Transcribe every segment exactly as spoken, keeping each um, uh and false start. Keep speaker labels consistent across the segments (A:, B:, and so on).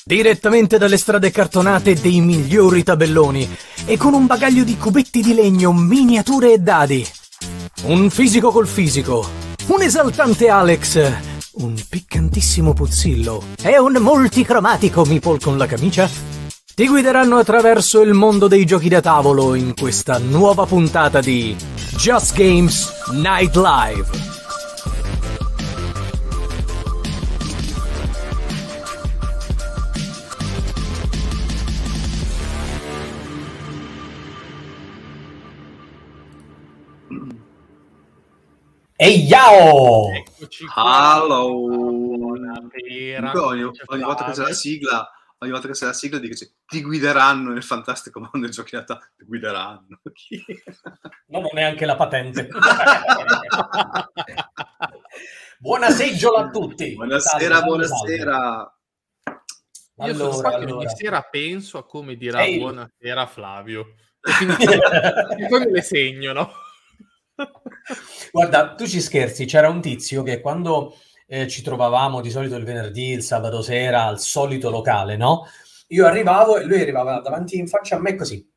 A: Direttamente dalle strade cartonate dei migliori tabelloni e con un bagaglio di cubetti di legno, miniature e dadi. Un fisico col fisico, un esaltante Alex, un piccantissimo Puzzillo e un multicromatico Meeple con la camicia ti guideranno attraverso il mondo dei giochi da tavolo in questa nuova puntata di Just Games Night Live.
B: Ehi, ciao!
C: Eccoci qua. Hello!
D: Ogni, ogni volta che c'è la sigla, ogni volta che c'è la sigla dice ti guideranno nel fantastico mondo del giochi da tavolo. Ti guideranno.
B: Non ho neanche la patente. Buona seggiola a tutti.
D: Buonasera, salve, buonasera.
C: Salve. Io allora, sono qua che allora. ogni sera penso a come dirà Ehi. buonasera Flavio. E quindi e poi me le segno, no?
B: Guarda, tu ci scherzi, c'era un tizio che quando eh, ci trovavamo di solito il venerdì, il sabato sera al solito locale, no? Io arrivavo e lui arrivava davanti in faccia a me così.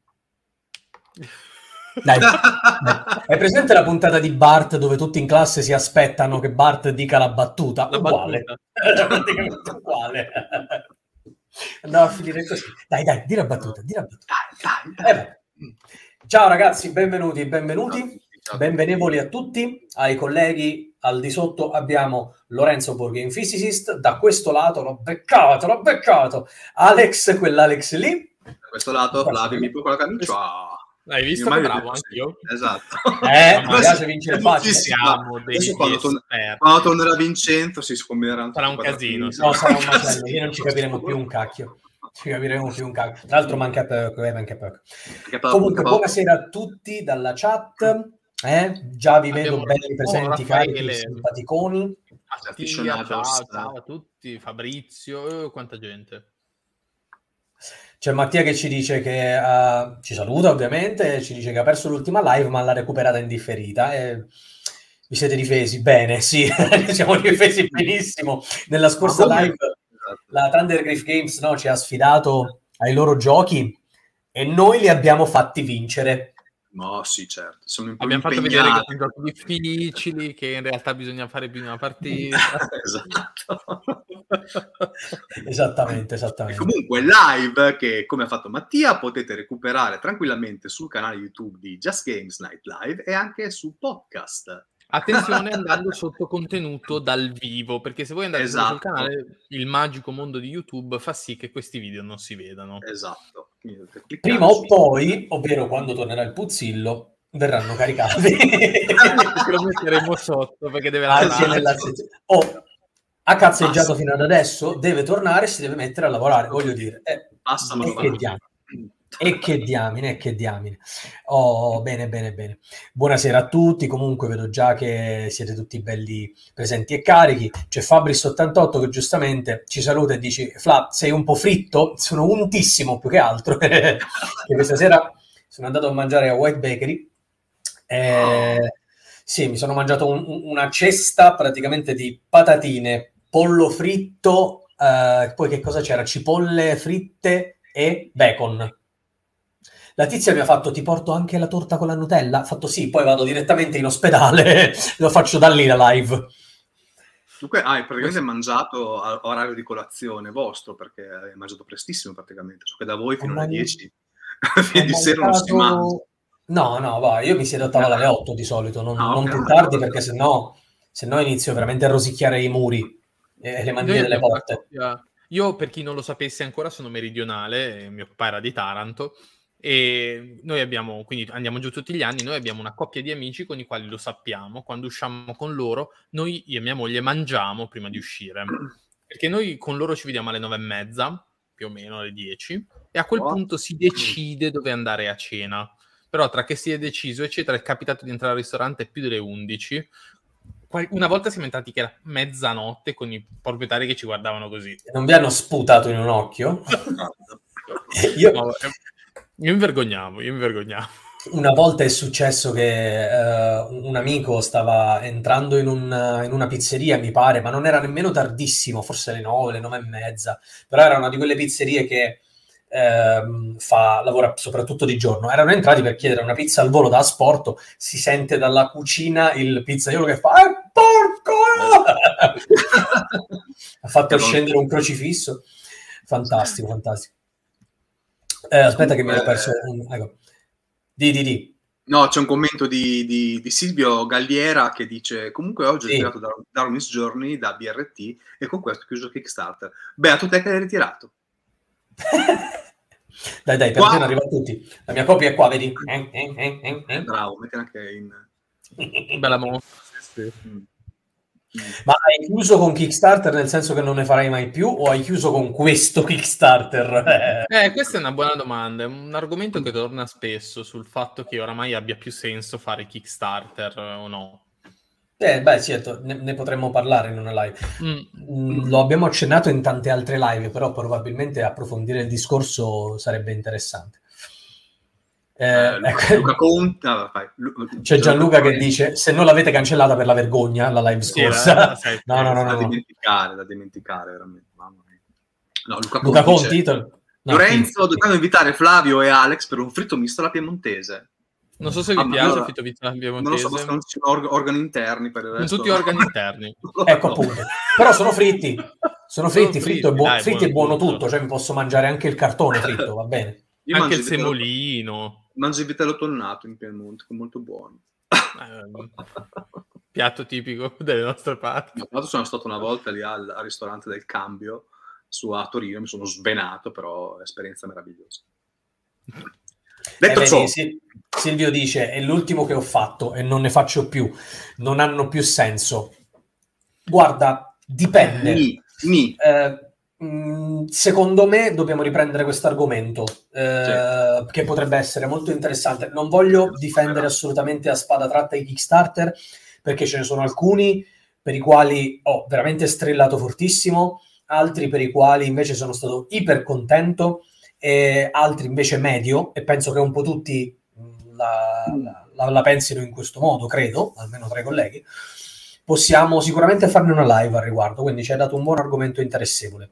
B: Dai, dai. Hai presente la puntata di Bart dove tutti in classe si aspettano che Bart dica la battuta? La uguale. Battuta. Praticamente uguale. Andava a finire così. Dai, dai, di la battuta, di la battuta. Dai, dai, dai. Eh, ciao ragazzi, benvenuti, benvenuti. Benvenevoli a tutti, ai colleghi al di sotto abbiamo Lorenzo Borgame Physicist, da questo lato l'ho beccato, l'ho beccato, Alex, quell'Alex lì.
D: Da questo lato Flavio Mippo con la camicia.
C: L'hai visto? Bravo, anch'io.
D: Esatto.
B: Eh, mi piace vincere facile.
C: Siamo dei
D: quando, torn- quando tornerà Vincenzo si scombineranno.
C: Sarà un casino.
B: No, sarà un macello, io non ci capiremo più un cacchio. Ci capiremo più un cacchio. Tra l'altro manca poco, eh, manca poco. Comunque, buonasera a tutti dalla chat. Eh? Già vi vedo belli presenti, carichi, simpaticoni.
C: Mattia, ciao, ciao a tutti, Fabrizio, eh, quanta gente.
B: C'è Mattia che ci dice che uh, ci saluta ovviamente, ci dice che ha perso l'ultima live ma l'ha recuperata in differita. E vi siete difesi bene, sì, siamo difesi benissimo. Nella scorsa live la Thundergriff Games, no, ci ha sfidato ai loro giochi e noi li abbiamo fatti vincere.
D: No, sì, certo. Sono
C: Abbiamo fatto vedere che sono giochi difficili, che in realtà bisogna fare più di una partita.
D: Esatto.
B: Esattamente, esattamente.
D: E comunque live, che come ha fatto Mattia, potete recuperare tranquillamente sul canale YouTube di Just Games Night Live e anche su podcast.
C: Attenzione andando sotto contenuto dal vivo, perché se voi andate
D: esatto.
C: sul canale, il magico mondo di YouTube fa sì che questi video non si vedano.
D: Esatto.
B: Prima o poi, ovvero quando tornerà il Puzzillo, verranno caricati.
C: Lo metteremo sotto perché deve
B: lavorare. Oh, ha cazzeggiato fino ad adesso, deve tornare e si deve mettere a lavorare, voglio dire. Eh, e che diamine. E che diamine, e che diamine. Oh, bene, bene, bene. Buonasera a tutti, comunque vedo già che siete tutti belli presenti e carichi. C'è Fabris ottantotto che giustamente ci saluta e dice: Fla, sei un po' fritto? Sono untissimo più che altro. Che questa sera sono andato a mangiare a White Bakery. Eh, sì, mi sono mangiato un, una cesta praticamente di patatine, pollo fritto, eh, poi che cosa c'era? Cipolle fritte e bacon. La tizia mi ha fatto: ti porto anche la torta con la Nutella? Ha fatto sì, poi vado direttamente in ospedale, lo faccio da lì la live.
D: Dunque hai praticamente mangiato a orario di colazione vostro, perché hai mangiato prestissimo praticamente, so che da voi fino alle dieci di sera non si mangia.
B: No, no, va, io mi siedo a tavola alle otto di solito, non, ah, okay. non più tardi, perché sennò, sennò inizio veramente a rosicchiare i muri e le manine delle porte.
C: Io, per chi non lo sapesse ancora, sono meridionale, mio papà era di Taranto, e noi abbiamo, quindi andiamo giù tutti gli anni, noi abbiamo una coppia di amici con i quali lo sappiamo, quando usciamo con loro, noi, io e mia moglie, mangiamo prima di uscire, perché noi con loro ci vediamo alle nove e mezza, più o meno alle dieci, e a quel oh. punto si decide dove andare a cena, però tra che si è deciso eccetera è capitato di entrare al ristorante più delle undici. Una volta siamo entrati che era mezzanotte con i proprietari che ci guardavano così.
B: Non vi hanno sputato in un occhio? io...
C: No, io mi vergognavo, io mi vergognavo.
B: una volta è successo che uh, un amico stava entrando in, un, in una pizzeria, mi pare, ma non era nemmeno tardissimo, forse le nove, le nove e mezza, però era una di quelle pizzerie che uh, fa, lavora soprattutto di giorno. Erano entrati per chiedere una pizza al volo da asporto, si sente dalla cucina il pizzaiolo che fa eh, porco! Ha fatto scendere un crocifisso. Fantastico, fantastico. Eh, aspetta che mi ero perso un... Ecco. Di, di, di.
D: No, c'è un commento di, di, di Silvio Galliera che dice comunque oggi ho
B: Sì.
D: ritirato da Darwin's Journey da B R T e con questo ho chiuso Kickstarter. Beh, a tu te che l'hai ritirato.
B: Dai, dai, per
D: Qua.
B: te ne arriva a tutti. La mia copia è qua, vedi? Eh, eh, eh, eh, eh.
D: Bravo, metti anche in...
C: Bella mossa. Sì.
D: Mm.
B: Ma hai chiuso con Kickstarter nel senso che non ne farai mai più o hai chiuso con questo Kickstarter?
C: Eh, questa è una buona domanda, è un argomento che torna spesso sul fatto che oramai abbia più senso fare Kickstarter eh, o no.
B: Eh, beh, certo, ne, ne potremmo parlare in una live.
C: Mm.
B: Mm, lo abbiamo accennato in tante altre live, però probabilmente approfondire il discorso sarebbe interessante. Eh,
D: Eh, Luca,
B: ecco.
D: Luca Conti, ah, vai.
B: C'è Gianluca che dice se non l'avete cancellata per la vergogna la live
C: Sì,
B: scorsa.
C: la- la sai-
B: no, no, no,
D: da
B: no, no.
D: dimenticare, da dimenticare veramente. Mamma mia. No, Luca,
B: Luca
D: Conti
B: Conti?
D: dice,
B: No,
D: Lorenzo, dobbiamo invitare Flavio e Alex per un fritto misto alla piemontese.
C: Non so se vi
D: Ah, ma
C: piace
D: allora-
C: il fritto vita
D: Non lo so,
C: piemontese.
D: basta non ci sono org- organi interni per il
C: Sono
D: resto.
C: tutti organi interni.
B: Ecco
D: No.
B: appunto. Però sono fritti. Sono fritti,
C: Sono
B: fritto è,
C: fritti,
B: buo-
C: dai,
B: fritti è buono
C: buono
B: tutto. Cioè mi posso mangiare anche il cartone fritto, va bene.
D: Io
C: Anche
D: mangio
C: il
D: vitello-
C: semolino.
D: Mangio il vitello tonnato in Piemonte, che è molto buono.
C: Eh, piatto tipico delle nostre parti.
D: Tra l'altro sono stato una volta lì al, al ristorante del Cambio su a Torino, mi sono svenato, però esperienza meravigliosa. Detto
B: Eh,
D: ciò,
B: vedi, Sil- Silvio dice è l'ultimo che ho fatto e non ne faccio più, non hanno più senso. Guarda, dipende.
D: ni, ni.
B: Eh, mh, secondo me dobbiamo riprendere questo argomento eh, che potrebbe essere molto interessante. Non voglio difendere assolutamente a spada tratta i Kickstarter perché ce ne sono alcuni per i quali ho veramente strillato fortissimo, altri per i quali invece sono stato iper contento e altri invece medio, e penso che un po' tutti mh, la, la, la, la pensino in questo modo, credo, almeno tra i colleghi. Possiamo sicuramente farne una live al riguardo, quindi ci hai dato un buon argomento interessevole.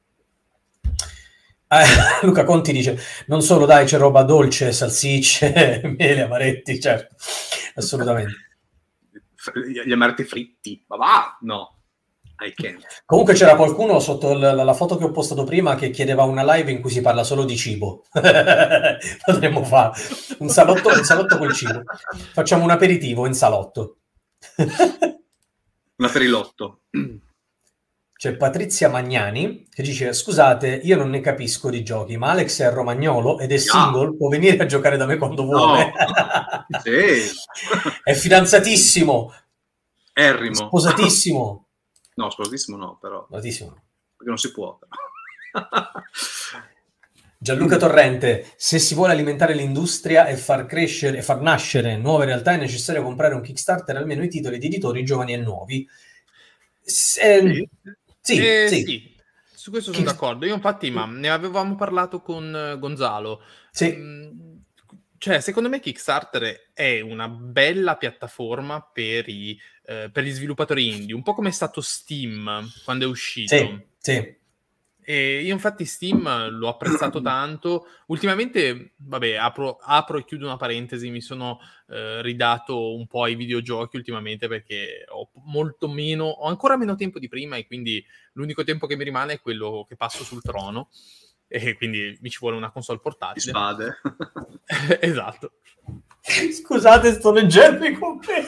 B: Eh, Luca Conti dice, non solo dai, c'è roba dolce, salsicce, mele, amaretti, certo, assolutamente.
D: Gli amaretti fritti, ma va, no. I can't.
B: Comunque c'era qualcuno sotto l- la foto che ho postato prima che chiedeva una live in cui si parla solo di cibo. Potremmo fare un salotto, un salotto col cibo. Facciamo un aperitivo in salotto.
D: Un aperilotto.
B: C'è Patrizia Magnani che dice scusate, io non ne capisco di giochi, ma Alex è romagnolo ed è single, può venire a giocare da me quando vuole.
D: No. Sì.
B: È fidanzatissimo,
D: Errimo.
B: sposatissimo.
D: No, sposatissimo no, però.
B: Sposatissimo.
D: Perché non si può. Però.
B: Gianluca Torrente, se si vuole alimentare l'industria e far crescere e far nascere nuove realtà è necessario comprare un Kickstarter almeno i titoli di editori giovani e nuovi. Se... Sì,
C: Eh,
B: sì.
C: sì, su questo sono
B: Kick-
C: d'accordo. Io infatti, ma ne avevamo parlato con eh, Gonzalo.
B: Sì.
C: Mm, cioè, secondo me Kickstarter è una bella piattaforma per, i, eh, per gli sviluppatori indie, un po' come è stato Steam quando è uscito.
B: Sì, sì.
C: E io infatti Steam l'ho apprezzato tanto. Ultimamente, vabbè, apro, apro e chiudo una parentesi, mi sono eh, ridato un po' ai videogiochi ultimamente perché ho molto meno, ho ancora meno tempo di prima e quindi l'unico tempo che mi rimane è quello che passo sul trono e quindi mi ci vuole una console
D: Di
C: portatile.
D: spade.
C: Esatto.
B: Scusate, sto leggendo i commenti.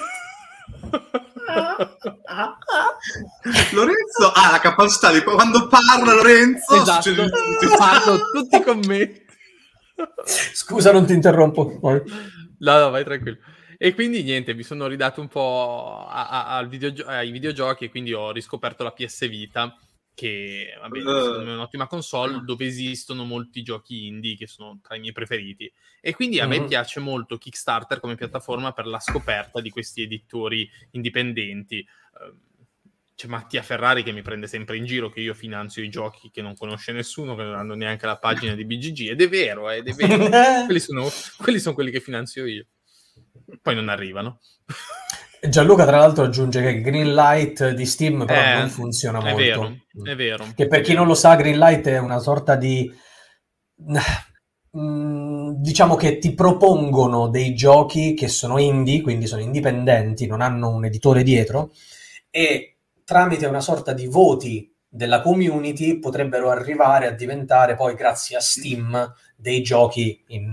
D: Lorenzo ha la capacità di quando parla Lorenzo
C: Esatto,
D: succede-
C: ti fanno tutti i commenti.
B: Scusa, non ti interrompo.
C: No, no, vai tranquillo. E quindi niente, mi sono ridato un po' a, a, al videogio- ai videogiochi e quindi ho riscoperto la P S Vita, che vabbè,
D: Uh.
C: secondo me è un'ottima console dove esistono molti giochi indie che sono tra i miei preferiti. E quindi a me
B: Mhm.
C: piace molto Kickstarter come piattaforma per la scoperta di questi editori indipendenti. Eh, c'è Mattia Ferrari che mi prende sempre in giro che io finanzio i giochi che non conosce nessuno, che non hanno neanche la pagina di B G G, ed è vero, ed è vero. quelli, sono, quelli sono quelli che finanzio io. Poi non arrivano.
B: Gianluca tra l'altro aggiunge che Greenlight di Steam però
C: eh,
B: non funziona
C: è
B: molto.
C: Vero, è vero.
B: Che per chi non lo sa, Greenlight è una sorta di... diciamo che ti propongono dei giochi che sono indie, quindi sono indipendenti, non hanno un editore dietro, e tramite una sorta di voti della community potrebbero arrivare a diventare poi, grazie a Steam, dei giochi in,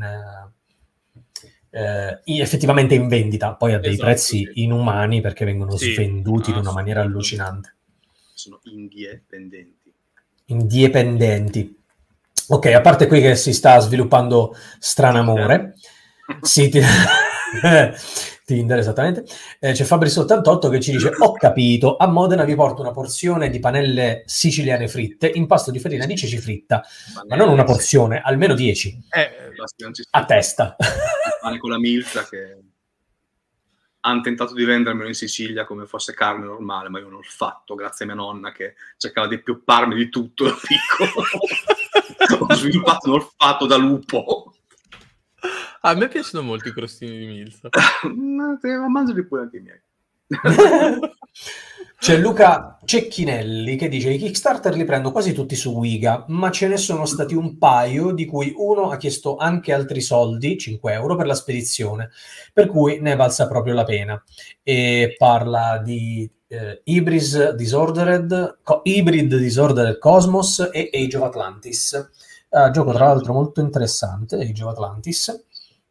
B: eh, effettivamente in vendita, poi a dei
C: esatto,
B: prezzi
C: sì.
B: inumani, perché vengono
C: sì,
B: svenduti in una maniera allucinante.
D: Sono indipendenti.
B: Indipendenti. Ok, a parte qui che si sta sviluppando Stranamore, sì, ti... Tinder, esattamente. Eh, c'è Fabrizio ottantotto che ci dice: ho capito, a Modena vi porto una porzione di panelle siciliane fritte, impasto di farina di ceci fritta, panelle, ma non una porzione, sì. Almeno dieci
C: eh,
B: a testa.
D: Il pane con la milza che hanno tentato di vendermelo in Sicilia come fosse carne normale, ma io non l'ho fatto, grazie a mia nonna che cercava di piopparmi di tutto da piccolo. Ho sviluppato un olfatto da lupo.
C: A me piacciono molto i crostini di milza.
D: Ma mangiali pure anche i miei.
B: C'è Luca Cecchinelli che dice: i Kickstarter li prendo quasi tutti su Wiga, ma ce ne sono stati un paio di cui uno ha chiesto anche altri soldi, cinque euro, per la spedizione, per cui ne è valsa proprio la pena. E parla di eh, Hybrid Disordered, Co- Hybrid Disordered Cosmos e Age of Atlantis. Uh, gioco tra l'altro molto interessante, Age of Atlantis.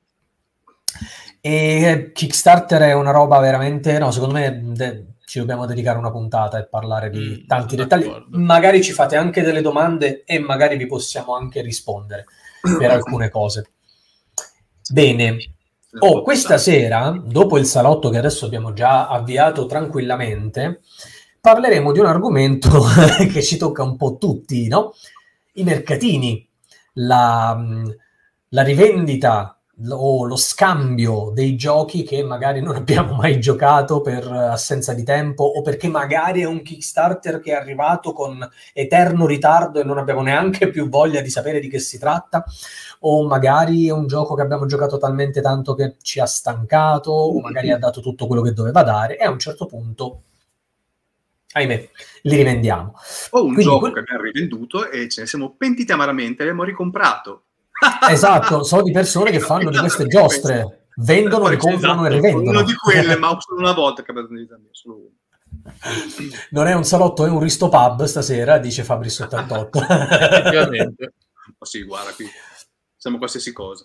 B: E Kickstarter è una roba veramente, no, secondo me de- ci dobbiamo dedicare una puntata e parlare di
C: mm,
B: tanti dettagli.
C: D'accordo.
B: Magari ci fate anche delle domande e magari vi possiamo anche rispondere per alcune cose. Bene. Oh, questa sera, dopo il salotto che adesso abbiamo già avviato tranquillamente, parleremo di un argomento che ci tocca un po' tutti, no? I mercatini, la, la rivendita o lo scambio dei giochi che magari non abbiamo mai giocato per assenza di tempo, o perché magari è un Kickstarter che è arrivato con eterno ritardo e non abbiamo neanche più voglia di sapere di che si tratta, o magari è un gioco che abbiamo giocato talmente tanto che ci ha stancato, o magari ha dato tutto quello che doveva dare e a un certo punto, ahimè, li rivendiamo.
D: O un
B: Quindi,
D: gioco
B: que-
D: che abbiamo rivenduto e ce ne siamo pentiti amaramente e abbiamo ricomprato.
B: Esatto, so di persone che fanno di queste giostre, vendono, ricomprano
C: esatto,
B: e rivendono.
D: Una di quelle, ma solo una volta che abbiamo vita mia, solo una.
B: Non è un salotto, è un Risto Pub stasera, dice Fabrizio ottantotto.
C: Effettivamente.
D: Oh sì, guarda, qui siamo qualsiasi cosa.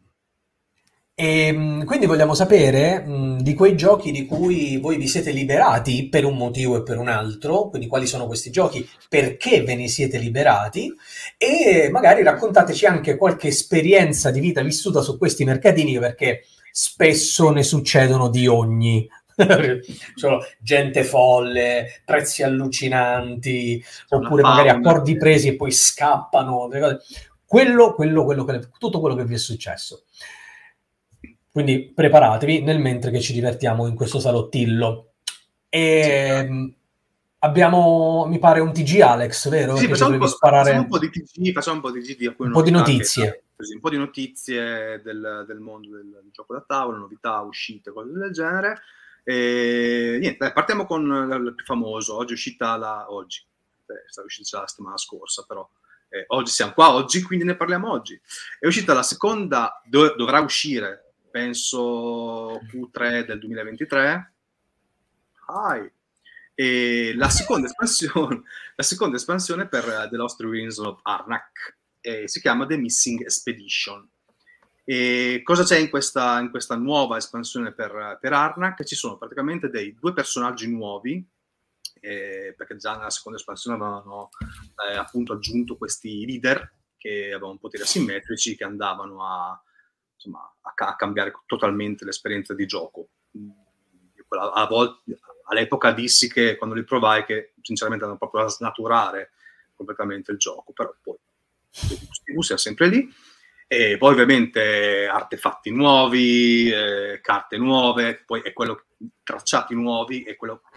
B: E quindi vogliamo sapere mh, di quei giochi di cui voi vi siete liberati per un motivo e per un altro, quindi quali sono questi giochi, perché ve ne siete liberati, e magari raccontateci anche qualche esperienza di vita vissuta su questi mercatini, perché spesso ne succedono di ogni. Cioè, gente folle, prezzi allucinanti, c'è oppure magari accordi presi e poi scappano, quello, quello, quello, quello, tutto quello che vi è successo. Quindi preparatevi nel mentre che ci divertiamo in questo salottillo. E sì, abbiamo, mi pare, un T G, Alex, vero?
D: Sì, facciamo un, po',
B: sparare...
D: facciamo un po' di T G, facciamo un po' di T G,
B: un po' di notizie.
D: Che, così, un po' di notizie del, del mondo del, del gioco da tavola, novità, uscite, cose del genere. E niente, dai, partiamo con il più famoso. Oggi è uscita la... Oggi, eh, stava uscita la settimana scorsa, però... Eh, oggi siamo qua oggi, quindi ne parliamo oggi. È uscita la seconda, dov- dovrà uscire... penso Q tre del duemilaventitré. Hi. E la seconda espansione, la seconda espansione per uh, The Lost Ruins of Arnak, e si chiama The Missing Expedition. E cosa c'è in questa, in questa nuova espansione per, per Arnak? Ci sono praticamente dei due personaggi nuovi, eh, perché già nella seconda espansione avevano eh, appunto aggiunto questi leader che avevano poteri asimmetrici che andavano a insomma, a, a cambiare totalmente l'esperienza di gioco. A, a volte, all'epoca dissi che quando li provai che sinceramente andavano proprio a snaturare completamente il gioco, però poi sia sempre lì. E poi ovviamente artefatti nuovi, eh, carte nuove, poi è quello tracciati nuovi, e quello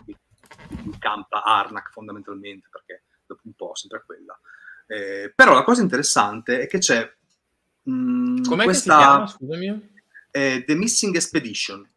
D: incampa Arnak fondamentalmente, perché dopo un po' sempre quella. Eh, però la cosa interessante è che c'è mh,
C: com'è
D: questa,
C: che si chiama, scusami?
D: Eh, The Missing Expedition.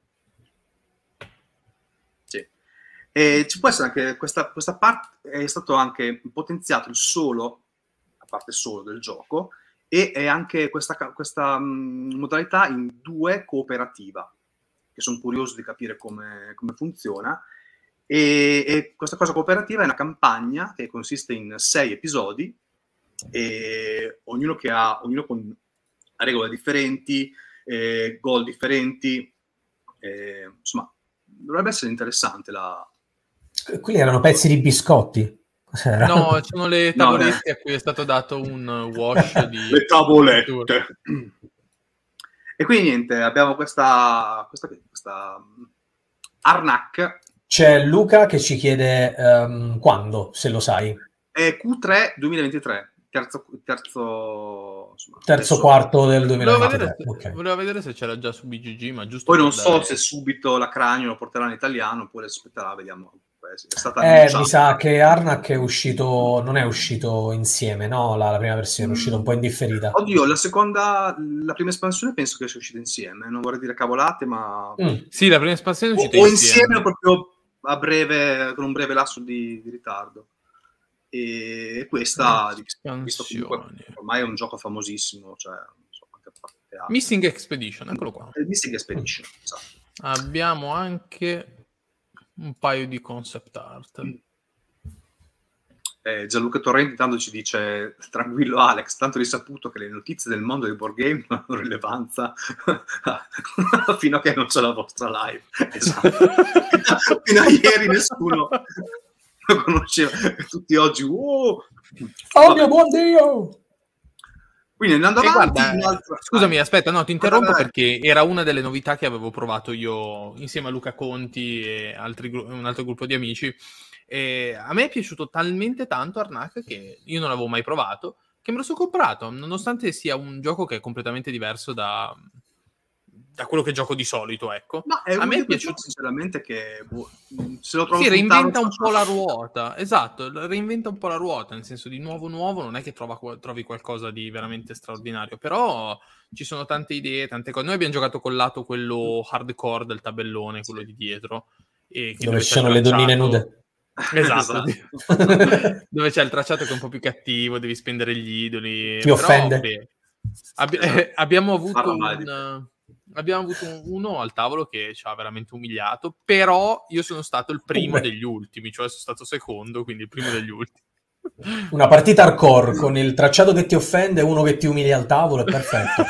D: Sì. E ci può essere anche questa, questa parte, è stato anche potenziato il solo, la parte solo del gioco, e è anche questa, questa mh, modalità in due cooperativa, che sono curioso di capire come, come funziona. E, e questa cosa cooperativa è una campagna che consiste in sei episodi, e ognuno che ha ognuno con regole differenti, eh, goal differenti, eh, insomma dovrebbe essere interessante. La...
B: Quelli erano pezzi di biscotti? Cos'era?
C: No, sono le tavolette
D: no,
C: a cui è stato dato un wash di...
D: le tavolette. E quindi niente, abbiamo questa questa, questa Arnak.
B: C'è Luca che ci chiede um, quando, se lo sai.
D: È Q tre duemilaventitré. Terzo, terzo, insomma,
B: terzo
D: adesso...
B: quarto del duemilaventitré.
C: Volevo vedere, se,
B: okay.
C: volevo vedere se c'era già su B G G, ma giusto.
D: Poi non so
C: dare...
D: se subito la Cranio lo porterà in italiano oppure aspetterà, vediamo. È stata
B: eh, mi sa che Arnak è uscito, non è uscito insieme, no? La, la prima versione è uscita un po' in differita.
D: Oddio, la seconda, la prima espansione penso che sia uscita insieme, non vorrei dire cavolate, ma...
C: Mm. Sì, la prima espansione è uscita
D: o,
C: insieme.
D: O insieme o proprio a breve, con un breve lasso di, di ritardo. E questa, visto comunque, ormai è un gioco famosissimo, cioè non so quante parti ha.
C: Missing Expedition, eccolo qua.
D: Missing Expedition, esatto.
C: Abbiamo anche un paio di concept art.
D: Eh, Gianluca Torrenti tanto ci dice: tranquillo Alex, tanto risaputo che le notizie del mondo del board game non hanno rilevanza fino a che non c'è la vostra live. Esatto. Fino a ieri nessuno lo conosceva, tutti oggi oh,
B: oh mio buon Dio.
D: Quindi andando avanti,
C: guarda,
D: un'altra...
C: scusami, aspetta, no, ti interrompo perché era una delle novità che avevo provato io insieme a Luca Conti e altri, un altro gruppo di amici. E a me è piaciuto talmente tanto Arnak che io non l'avevo mai provato, che me lo sono comprato, nonostante sia un gioco che è completamente diverso da, da quello che gioco di solito, ecco.
D: Ma è
C: a me è
D: piaciuto sinceramente che boh, se lo trovo
C: sì, reinventa un po' la ruota, esatto, reinventa un po' la ruota, nel senso di nuovo nuovo, non è che trova, trovi qualcosa di veramente straordinario, però ci sono tante idee, tante cose. Noi abbiamo giocato col lato quello hardcore del tabellone, quello di dietro, e che
B: dove, dove ci sono le donnine nude.
C: Esatto, esatto. Dove c'è il tracciato che è un po' più cattivo, devi spendere gli idoli.
B: Ti offende.
C: Beh, abbi- eh, abbiamo avuto un, abbiamo avuto un, uno al tavolo che ci ha veramente umiliato, però io sono stato il primo Beh. degli ultimi, cioè sono stato secondo, quindi il primo degli ultimi.
B: Una partita hardcore con il tracciato che ti offende e uno che ti umilia al tavolo è perfetto.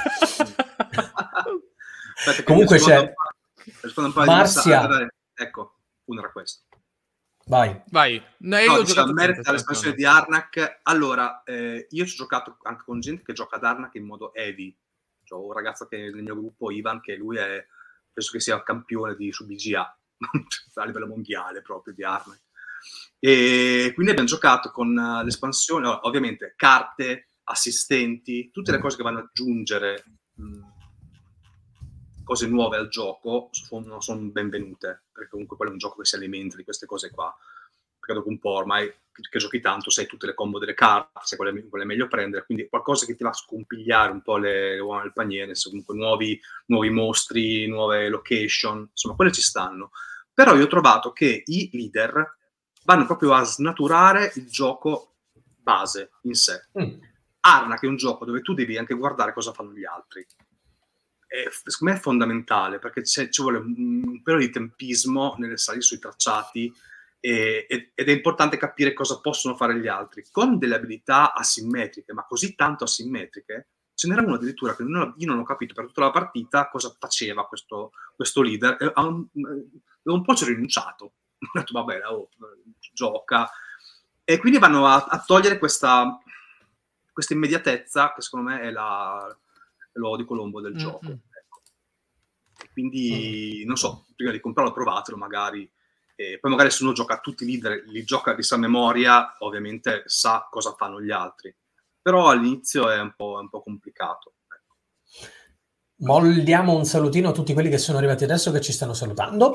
D: Aspetta,
B: comunque c'è
D: un po'
B: Marsia.
D: Di... Ecco, uno era questo.
B: Vai.
C: Vai. No, io
D: no,
C: ho
D: diciamo,
C: giocato
D: merita l'espansione di Arnak. Allora, eh, io ci ho giocato anche con gente che gioca ad Arnak in modo heavy. C'ho un ragazzo che nel mio gruppo, Ivan, che lui è, penso che sia campione di, su B G A, a livello mondiale proprio di Arnak. E quindi abbiamo giocato con uh, l'espansione, no, ovviamente carte, assistenti, tutte le cose che vanno ad aggiungere mh, cose nuove al gioco sono, sono benvenute, perché comunque quello è un gioco che si alimenta di queste cose qua, perché dopo un po' ormai che, che giochi tanto sai tutte le combo delle carte, se quelle, quelle è meglio prendere, quindi qualcosa che ti va a scompigliare un po' le, le uova nel paniere, se comunque nuovi, nuovi mostri, nuove location, insomma quelle ci stanno. Però io ho trovato che i leader vanno proprio a snaturare il gioco base in sé. Mm. Arnak è un gioco dove tu devi anche guardare cosa fanno gli altri. E, secondo me è fondamentale, perché c'è, ci vuole un, un pelo di tempismo nelle salire sui tracciati e, ed è importante capire cosa possono fare gli altri. Con delle abilità asimmetriche, ma così tanto asimmetriche, ce n'era uno addirittura che non, io non ho capito per tutta la partita cosa faceva questo, questo leader. E a un, un po' ci ho rinunciato. Ho detto, vabbè, oh, gioca. E quindi vanno a, a togliere questa, questa immediatezza, che secondo me è la, l'uovo di Colombo del mm-hmm. gioco. Ecco. Quindi, mm-hmm. non so, prima di comprarlo, provatelo magari. E poi magari se uno gioca a tutti i leader, li gioca di sa memoria, ovviamente sa cosa fanno gli altri. Però all'inizio è un po', è un po' complicato. Ecco.
B: Molliamo un salutino a tutti quelli che sono arrivati adesso, che ci stanno salutando.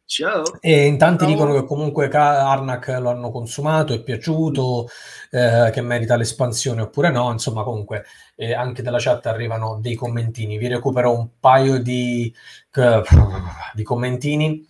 D: Ciao.
B: E in tanti
D: Ciao.
B: dicono che comunque Karnak lo hanno consumato, è piaciuto, eh, che merita l'espansione oppure no. Insomma, comunque eh, anche dalla chat arrivano dei commentini. Vi recupero un paio di, uh, di commentini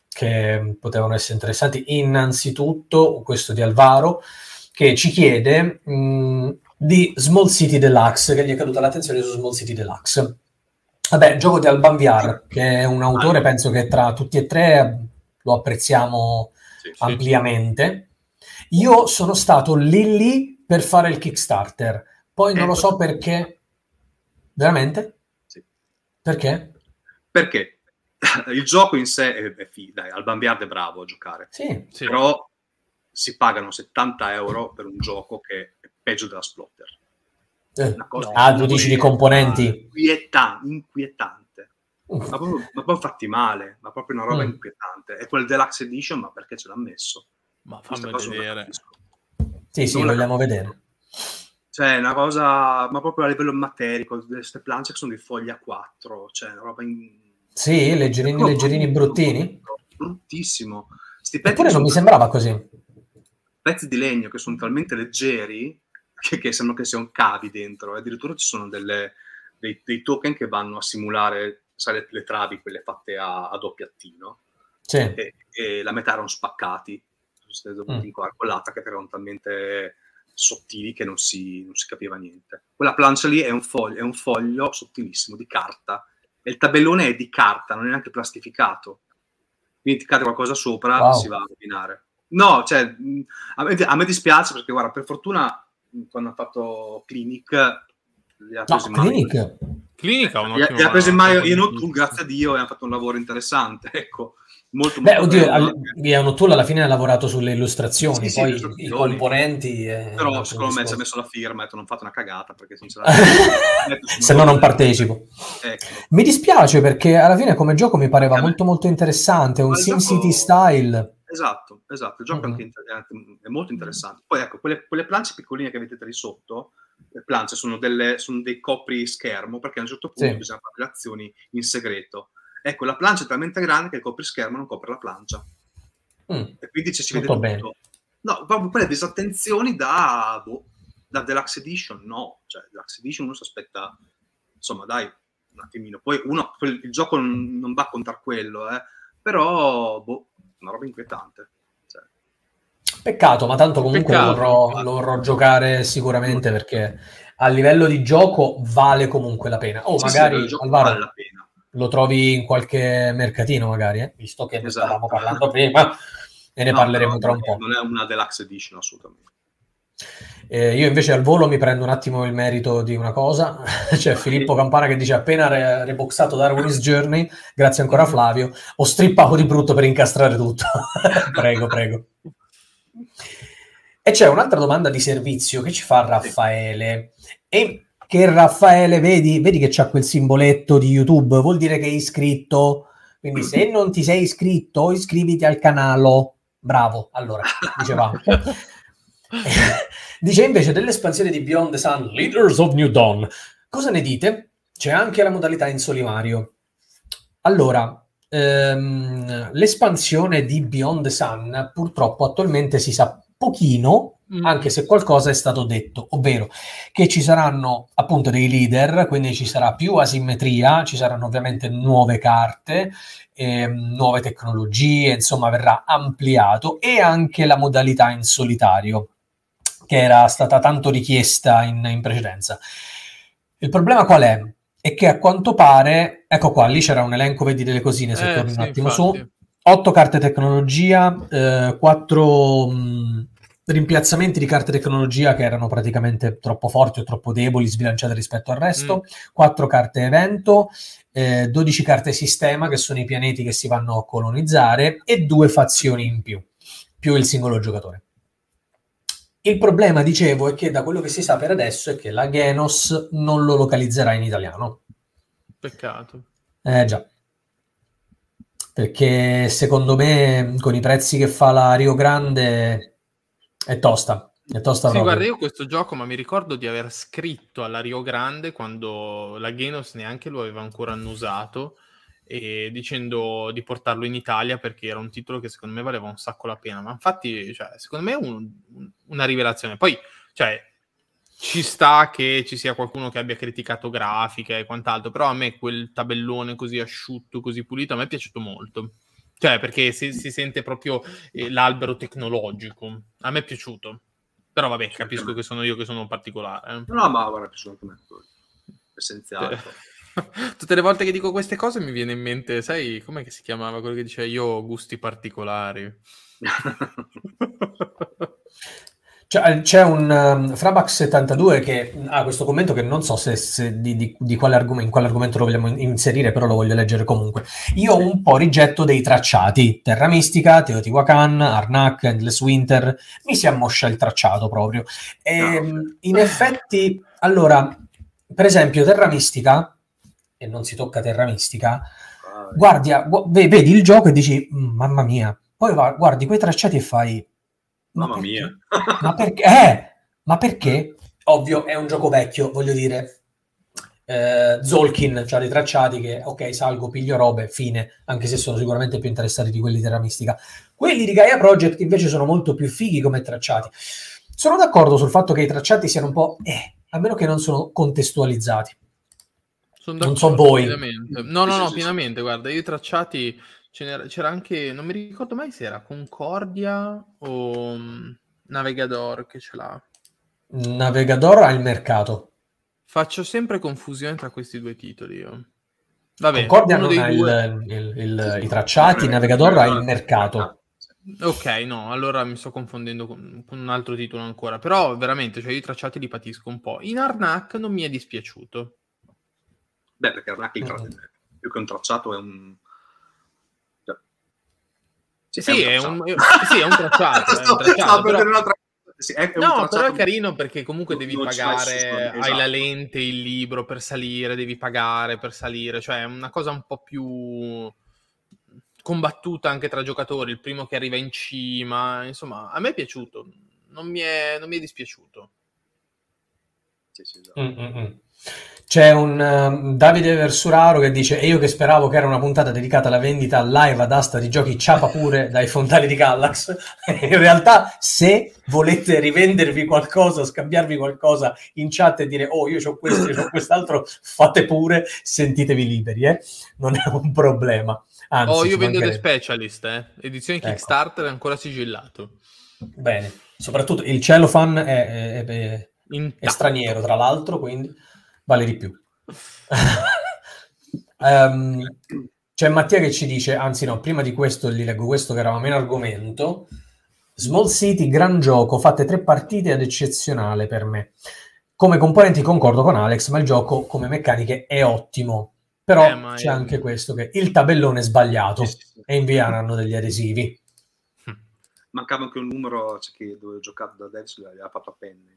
B: che potevano essere interessanti. Innanzitutto questo di Alvaro, che ci chiede mh, di Small City Deluxe, che gli è caduta l'attenzione su Small City Deluxe. Vabbè, gioco di Alban Viar, che è un autore, penso che tra tutti e tre lo apprezziamo
D: Sì, sì.
B: ampiamente. Io sono stato lì lì per fare il Kickstarter, poi non lo so perché. Veramente?
D: Sì.
B: Perché?
D: Perché il gioco in sé è, è figo, dai, Alban Viar è bravo a giocare,
B: Sì.
C: Sì.
D: però si pagano settanta euro per un gioco che è peggio della Splotter.
B: Eh,
D: Una cosa
B: ah, tu dici di componenti?
D: Inquietante, inquietante.
B: Uh.
D: Ma, proprio, ma proprio fatti male, ma proprio una roba
B: Mm.
D: inquietante. E quel Deluxe Edition, ma perché ce l'ha messo?
C: Ma
D: Questa
C: fammi
D: cosa non la
C: vedere.
D: capisco.
B: Sì, sì,
D: Non la
B: vogliamo
D: capisco.
B: vedere.
D: Cioè, una cosa, ma proprio a livello materico, queste planche che sono di foglia A quattro, cioè una roba in...
B: Sì, leggerini,
D: No,
B: leggerini,
D: brutto,
B: bruttini.
D: brutto, bruttissimo. Sti pezzi
B: Eppure
D: che
B: non mi
D: sono-
B: sembrava così.
D: pezzi di legno che sono talmente leggeri che, che sembrano che siano cavi dentro. Addirittura ci sono delle, dei, dei token che vanno a simulare, sai, le, le travi, quelle fatte a, a doppiattino,
B: Sì.
D: e, e la metà erano spaccati, sono stati dovuti
B: Mm.
D: incollata, che erano talmente sottili che non si, non si capiva niente. Quella plancia lì è un foglio, è un foglio sottilissimo di carta, e il tabellone è di carta, non è neanche plastificato. Quindi ti cade qualcosa sopra,
B: Wow.
D: si va a rovinare. No, cioè, mh, a me, a me dispiace perché, guarda, per fortuna, mh, quando hanno fatto Clinic, li ha
B: No,
D: presi in mano.
B: Clinic.
C: Clinica un
D: Li ha,
C: ottimo.
D: li ha presi in mano
C: un
D: io non
C: ottimo
D: tu, grazie a Dio, e hanno fatto un lavoro interessante, ecco. Molto,
B: Beh,
D: molto
B: oddio,
D: bello.
B: al- via Notul alla fine ha lavorato sulle illustrazioni,
D: Sì, sì,
B: poi
D: le
B: i
D: illustrazioni.
B: componenti... è un
D: Però
B: altro
D: secondo me ci ha
B: discorso.
D: messo la firma e ha detto non fate una cagata, perché sinceramente...
B: Se no non partecipo.
D: Ecco.
B: Mi dispiace perché alla fine come gioco mi pareva
D: A me-
B: molto molto interessante, un
D: Ma il
B: SimCity
D: gioco-
B: style.
D: Esatto, esatto, il gioco
B: Mhm.
D: anche inter- è molto interessante. Poi ecco, quelle, quelle planche piccoline che vedete lì sotto, le planche sono, delle, sono dei copri schermo, perché a un certo punto
B: Sì.
D: bisogna fare le azioni in segreto. Ecco, la plancia è talmente grande che il coprischermo non copre la plancia.
B: Mm.
D: E quindi ci si vede
B: Molto
D: tutto.
B: bene.
D: No, proprio quelle disattenzioni da, boh, da Deluxe Edition, no. Cioè, Deluxe Edition uno si aspetta, insomma, dai, un attimino. Poi uno, quel- il gioco non, non va a contare quello, eh. Però, boh, una roba inquietante. Cioè,
B: Peccato, ma tanto comunque lo
C: Peccato.
B: vorrò, lo vorrò giocare sicuramente perché a livello di gioco vale comunque la pena. Oh,
D: sì, sì, il
B: magari,
D: gioco
B: Alvaro,
D: vale la pena.
B: lo trovi in qualche mercatino magari, eh? Visto che ne
D: Esatto.
B: stavamo parlando prima e ne
D: No,
B: parleremo
D: però
B: tra un po'.
D: non è una Deluxe Edition, assolutamente.
B: Eh, io invece al volo mi prendo un attimo il merito di una cosa. C'è Filippo Campana che dice appena re- reboxato Darwin's Journey, grazie ancora a Flavio, ho strippato di brutto per incastrare tutto. Prego, prego. E c'è un'altra domanda di servizio che ci fa Raffaele. E che Raffaele, vedi, vedi che c'ha quel simboletto di YouTube, vuol dire che è iscritto. Quindi se non ti sei iscritto, iscriviti al canale. Bravo, allora, dicevamo. Dice invece dell'espansione di Beyond the Sun, Leaders of New Dawn. Cosa ne dite? C'è anche la modalità in solimario. Allora, ehm, l'espansione di Beyond the Sun purtroppo attualmente si sa pochino,
C: Mm.
B: anche se qualcosa è stato detto, ovvero che ci saranno appunto dei leader, quindi ci sarà più asimmetria, ci saranno ovviamente nuove carte, ehm, nuove tecnologie, insomma verrà ampliato, e anche la modalità in solitario, che era stata tanto richiesta in, in precedenza. Il problema qual è? È che a quanto pare, ecco qua, lì c'era un elenco, vedi, delle cosine, se
C: Eh,
B: torni
C: sì,
B: un attimo
C: infatti.
B: su, otto carte tecnologia, eh, quattro mh, rimpiazzamenti di carte tecnologia che erano praticamente troppo forti o troppo deboli, sbilanciate rispetto al resto, quattro carte evento, eh, dodici carte sistema, che sono i pianeti che si vanno a colonizzare, e due fazioni in più, più il singolo giocatore. Il problema, dicevo, è che da quello che si sa per adesso è che la Genos non lo localizzerà in italiano.
C: Peccato.
B: Eh già. Perché secondo me con i prezzi che fa la Rio Grande è tosta. È tosta
C: Sì,
B: proprio.
C: guarda, io questo gioco, ma mi ricordo di aver scritto alla Rio Grande quando la Genos neanche lo aveva ancora annusato, e dicendo di portarlo in Italia perché era un titolo che secondo me valeva un sacco la pena. Ma infatti, cioè, secondo me è un, una rivelazione. Poi, cioè, ci sta che ci sia qualcuno che abbia criticato grafica e quant'altro, però a me quel tabellone così asciutto, così pulito, a me è piaciuto molto. Cioè, perché si, si sente proprio eh, l'albero tecnologico. A me è piaciuto. Però vabbè, capisco che sono io che sono particolare. Eh.
D: No, ma guarda, è piaciuto anche a me. Essenziale.
C: Tutte le volte che dico queste cose mi viene in mente, sai, com'è che si chiamava quello che diceva io ho gusti particolari?
B: C'è, c'è un um, Frabax settantadue che ha questo commento che non so se, se di, di, di quale argomento, in quale argomento lo vogliamo inserire, però lo voglio leggere comunque. Io un po' rigetto dei tracciati, Terra Mistica, Teotihuacan, Arnak, Endless Winter, mi si ammoscia il tracciato proprio. E, no. In effetti, allora, per esempio Terra Mistica, e non si tocca Terra Mistica, guardi, gu- vedi il gioco e dici, mamma mia, poi va, guardi quei tracciati e fai...
D: Mamma mia.
B: Ma perché? Eh, ma perché? Ovvio, è un gioco vecchio, voglio dire. Eh, Zolkin c'ha dei tracciati che, ok, salgo, piglio robe, fine, anche se sono sicuramente più interessati di quelli di Terra Mistica. Quelli di Gaia Project invece sono molto più fighi come tracciati. Sono d'accordo sul fatto che i tracciati siano un po'... Eh, a meno che non sono contestualizzati.
C: Sono
B: non so voi.
C: Pienamente. No, no, no, pienamente, guarda, io i tracciati... C'era, c'era anche, non mi ricordo mai se era Concordia o um, Navigador che ce l'ha.
B: Navigador ha il mercato.
C: Faccio sempre confusione tra questi due titoli io. Vabbè,
B: Concordia non ha
C: due...
B: il, il, il, i tracciati, Navigador ha il mercato.
C: Ok, no, allora mi sto confondendo con, con un altro titolo ancora. Però veramente, cioè io i tracciati li patisco un po'. In Arnak non mi è dispiaciuto.
D: Beh, perché Arnak è mm. più che un tracciato è un...
C: Sì, sì, è un, è, sì, è un tracciato. è un tracciato però... un'altra... sì, è, è un no, tracciato... però è carino perché comunque devi non pagare, hai esatto. la lente, il libro per salire, devi pagare per salire, cioè è una cosa un po' più combattuta anche tra giocatori, il primo che arriva in cima, insomma, a me è piaciuto, non mi è, non mi è dispiaciuto.
D: Sì, sì, esatto.
B: Mm-mm. C'è un um, Davide Versuraro che dice e io che speravo che era una puntata dedicata alla vendita live ad asta di giochi ciapa pure dai fontani di Kallax. In realtà se volete rivendervi qualcosa, scambiarvi qualcosa in chat e dire oh io c'ho questo, io c'ho quest'altro, fate pure, sentitevi liberi, eh? Non è un problema. Anzi,
C: oh io vendo The Specialist, eh? edizione Kickstarter, ecco. Ancora sigillato.
B: Bene, soprattutto il cellophane è, è, è, è straniero tra l'altro, quindi vale di più. um, c'è Mattia che ci dice, anzi no, prima di questo gli leggo questo che eravamo in argomento. Small City, gran gioco, fatte tre partite ed eccezionale per me. Come componenti concordo con Alex, ma il gioco come meccaniche è ottimo. Però eh, c'è io... anche questo che il tabellone è sbagliato sì, sì, sì. E in via hanno degli adesivi.
D: Mancava anche un numero, cioè, che dove ho giocato da adesso l'aveva fatto a penne.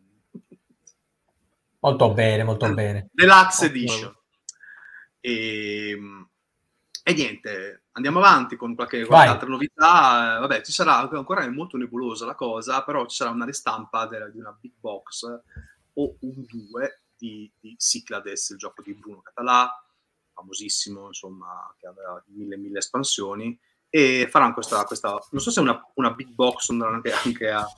B: Molto bene, molto bene.
D: Deluxe Edition. E, e niente, andiamo avanti con qualche, qualche altra novità. Vabbè, ci sarà ancora, è molto nebulosa la cosa, però ci sarà una ristampa della, di una big box o un due di, di Cyclades, il gioco di Bruno Català, famosissimo, insomma, che aveva mille mille espansioni, e faranno questa, questa non so se è una, una big box, andranno anche, anche a...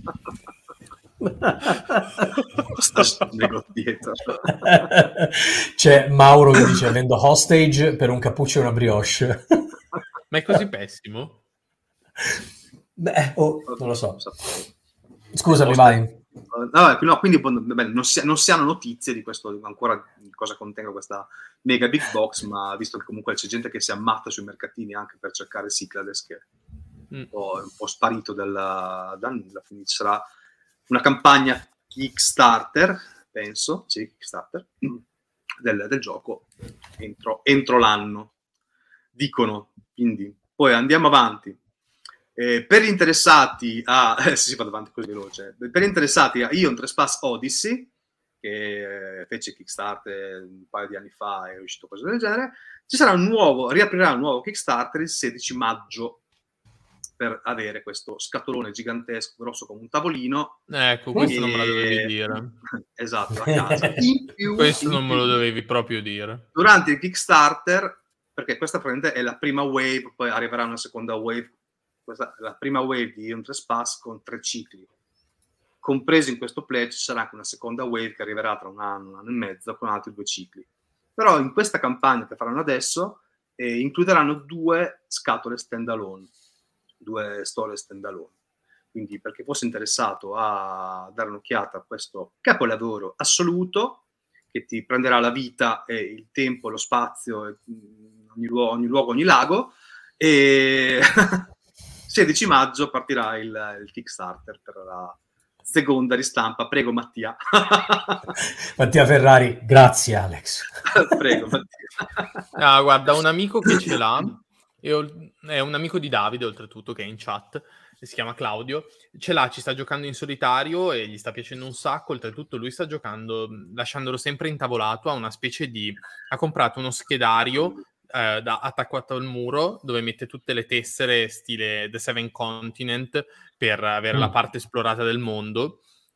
B: C'è Mauro che dice vendo hostage per un cappuccio e una brioche.
C: Ma è così pessimo?
B: Beh, oh, non lo so. Scusami, vai.
D: No, no, quindi beh, non, si, non si hanno notizie di questo ancora, di cosa contenga questa mega big box, ma visto che comunque c'è gente che si ammatta sui mercatini anche per cercare Cyclades, che è un po', è un po' sparito dalla, da nulla, quindi ci sarà una campagna Kickstarter, penso, sì, Kickstarter, del, del gioco entro, entro l'anno, dicono. Quindi poi andiamo avanti. Eh, per gli interessati a... Eh, sì, vado avanti così veloce. Per gli interessati a Ion Trespass Odyssey, che eh, fece Kickstarter un paio di anni fa, è uscito cosa del genere, ci sarà un nuovo, riaprirà un nuovo Kickstarter il sedici maggio, per avere questo scatolone gigantesco, grosso come un tavolino.
C: Ecco, questo e... non me lo dovevi dire.
D: Esatto, a casa. In più,
C: questo
D: in
C: non
D: più,
C: me lo dovevi proprio dire.
D: Durante il Kickstarter perché questa praticamente è la prima wave, poi arriverà una seconda wave, questa è la prima wave di un trespass con tre cicli. Compreso in questo pledge sarà anche una seconda wave che arriverà tra un anno, un anno e mezzo con altri due cicli. Però in questa campagna che faranno adesso eh, includeranno due scatole standalone, due storie standalone. Quindi per chi fosse interessato a dare un'occhiata a questo capolavoro assoluto che ti prenderà la vita e il tempo, lo spazio, e ogni, luogo, ogni luogo, ogni lago, e sedici maggio partirà il, il Kickstarter per la seconda ristampa. Prego Mattia.
B: Mattia Ferrari, grazie Alex.
D: Prego Mattia.
C: Ah, guarda, un amico che ce l'ha, è un amico di Davide oltretutto, che è in chat, si chiama Claudio, ce l'ha, ci sta giocando in solitario e gli sta piacendo un sacco. Oltretutto lui sta giocando lasciandolo sempre intavolato, ha una specie di, ha comprato uno schedario eh, da, attaccato al muro dove mette tutte le tessere stile The Seven Continent per avere mm. la parte esplorata del mondo,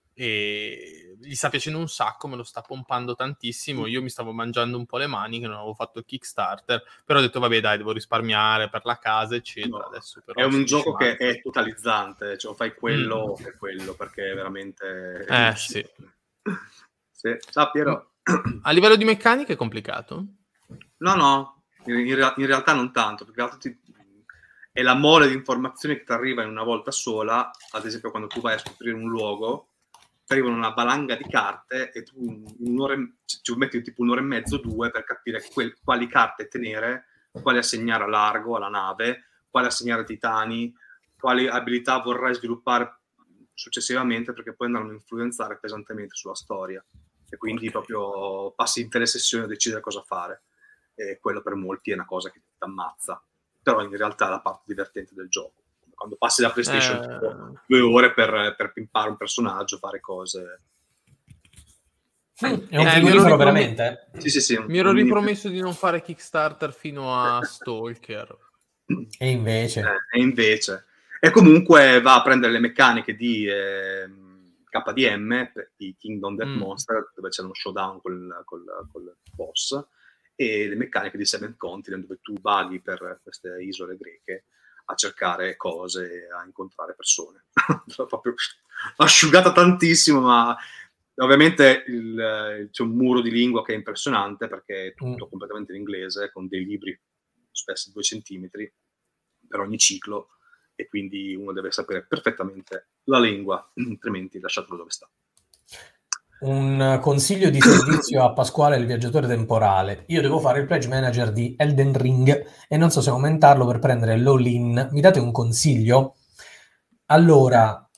C: e gli sta piacendo un sacco, me lo sta pompando tantissimo. Io mi stavo mangiando un po' le mani che non avevo fatto il Kickstarter, però ho detto vabbè dai, devo risparmiare per la casa eccetera.
D: No,
C: adesso però
D: è un gioco che è totalizzante, cioè fai quello
C: mm.
D: e quello, perché è veramente
C: eh sì.
D: Sì. Ah, Piero.
C: A livello di meccanica è complicato?
D: No no, in, in, in realtà non tanto, perché ti, è la mole di informazioni che ti arriva in una volta sola. Ad esempio quando tu vai a scoprire un luogo ti arrivano una valanga di carte e tu un'ora, ci metti tipo un'ora e mezzo, due, per capire quel, quali carte tenere, quali assegnare a largo, alla nave, quali assegnare ai titani, quali abilità vorrai sviluppare successivamente, perché poi andranno a influenzare pesantemente sulla storia. E quindi okay. proprio passi intere sessioni a decidere cosa fare. E quello per molti è una cosa che ti ammazza. Però in realtà è la parte divertente del gioco. Quando passi da PlayStation eh... tipo, due ore per, per pimpare un personaggio, fare cose.
B: Sì, è un eh, frigorifero veramente.
D: Sì, sì, sì,
C: mi ero ripromesso di non fare Kickstarter fino a Stalker.
B: E invece?
D: Eh, e invece. E comunque va a prendere le meccaniche di eh, K D M, di Kingdom Death mm. Monster, dove c'è uno showdown col, col, col boss, e le meccaniche di Seven Continent, dove tu vaghi per queste isole greche a cercare cose, a incontrare persone. Proprio asciugata tantissimo, ma ovviamente il, c'è un muro di lingua che è impressionante, perché è tutto mm. completamente in inglese, con dei libri spessi due centimetri per ogni ciclo, e quindi uno deve sapere perfettamente la lingua, altrimenti lasciatelo dove sta.
B: Un consiglio di servizio a Pasquale, il viaggiatore temporale. Io devo fare il pledge manager di Elden Ring e non so se aumentarlo per prendere l'all-in. Mi date un consiglio? Allora,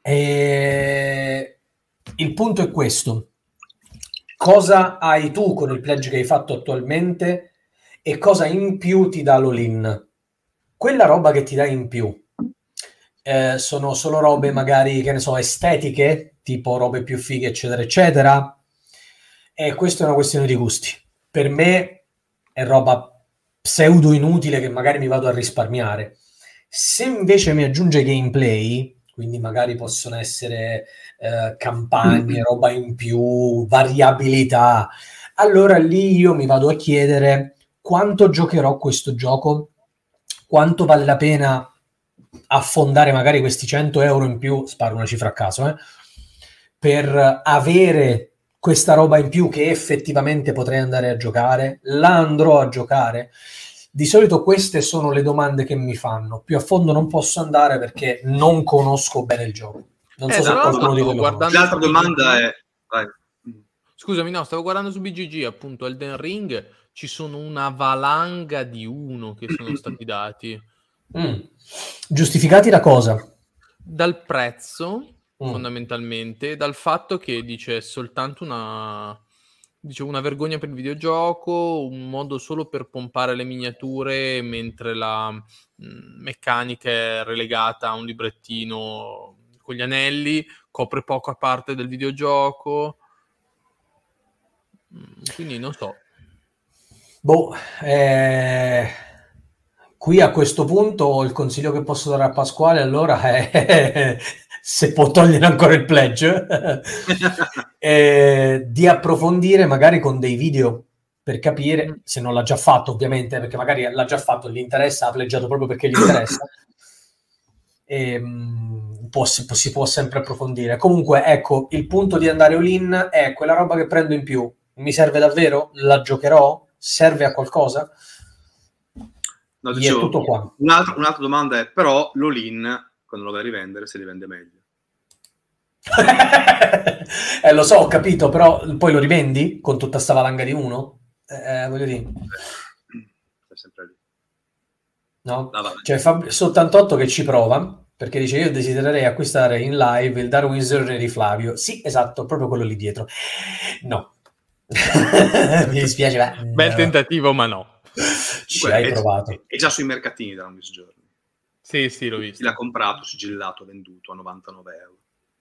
B: eh, il punto è questo. Cosa hai tu con il pledge che hai fatto attualmente e cosa in più ti dà l'all-in? Quella roba che ti dà in più eh, sono solo robe magari, che ne so, estetiche, tipo robe più fighe, eccetera, eccetera. E questa è una questione di gusti. Per me è roba pseudo inutile che magari mi vado a risparmiare. Se invece mi aggiunge gameplay, quindi magari possono essere eh, campagne, roba in più, variabilità, allora lì io mi vado a chiedere quanto giocherò questo gioco, quanto vale la pena affondare magari questi cento euro in più, sparo una cifra a caso, eh, per avere questa roba in più che effettivamente potrei andare a giocare. La andrò a giocare? Di solito queste sono le domande che mi fanno. Più a fondo non posso andare perché non conosco bene il gioco. Non
C: eh,
B: so se qualcuno di voi lo conosce.
D: L'altra domanda è... Vai.
C: Scusami, no, stavo guardando su B G G, appunto, Elden Ring, ci sono una valanga di uno che sono stati dati.
B: Mm. Giustificati da cosa?
C: Dal prezzo,
B: mm.
C: fondamentalmente, dal fatto che dice soltanto una... dice una vergogna per il videogioco, un modo solo per pompare le miniature, mentre la mh, meccanica è relegata a un librettino con gli anelli, copre poca parte del videogioco. Quindi non so.
B: Boh, eh... qui a questo punto il consiglio che posso dare a Pasquale allora è se può togliere ancora il pledge eh, di approfondire magari con dei video, per capire, se non l'ha già fatto ovviamente, perché magari l'ha già fatto e gli interessa, ha pleggiato proprio perché gli interessa, e, mh, può, si, può, si può sempre approfondire. Comunque, ecco, il punto di andare all-in è quella roba che prendo in più. Mi serve davvero? La giocherò? Serve a qualcosa?
D: No, dicevo,
B: è tutto qua.
D: Un'altra, un'altra domanda è, però, l'all-in, quando lo vai a rivendere, se li vende meglio.
B: eh, lo so, ho capito, però poi lo rivendi con tutta sta valanga di uno? Eh, voglio dire,
D: è sempre lì,
B: no?
D: Ah,
B: C'è Fabrizio ottantotto che ci prova perché dice: io desidererei acquistare in live il Darwin Journey di Flavio. Sì, esatto, proprio quello lì dietro. No, mi dispiace, ma no.
C: Bel tentativo, ma no.
B: Ci hai
D: è,
B: provato.
D: è già sui mercatini da Darwin Journey.
C: Sì, sì, l'ho visto.
D: Chi l'ha comprato, sigillato, venduto a novantanove euro.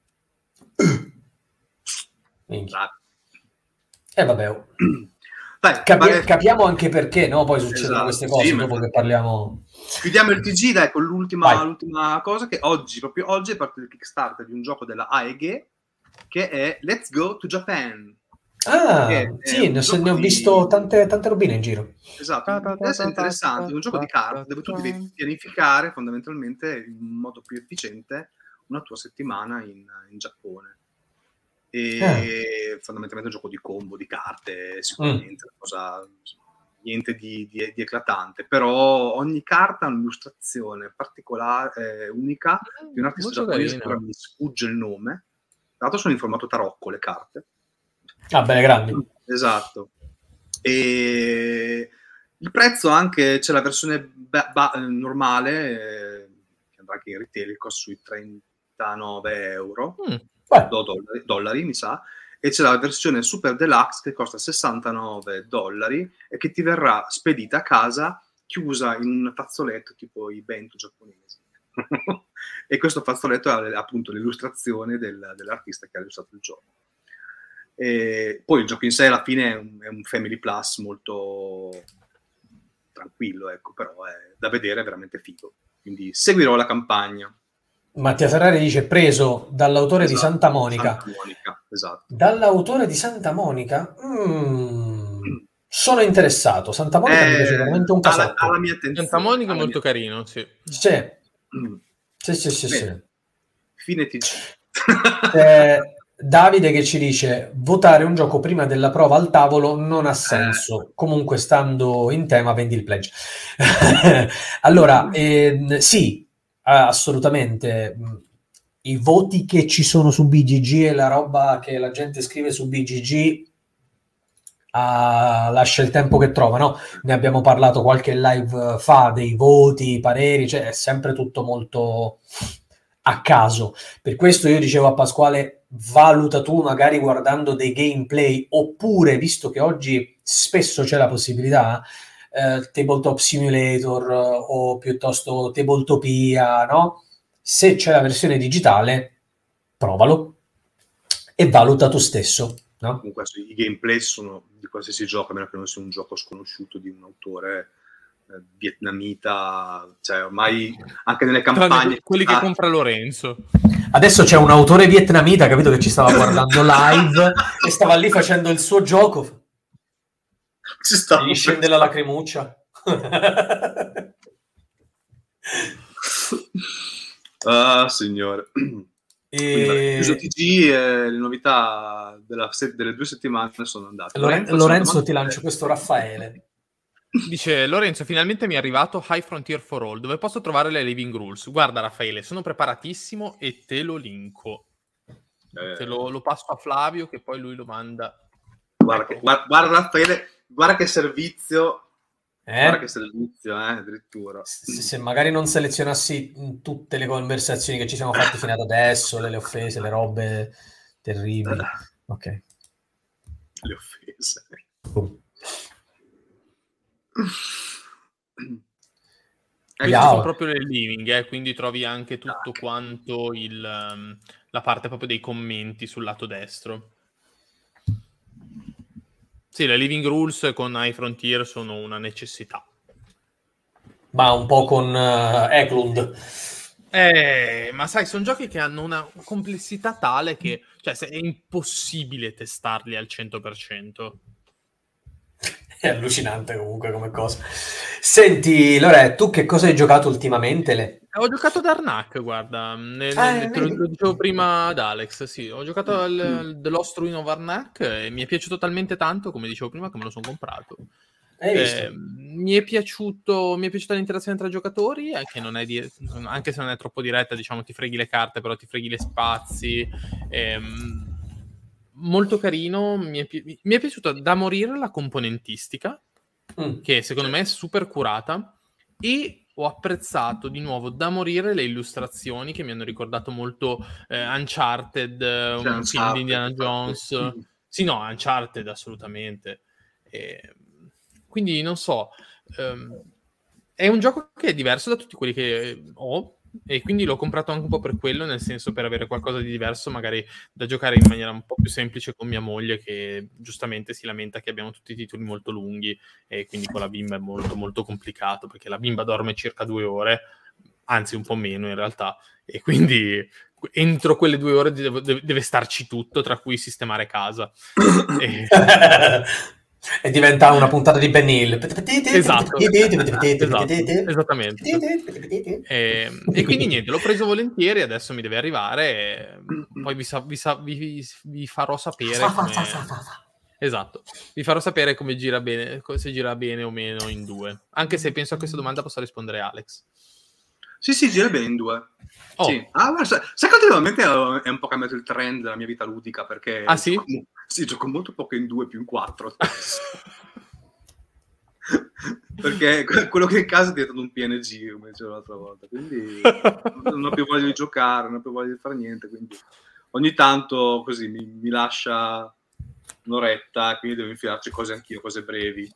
B: E eh, vabbè, oh.
D: Dai,
B: Capi-
D: vale...
B: capiamo anche perché, no? Poi succedono
D: esatto,
B: queste cose
D: sì,
B: dopo
D: ma...
B: che parliamo.
D: Chiudiamo il T G, dai, con l'ultima, l'ultima cosa, che oggi, proprio oggi, è parte il Kickstarter di un gioco della A E G, che è Let's Go to Japan.
B: Ah, sì, ne, ne ho di... visto tante, tante robine in giro.
D: Esatto, è interessante, è un gioco di carte dove tu devi pianificare fondamentalmente in modo più efficiente una tua settimana in, in Giappone. E ah. fondamentalmente un gioco di combo, di carte, sicuramente, mm. cosa, niente di, di, di eclatante, però ogni carta ha un'illustrazione particolare, eh, unica, di un artista giapponese, ora mi sfugge il nome. Tra l'altro sono in formato tarocco le carte.
B: Ah, belle grandi.
D: Esatto. E il prezzo anche, c'è la versione ba- ba- normale, eh, che andrà anche in retail, costa sui trentanove euro, mm. dollari, dollari mi sa, e c'è la versione Super Deluxe che costa sessantanove dollari e che ti verrà spedita a casa chiusa in un fazzoletto tipo i bento giapponesi. E questo fazzoletto ha appunto l'illustrazione del, dell'artista che ha illustrato il gioco. E poi il gioco in sé alla fine è un, è un Family Plus molto tranquillo, ecco, però è da vedere, è veramente figo. Quindi seguirò la campagna.
B: Mattia Ferrari dice preso dall'autore
D: esatto,
B: di Santa Monica.
D: Santa Monica, esatto.
B: Dall'autore di Santa Monica? Mm, sono interessato. Santa Monica eh, mi piace veramente un casotto.
D: Alla, alla mia attenzione.
C: Santa Monica è
D: alla
C: molto
D: mia...
C: carino, sì.
B: Sì, mm. sì, sì, sì, sì.
D: Fine T G.
B: eh, Davide che ci dice votare un gioco prima della prova al tavolo non ha senso, eh. comunque stando in tema vendi il pledge. Allora eh, sì, assolutamente i voti che ci sono su B G G e la roba che la gente scrive su B G G uh, lascia il tempo che trova, no? Ne abbiamo parlato qualche live fa dei voti, pareri, cioè è sempre tutto molto a caso. Per questo io dicevo a Pasquale valuta tu magari guardando dei gameplay, oppure visto che oggi spesso c'è la possibilità eh, Tabletop Simulator eh, o piuttosto Tabletopia, no? Se c'è la versione digitale provalo e valuta tu stesso, no?
D: Comunque i gameplay sono di qualsiasi gioco, a meno che non sia un gioco sconosciuto di un autore eh, vietnamita, cioè ormai anche nelle campagne
C: quelli che compra Lorenzo.
B: Adesso c'è un autore vietnamita, capito, che ci stava guardando live e stava lì facendo il suo gioco.
D: Ci sta.
B: Gli scende la lacrimuccia.
D: Ah, signore.
B: E...
D: Chiuso T G e le novità della se- delle due settimane sono andate.
B: Lorenzo, Lorenzo ti lancio questo Raffaele.
C: Dice Lorenzo, finalmente mi è arrivato High Frontier for All, dove posso trovare le Living Rules. Guarda Raffaele, sono preparatissimo e te lo linko. Eh. Te lo, lo passo a Flavio che poi lui lo manda.
D: Guarda, ecco. che, guarda, guarda Raffaele, guarda che servizio.
B: Eh?
D: Guarda che servizio, eh, addirittura.
B: Se, se magari non selezionassi tutte le conversazioni che ci siamo fatte fino ad adesso, le, le offese, le robe terribili. Ok.
D: Le offese.
B: Oh.
C: Eh, sono proprio le living, eh, quindi trovi anche tutto quanto il, um, la parte proprio dei commenti sul lato destro. Sì, le Living Rules con High Frontier sono una necessità.
B: Ma un po' con uh, Eklund.
C: Eh, ma sai, sono giochi che hanno una complessità tale che cioè, è impossibile testarli al cento per cento.
B: È allucinante comunque come cosa. Senti, Lore, tu che cosa hai giocato ultimamente? Le...
C: Ho giocato ad Arnak, guarda, nel,
B: Ah,
C: nel, te lo, lo dicevo prima ad Alex, sì, ho giocato al mm. The Lost Ruin of Arnak e mi è piaciuto talmente tanto, come dicevo prima, che me lo sono comprato.
B: Hai visto?
C: Eh, mi è piaciuto, mi è piaciuta l'interazione tra giocatori, anche, non è di, anche se non è troppo diretta, diciamo, ti freghi le carte, però ti freghi le spazi. Ehm, molto carino, mi è, pi- mi è piaciuta da morire la componentistica, mm. che secondo me è super curata, e ho apprezzato di nuovo da morire le illustrazioni che mi hanno ricordato molto eh, Uncharted, cioè, un Uncharted, film di Indiana Jones. Mm. Sì, no, Uncharted assolutamente. E, quindi non so, um, è un gioco che è diverso da tutti quelli che ho, e quindi l'ho comprato anche un po' per quello, nel senso per avere qualcosa di diverso, magari da giocare in maniera un po' più semplice con mia moglie, che giustamente si lamenta che abbiamo tutti i titoli molto lunghi e quindi con la bimba è molto molto complicato, perché la bimba dorme circa due ore, anzi un po' meno in realtà, e quindi entro quelle due ore deve, deve starci tutto, tra cui sistemare casa. e...
B: E diventa una puntata di Ben Hill.
C: Esatto, esatto, esattamente. E, e quindi niente, l'ho preso volentieri, adesso mi deve arrivare, poi vi, sa, vi, sa, vi, vi farò sapere come... Esatto, vi farò sapere come gira bene, se gira bene o meno in due. Anche se penso a questa domanda possa rispondere Alex.
D: Sì, sì, gira bene in due. Oh. Sì. Ah, ma sai, sai che ultimamente è un po' cambiato il trend della mia vita ludica, perché
C: ah, sì?
D: Gioco, sì, gioco molto poco in due più in quattro. Perché quello che è in casa è diventato un P N G, come dicevo l'altra volta, quindi non ho più voglia di giocare, non ho più voglia di fare niente, quindi ogni tanto così mi, mi lascia un'oretta, quindi devo infilarci cose anch'io, cose brevi.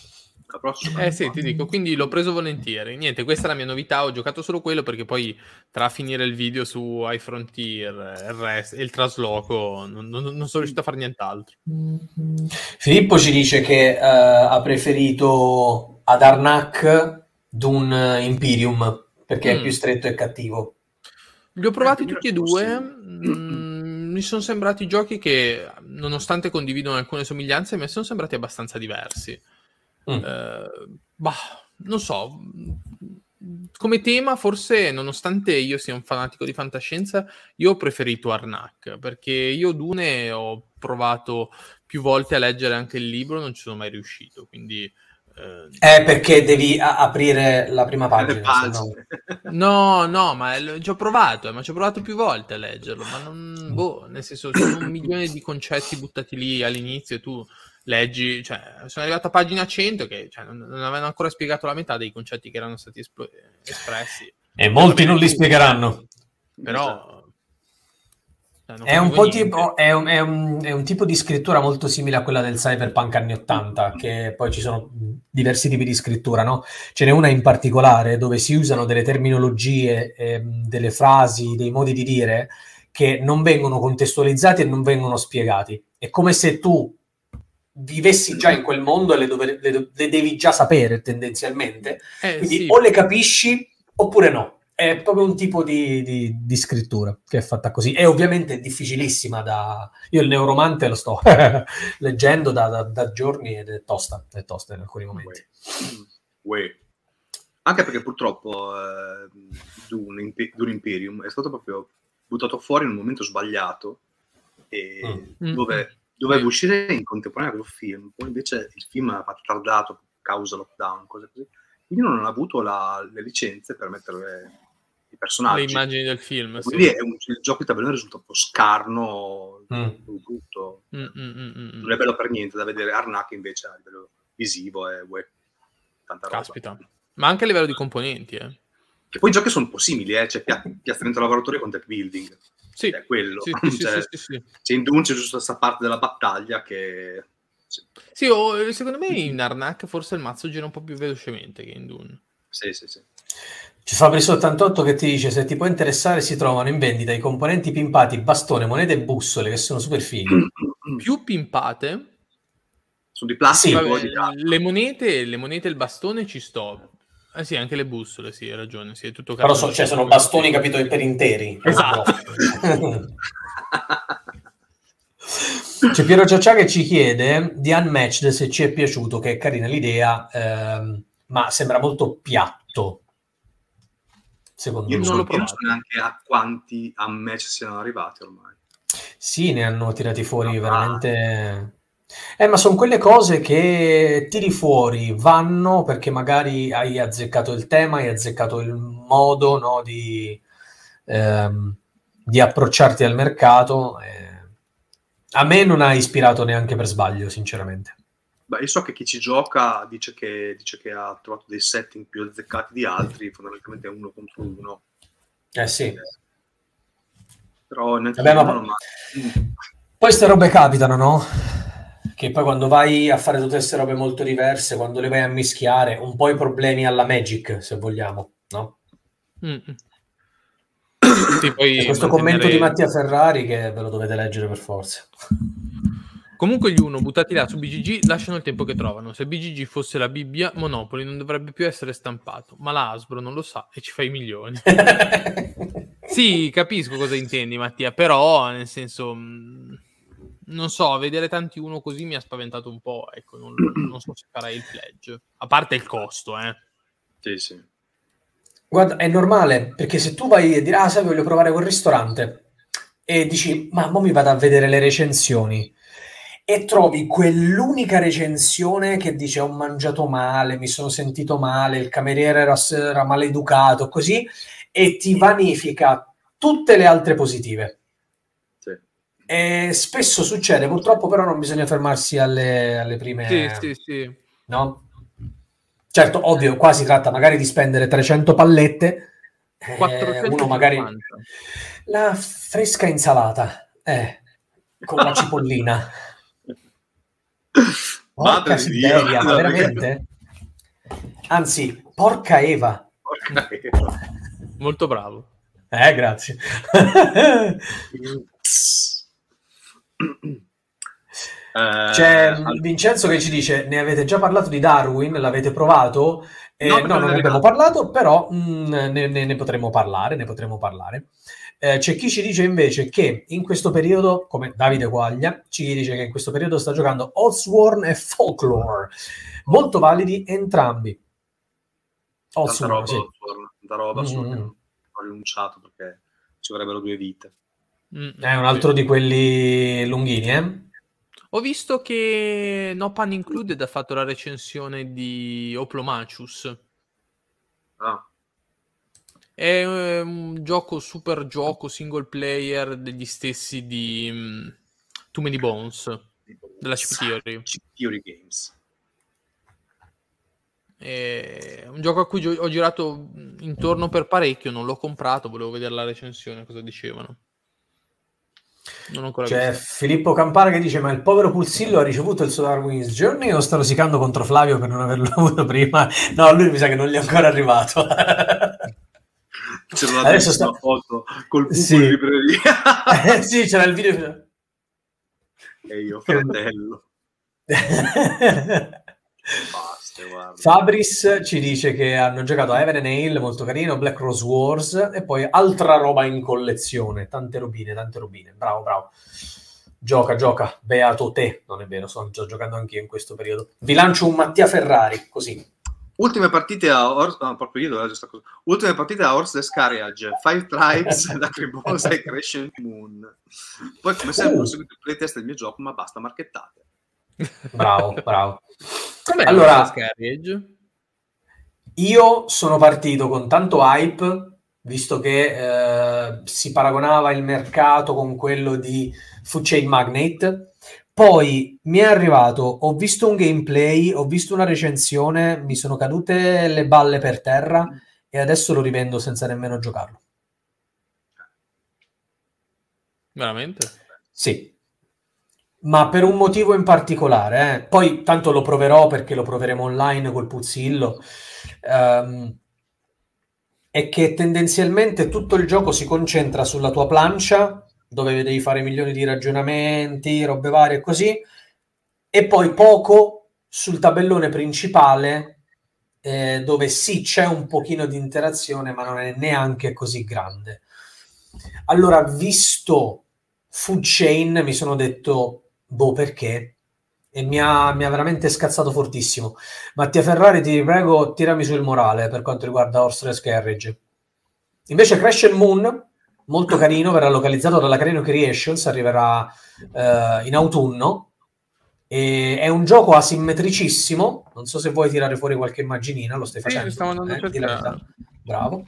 C: Eh sì, ti dico, quindi l'ho preso volentieri. Niente, questa è la mia novità, ho giocato solo quello perché poi tra finire il video su iFrontier il resto, e il trasloco non, non, non sono riuscito a fare nient'altro.
B: Filippo ci dice che uh, ha preferito ad Arnak Dune Imperium perché mm. è più stretto e cattivo.
C: Li ho provati eh, tutti e due, mm, mi sono sembrati giochi che, nonostante condividono alcune somiglianze, mi sono sembrati abbastanza diversi. Mm. Uh, bah, non so, come tema forse, nonostante io sia un fanatico di fantascienza, io ho preferito Arnak, perché io Dune ho provato più volte a leggere anche il libro, non ci sono mai riuscito, quindi uh,
B: è perché devi a- aprire la prima pagina,
C: no, no, ma ci ho provato, eh, ma ci ho provato più volte a leggerlo, ma non, boh, nel senso, sono un milione di concetti buttati lì all'inizio e tu leggi, cioè, sono arrivato a pagina cento che cioè, non, non avevano ancora spiegato la metà dei concetti che erano stati espl- espressi.
B: E molti non li spiegheranno.
C: Però...
B: Cioè, è un po' tipo, è un, è, un, è un tipo di scrittura molto simile a quella del cyberpunk anni ottanta, che poi ci sono diversi tipi di scrittura, no? Ce n'è una in particolare dove si usano delle terminologie, eh, delle frasi, dei modi di dire che non vengono contestualizzati e non vengono spiegati. È come se tu vivessi già in quel mondo e le, dove, le, le devi già sapere tendenzialmente, eh, quindi sì. O le capisci oppure no. È proprio un tipo di, di, di scrittura che è fatta così. È ovviamente difficilissima da... Io il Neuromante lo sto leggendo da, da, da giorni ed è tosta, è tosta in alcuni momenti.
D: Uè. Uè. Anche perché purtroppo eh, Dune, Dune Imperium è stato proprio buttato fuori in un momento sbagliato e mm. dove doveva uscire in contemporanea col film, poi invece il film ha tardato causa lockdown, cose così, quindi non ha avuto la, le licenze per mettere i personaggi,
C: le immagini del film,
D: quindi
C: sì.
D: è un, il gioco di tabellone risulta un po' scarno,
B: mm.
D: brutto,
C: mm, mm, mm, mm.
D: non è bello per niente da vedere. Arnak invece a livello visivo è uè, tanta roba.
C: Caspita, ma anche a livello di componenti, eh.
D: Che poi i giochi sono un po' simili, eh? Cioè piazzamento lavoratore con deck building.
C: Sì,
D: è quello.
C: Sì, sì,
D: cioè,
C: sì, sì, sì.
D: C'è in Dune c'è giusto questa parte della battaglia che...
C: Sì, sì o, secondo me in Arnak forse il mazzo gira un po' più velocemente che in Dune.
D: Sì, sì, sì.
B: Ci fa Fabrizio ottantotto che ti dice: se ti può interessare si trovano in vendita i componenti pimpati, bastone, monete e bussole che sono super fighi.
C: Più pimpate?
D: Sono di plastica.
C: Sì, vabbè, di le monete, le monete e il bastone ci sto. Eh sì, anche le bussole, sì, hai ragione. Sì, è tutto
B: però so, cioè, sono bastoni capito per interi.
C: Esatto.
B: C'è Piero Ciaccia che ci chiede di Unmatched se ci è piaciuto, che è carina l'idea, ehm, ma sembra molto piatto. Secondo
D: io
B: me.
D: non, io non so neanche a quanti Unmatched siano arrivati ormai.
B: Sì, ne hanno tirati fuori ah, veramente... Eh, ma sono quelle cose che tiri fuori, vanno perché magari hai azzeccato il tema, hai azzeccato il modo, no, di, ehm, di approcciarti al mercato. Eh. A me non ha ispirato neanche per sbaglio, sinceramente.
D: Beh, io so che chi ci gioca dice che, dice che ha trovato dei setting più azzeccati di altri, fondamentalmente uno contro uno.
B: Eh sì.
D: Eh. Però neanche
B: Vabbè,
D: io
B: ma...
D: non ho mai...
B: Poi queste robe capitano, no? Che poi quando vai a fare tutte queste robe molto diverse, quando le vai a mischiare, un po' i problemi alla Magic, se vogliamo, no?
C: Mm. Sì, poi
B: e questo
C: mantenere...
B: commento di Mattia Ferrari che ve lo dovete leggere per forza.
C: Comunque gli uno buttati là su B G G lasciano il tempo che trovano. Se B G G fosse la Bibbia, Monopoly non dovrebbe più essere stampato, ma la Hasbro non lo sa e ci fa i milioni. Sì, capisco cosa intendi, Mattia, però nel senso mh, non so, vedere tanti uno così mi ha spaventato un po', ecco, non, non so se farai il pledge, a parte il costo, eh.
D: Sì, sì.
B: Guarda, è normale, perché se tu vai a dire, ah, sai, voglio provare quel ristorante, e dici, ma mo mi vado a vedere le recensioni, e trovi quell'unica recensione che dice ho mangiato male, mi sono sentito male, il cameriere era, era maleducato, così, e ti vanifica tutte le altre positive.
D: Sì.
B: E spesso succede, purtroppo però non bisogna fermarsi alle, alle prime...
C: Sì, sì, sì.
B: No? Certo, ovvio, qua si tratta magari di spendere trecento pallette, eh, uno magari... La fresca insalata, eh, con la cipollina. Porca Siberia, ma veramente? Anzi, porca Eva.
D: Porca Eva.
C: Molto bravo.
B: Eh, grazie. C'è Vincenzo che ci dice, ne avete già parlato di Darwin, l'avete provato? Eh, no, no non ne abbiamo parlato, però mh, ne, ne, ne potremo parlare, ne potremo parlare. Eh, c'è chi ci dice invece che in questo periodo, come Davide Quaglia, ci dice che in questo periodo sta giocando Oathsworn e Folklore, molto validi entrambi.
D: Oathsworn, tanta roba, sì. Tanta roba, mm-hmm. Ho rinunciato perché ci vorrebbero due vite.
B: Mm-hmm. È un altro di quelli lunghini, eh?
C: Ho visto che No Pun Included ha fatto la recensione di Oplomachus.
D: Ah.
C: È un gioco, super gioco, single player degli stessi di um, Too Many Bones, della Chip Theory.
D: Chip Theory Games.
C: È un gioco a cui ho girato intorno per parecchio, non l'ho comprato, volevo vedere la recensione, cosa dicevano. Non ho ancora
B: C'è
C: visto.
B: Filippo Campara che dice: ma il povero Pulsillo ha ricevuto il suo Darwin's Journey o sta rosicando contro Flavio per non averlo avuto prima? No, lui mi sa che non gli è ancora arrivato.
D: C'era adesso sta... una foto col buco sì. in libreria.
B: Eh, sì, c'era il video.
D: E io, fratello. Basta, guarda.
B: Fabris ci dice che hanno giocato a Heaven and Hale, molto carino, Black Rose Wars e poi altra roba in collezione, tante robine, tante robine. Bravo, bravo. Gioca, gioca, beato te. Non è vero, sto giocando anch'io in questo periodo. Vi lancio un Mattia Ferrari, così.
D: Ultime partite a Or- no, proprio io questa cosa. Ultime partite a Horse Descarriage, Five Tribes, Lacrimosa e Crescent Moon. Poi come sempre uh. ho seguito il playtest del mio gioco, ma basta marchettate.
B: Bravo, bravo.
C: Com'è
B: allora,
C: Descarriage?
B: Io sono partito con tanto hype, visto che eh, si paragonava il mercato con quello di Food Chain Magnate. Poi mi è arrivato, ho visto un gameplay, ho visto una recensione, mi sono cadute le balle per terra e adesso lo rivendo senza nemmeno giocarlo.
C: Veramente?
B: Sì. Ma per un motivo in particolare, eh. Poi tanto lo proverò perché lo proveremo online col Puzzillo. Um, è che tendenzialmente tutto il gioco si concentra sulla tua plancia, dove devi fare milioni di ragionamenti, robe varie e così, e poi poco sul tabellone principale, eh, dove sì c'è un pochino di interazione, ma non è neanche così grande. Allora, visto Food Chain mi sono detto, boh, perché? E mi ha, mi ha veramente scazzato fortissimo. Mattia Ferrari, ti prego, tirami sul morale per quanto riguarda Horseless Carriage. Invece Crescent Moon, molto carino, verrà localizzato dalla Carino Creations, arriverà eh, in autunno, e è un gioco asimmetricissimo. Non so se vuoi tirare fuori qualche immaginina, lo stai facendo?
C: Sì, stavo andando
B: eh?
C: a cercare.
B: Bravo.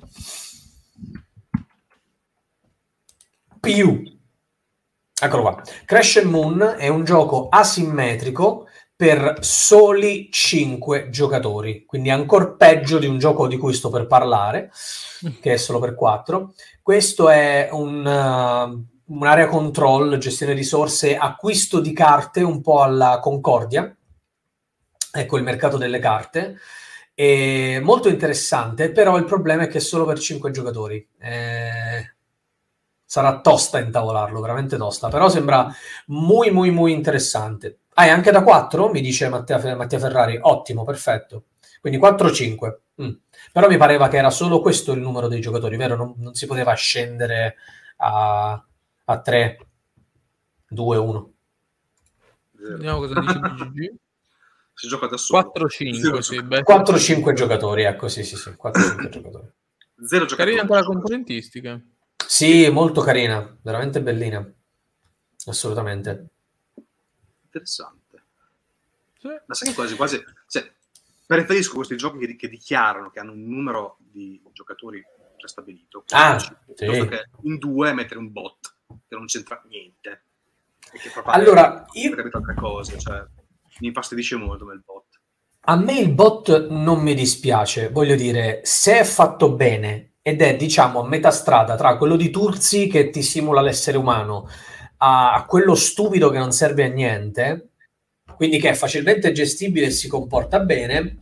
B: P U. Eccolo qua. Crescent Moon è un gioco asimmetrico per soli cinque giocatori, quindi ancora peggio di un gioco di cui sto per parlare, che è solo per quattro. Questo è un, uh, un'area control, gestione risorse, acquisto di carte un po' alla Concordia, ecco il mercato delle carte. È molto interessante, però il problema è che è solo per cinque giocatori. Eh... Sarà tosta intavolarlo, veramente tosta, però sembra muy muy muy interessante. Ah, è anche da quattro? Mi dice Mattia, Mattia Ferrari. Ottimo, perfetto. Quindi quattro cinque. Mm. Però mi pareva che era solo questo il numero dei giocatori, vero? Non, non si poteva scendere a, a tre, due, uno.
C: Vediamo cosa dice B G G.
D: Si gioca da solo.
C: quattro cinque, sì,
B: quattro cinque giocatori, ecco, sì, sì, sì, quattro cinque giocatori.
D: Zero giocatori.
C: Carina anche la componentistica.
B: Sì, molto carina, veramente bellina. Assolutamente.
D: Interessante.
C: Sì.
D: Ma sai che quasi, quasi cioè, preferisco questi giochi che, che dichiarano che hanno un numero di giocatori prestabilito.
B: Ah,
D: sì.
B: Che
D: in due mettere un bot che non c'entra niente. E che
B: allora, io...
D: capito altre cose, cioè, mi infastidisce molto il bot.
B: A me il bot non mi dispiace, voglio dire, se è fatto bene ed è, diciamo, a metà strada tra quello di Turzi che ti simula l'essere umano a, a quello stupido che non serve a niente, quindi che è facilmente gestibile e si comporta bene,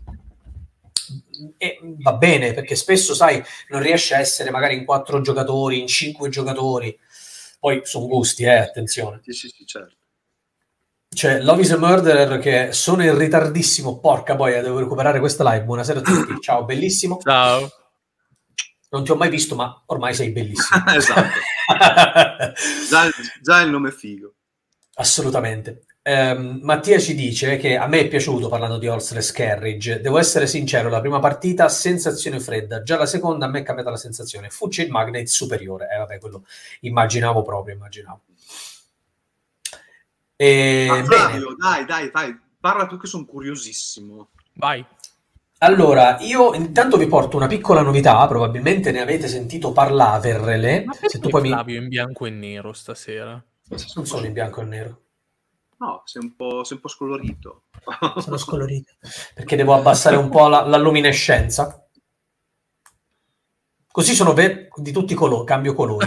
B: e va bene, perché spesso, sai, non riesce a essere magari in quattro giocatori, in cinque giocatori, poi sono gusti, eh, attenzione.
D: Sì, sì, sì, certo.
B: C'è Love is a Murderer che sono in ritardissimo, porca boia, devo recuperare questa live. Buonasera a tutti, ciao, bellissimo.
C: Ciao.
B: Non ti ho mai visto, ma ormai sei bellissimo.
D: Esatto. già, già il nome è figo.
B: Assolutamente. Um, Mattia ci dice che a me è piaciuto, parlando di Horseless Carriage, devo essere sincero, la prima partita sensazione fredda, già la seconda a me è cambiata la sensazione, Food Chain Magnate superiore, eh vabbè, quello immaginavo proprio, immaginavo. E,
D: ah, Flavio, dai, dai, dai, parla tu che sono curiosissimo.
C: Vai.
B: Allora, io intanto vi porto una piccola novità, probabilmente ne avete sentito parlarvele.
C: Ma perché
B: se tu poi
C: Flavio
B: mi...
C: in bianco e nero stasera?
B: Non sono in bianco e nero.
D: No, sei un po', sei un po' scolorito.
B: Sono scolorito. Perché devo abbassare un po' la, la luminescenza. Così sono ver- di tutti i colori, cambio colori.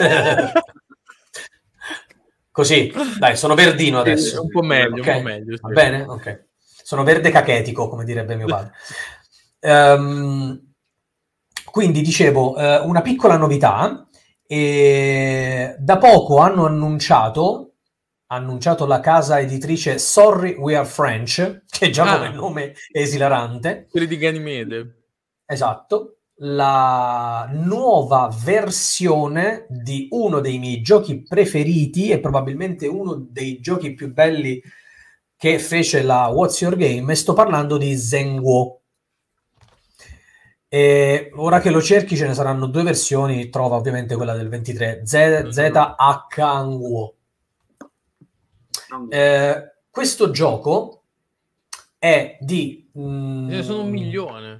B: Così, dai, sono verdino adesso.
C: Un po' meglio,
B: okay.
C: un po' meglio. Sì.
B: Va bene? Ok. Sono verde cachetico, come direbbe mio padre. Um, quindi, dicevo, uh, una piccola novità. E da poco hanno annunciato, ha annunciato la casa editrice Sorry We Are French, che già
C: ah,
B: come nome è esilarante.
C: Quelli di Ganymede.
B: Esatto. La nuova versione di uno dei miei giochi preferiti e probabilmente uno dei giochi più belli che fece la What's Your Game, e sto parlando di Zhenguo. E ora che lo cerchi ce ne saranno due versioni, trova ovviamente quella del ventitré, Z, Z H Nguo. Eh, questo gioco è di...
C: Mm... Ce ne sono un milione.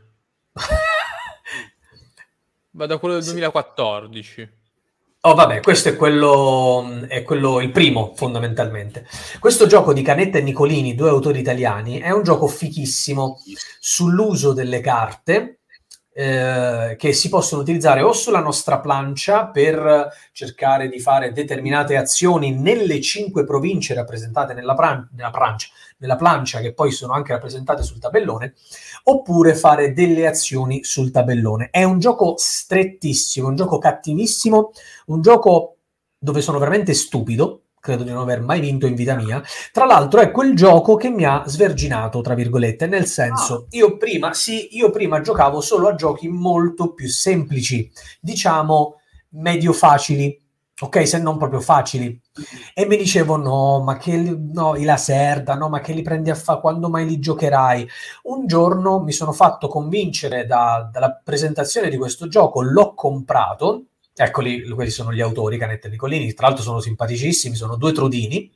C: Va da quello del duemilaquattordici.
B: Oh vabbè, questo è quello, è quello, il primo fondamentalmente. Questo gioco di Canetta e Nicolini, due autori italiani, è un gioco fichissimo sull'uso delle carte eh, che si possono utilizzare o sulla nostra plancia per cercare di fare determinate azioni nelle cinque province rappresentate nella, pran- nella, plancia, nella plancia, che poi sono anche rappresentate sul tabellone, oppure fare delle azioni sul tabellone. È un gioco strettissimo, un gioco cattivissimo, un gioco dove sono veramente stupido, credo di non aver mai vinto in vita mia. Tra l'altro è quel gioco che mi ha sverginato, tra virgolette, nel senso, io prima, sì, io prima giocavo solo a giochi molto più semplici, diciamo medio facili, ok, se non proprio facili. E mi dicevo, no, ma che no, i Laserda, no, ma che li prendi a fare, quando mai li giocherai? Un giorno mi sono fatto convincere da, dalla presentazione di questo gioco, l'ho comprato, eccoli, quelli sono gli autori, Canetta e Nicolini, tra l'altro sono simpaticissimi, sono due trudini,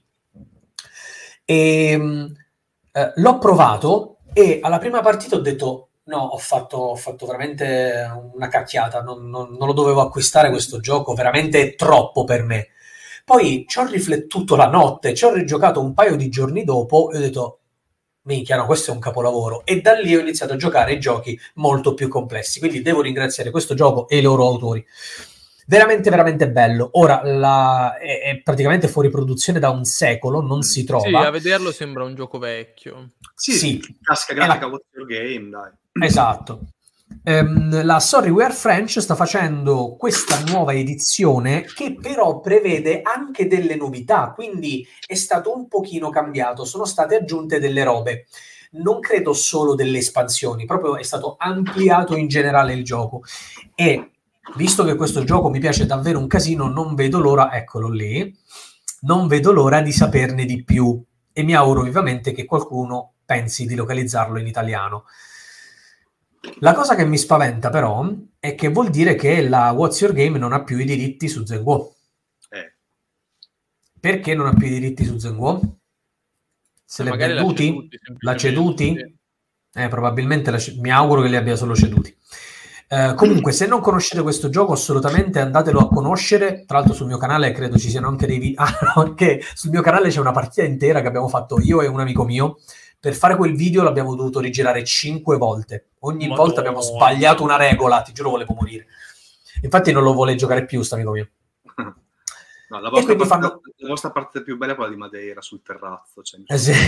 B: e eh, l'ho provato e alla prima partita ho detto, no, ho fatto, ho fatto veramente una cacchiata, non, non, non lo dovevo acquistare questo gioco, veramente è troppo per me. Poi ci ho riflettuto la notte, ci ho rigiocato un paio di giorni dopo e ho detto, minchia, no, questo è un capolavoro. E da lì ho iniziato a giocare ai giochi molto più complessi, quindi devo ringraziare questo gioco e i loro autori. Veramente, veramente bello. Ora, la, è, è praticamente fuori produzione da un secolo, non si trova.
C: Sì, a vederlo sembra un gioco vecchio.
D: Sì,
B: sì.
D: classica grafica la... What's Your Game, dai.
B: Esatto. Um, la Sorry We Are French sta facendo questa nuova edizione che però prevede anche delle novità, quindi è stato un pochino cambiato, sono state aggiunte delle robe. Non credo solo delle espansioni, proprio è stato ampliato in generale il gioco. E visto che questo gioco mi piace davvero un casino, non vedo l'ora, eccolo lì, non vedo l'ora di saperne di più e mi auguro vivamente che qualcuno pensi di localizzarlo in italiano. La cosa che mi spaventa però è che vuol dire che la What's Your Game non ha più i diritti su Zengwo.
D: Eh.
B: Perché non ha più i diritti su Zengwo? Se li ha venduti? L'ha ceduti? Eh, probabilmente la c- mi auguro che li abbia solo ceduti. Uh, comunque, se non conoscete questo gioco, assolutamente andatelo a conoscere. Tra l'altro sul mio canale credo ci siano anche dei video. Ah, no, anche sul mio canale c'è una partita intera che abbiamo fatto io e un amico mio. Per fare quel video l'abbiamo dovuto rigirare cinque volte. Ogni Madonna. volta abbiamo sbagliato una regola, ti giuro volevo morire. Infatti non lo vuole giocare più, sto amico mio.
D: No, la vostra, parte, fanno... la vostra parte più bella è quella di Madeira, sul terrazzo. Cioè,
B: eh sì.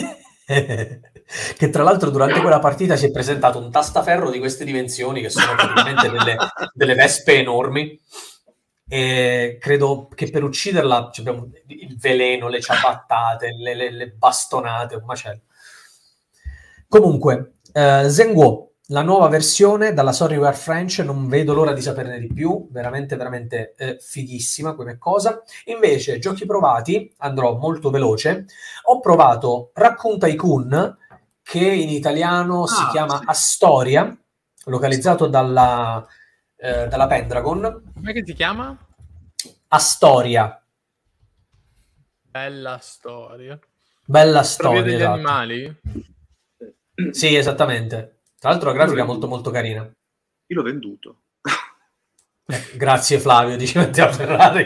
B: Che tra l'altro durante quella partita si è presentato un tastaferro di queste dimensioni, che sono praticamente delle, delle vespe enormi. E credo che per ucciderla abbiamo il veleno, le ciabattate, le, le, le bastonate, un macello. Comunque, uh, Zengwo, la nuova versione dalla Sorry We Are French, non vedo l'ora di saperne di più, veramente, veramente eh, fighissima come cosa. Invece, giochi provati, andrò molto veloce, ho provato Raccoon Tycoon, che in italiano ah, si chiama sì. Astoria, localizzato dalla, eh, dalla Pendragon.
C: Come che si chiama?
B: Astoria.
C: Bella storia.
B: Bella storia,
C: degli
B: esatto.
C: animali?
B: Sì, esattamente. Tra l'altro la grafica è molto molto carina.
D: Io l'ho venduto.
B: Eh, grazie Flavio, dice Matteo Ferrari.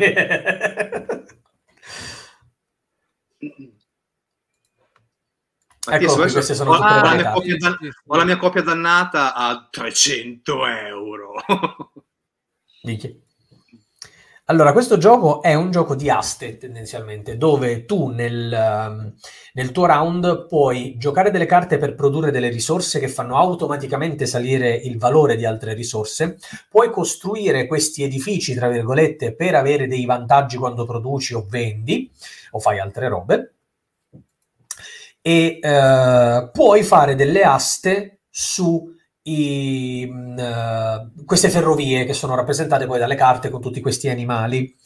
B: Ecco, queste sono tutte
D: ho,
B: le
D: la copia dan- ho la mia copia dannata a trecento euro.
B: Dici. Allora, questo gioco è un gioco di aste tendenzialmente, dove tu nel, nel tuo round puoi giocare delle carte per produrre delle risorse che fanno automaticamente salire il valore di altre risorse, puoi costruire questi edifici, tra virgolette, per avere dei vantaggi quando produci o vendi, o fai altre robe, e eh, puoi fare delle aste su I, uh, queste ferrovie che sono rappresentate poi dalle carte con tutti questi animali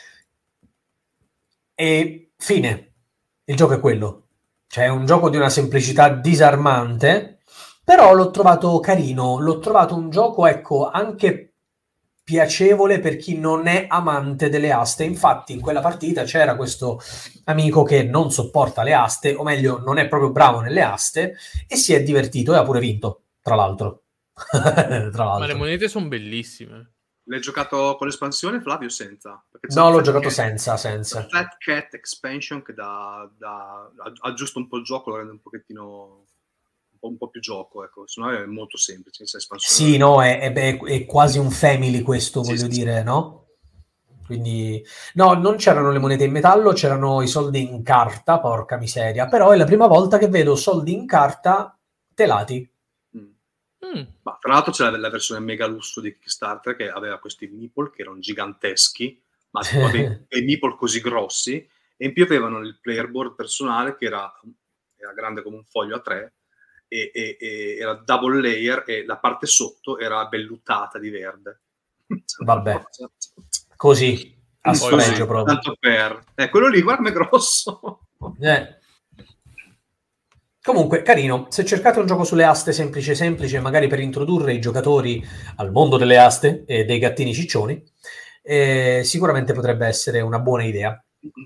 B: e fine, il gioco è quello, cioè è un gioco di una semplicità disarmante, però l'ho trovato carino, l'ho trovato un gioco ecco anche piacevole per chi non è amante delle aste. Infatti in quella partita c'era questo amico che non sopporta le aste, o meglio non è proprio bravo nelle aste, e si è divertito e ha pure vinto. Tra l'altro. Tra l'altro.
C: Ma le monete sono bellissime.
D: L'hai giocato con l'espansione, Flavio, senza?
B: No, l'ho giocato Cat, senza, senza.
D: Fat Cat Expansion che da, da, aggiusta un po' il gioco, lo rende un pochettino un po', un po' più gioco, ecco. Se no è molto semplice.
B: Sì, no, è, è, è quasi un family questo, voglio sì, dire, sì. No? Quindi, no, non c'erano le monete in metallo, c'erano i soldi in carta, porca miseria. Però è la prima volta che vedo soldi in carta telati.
D: Mm. Ma tra l'altro c'era la versione mega lusso di Kickstarter che aveva questi meeple che erano giganteschi, ma tipo dei, dei meeple così grossi, e in più avevano il player board personale che era, era grande come un foglio a tre e, e, e era double layer e la parte sotto era vellutata di verde.
B: Vabbè, così. A spregio proprio.
D: Tanto per... Eh, quello lì, guarda com'è grosso.
B: Eh. Comunque, carino. Se cercate un gioco sulle aste semplice semplice, magari per introdurre i giocatori al mondo delle aste e dei gattini ciccioni, eh, sicuramente potrebbe essere una buona idea.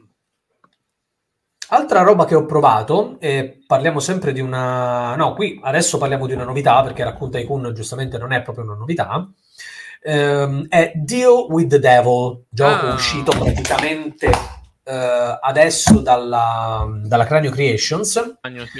B: Altra roba che ho provato, e parliamo sempre di una... No, qui adesso parliamo di una novità, perché Raccoon Tycoon giustamente non è proprio una novità, ehm, è Deal with the Devil, gioco ah. uscito praticamente eh, adesso dalla, dalla Cranio Creations.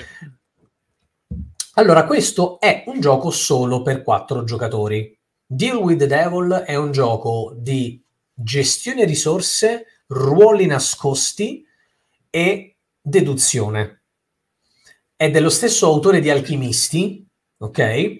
B: Allora, questo è un gioco solo per quattro giocatori. Deal with the Devil è un gioco di gestione risorse, ruoli nascosti e deduzione. È dello stesso autore di Alchimisti, ok?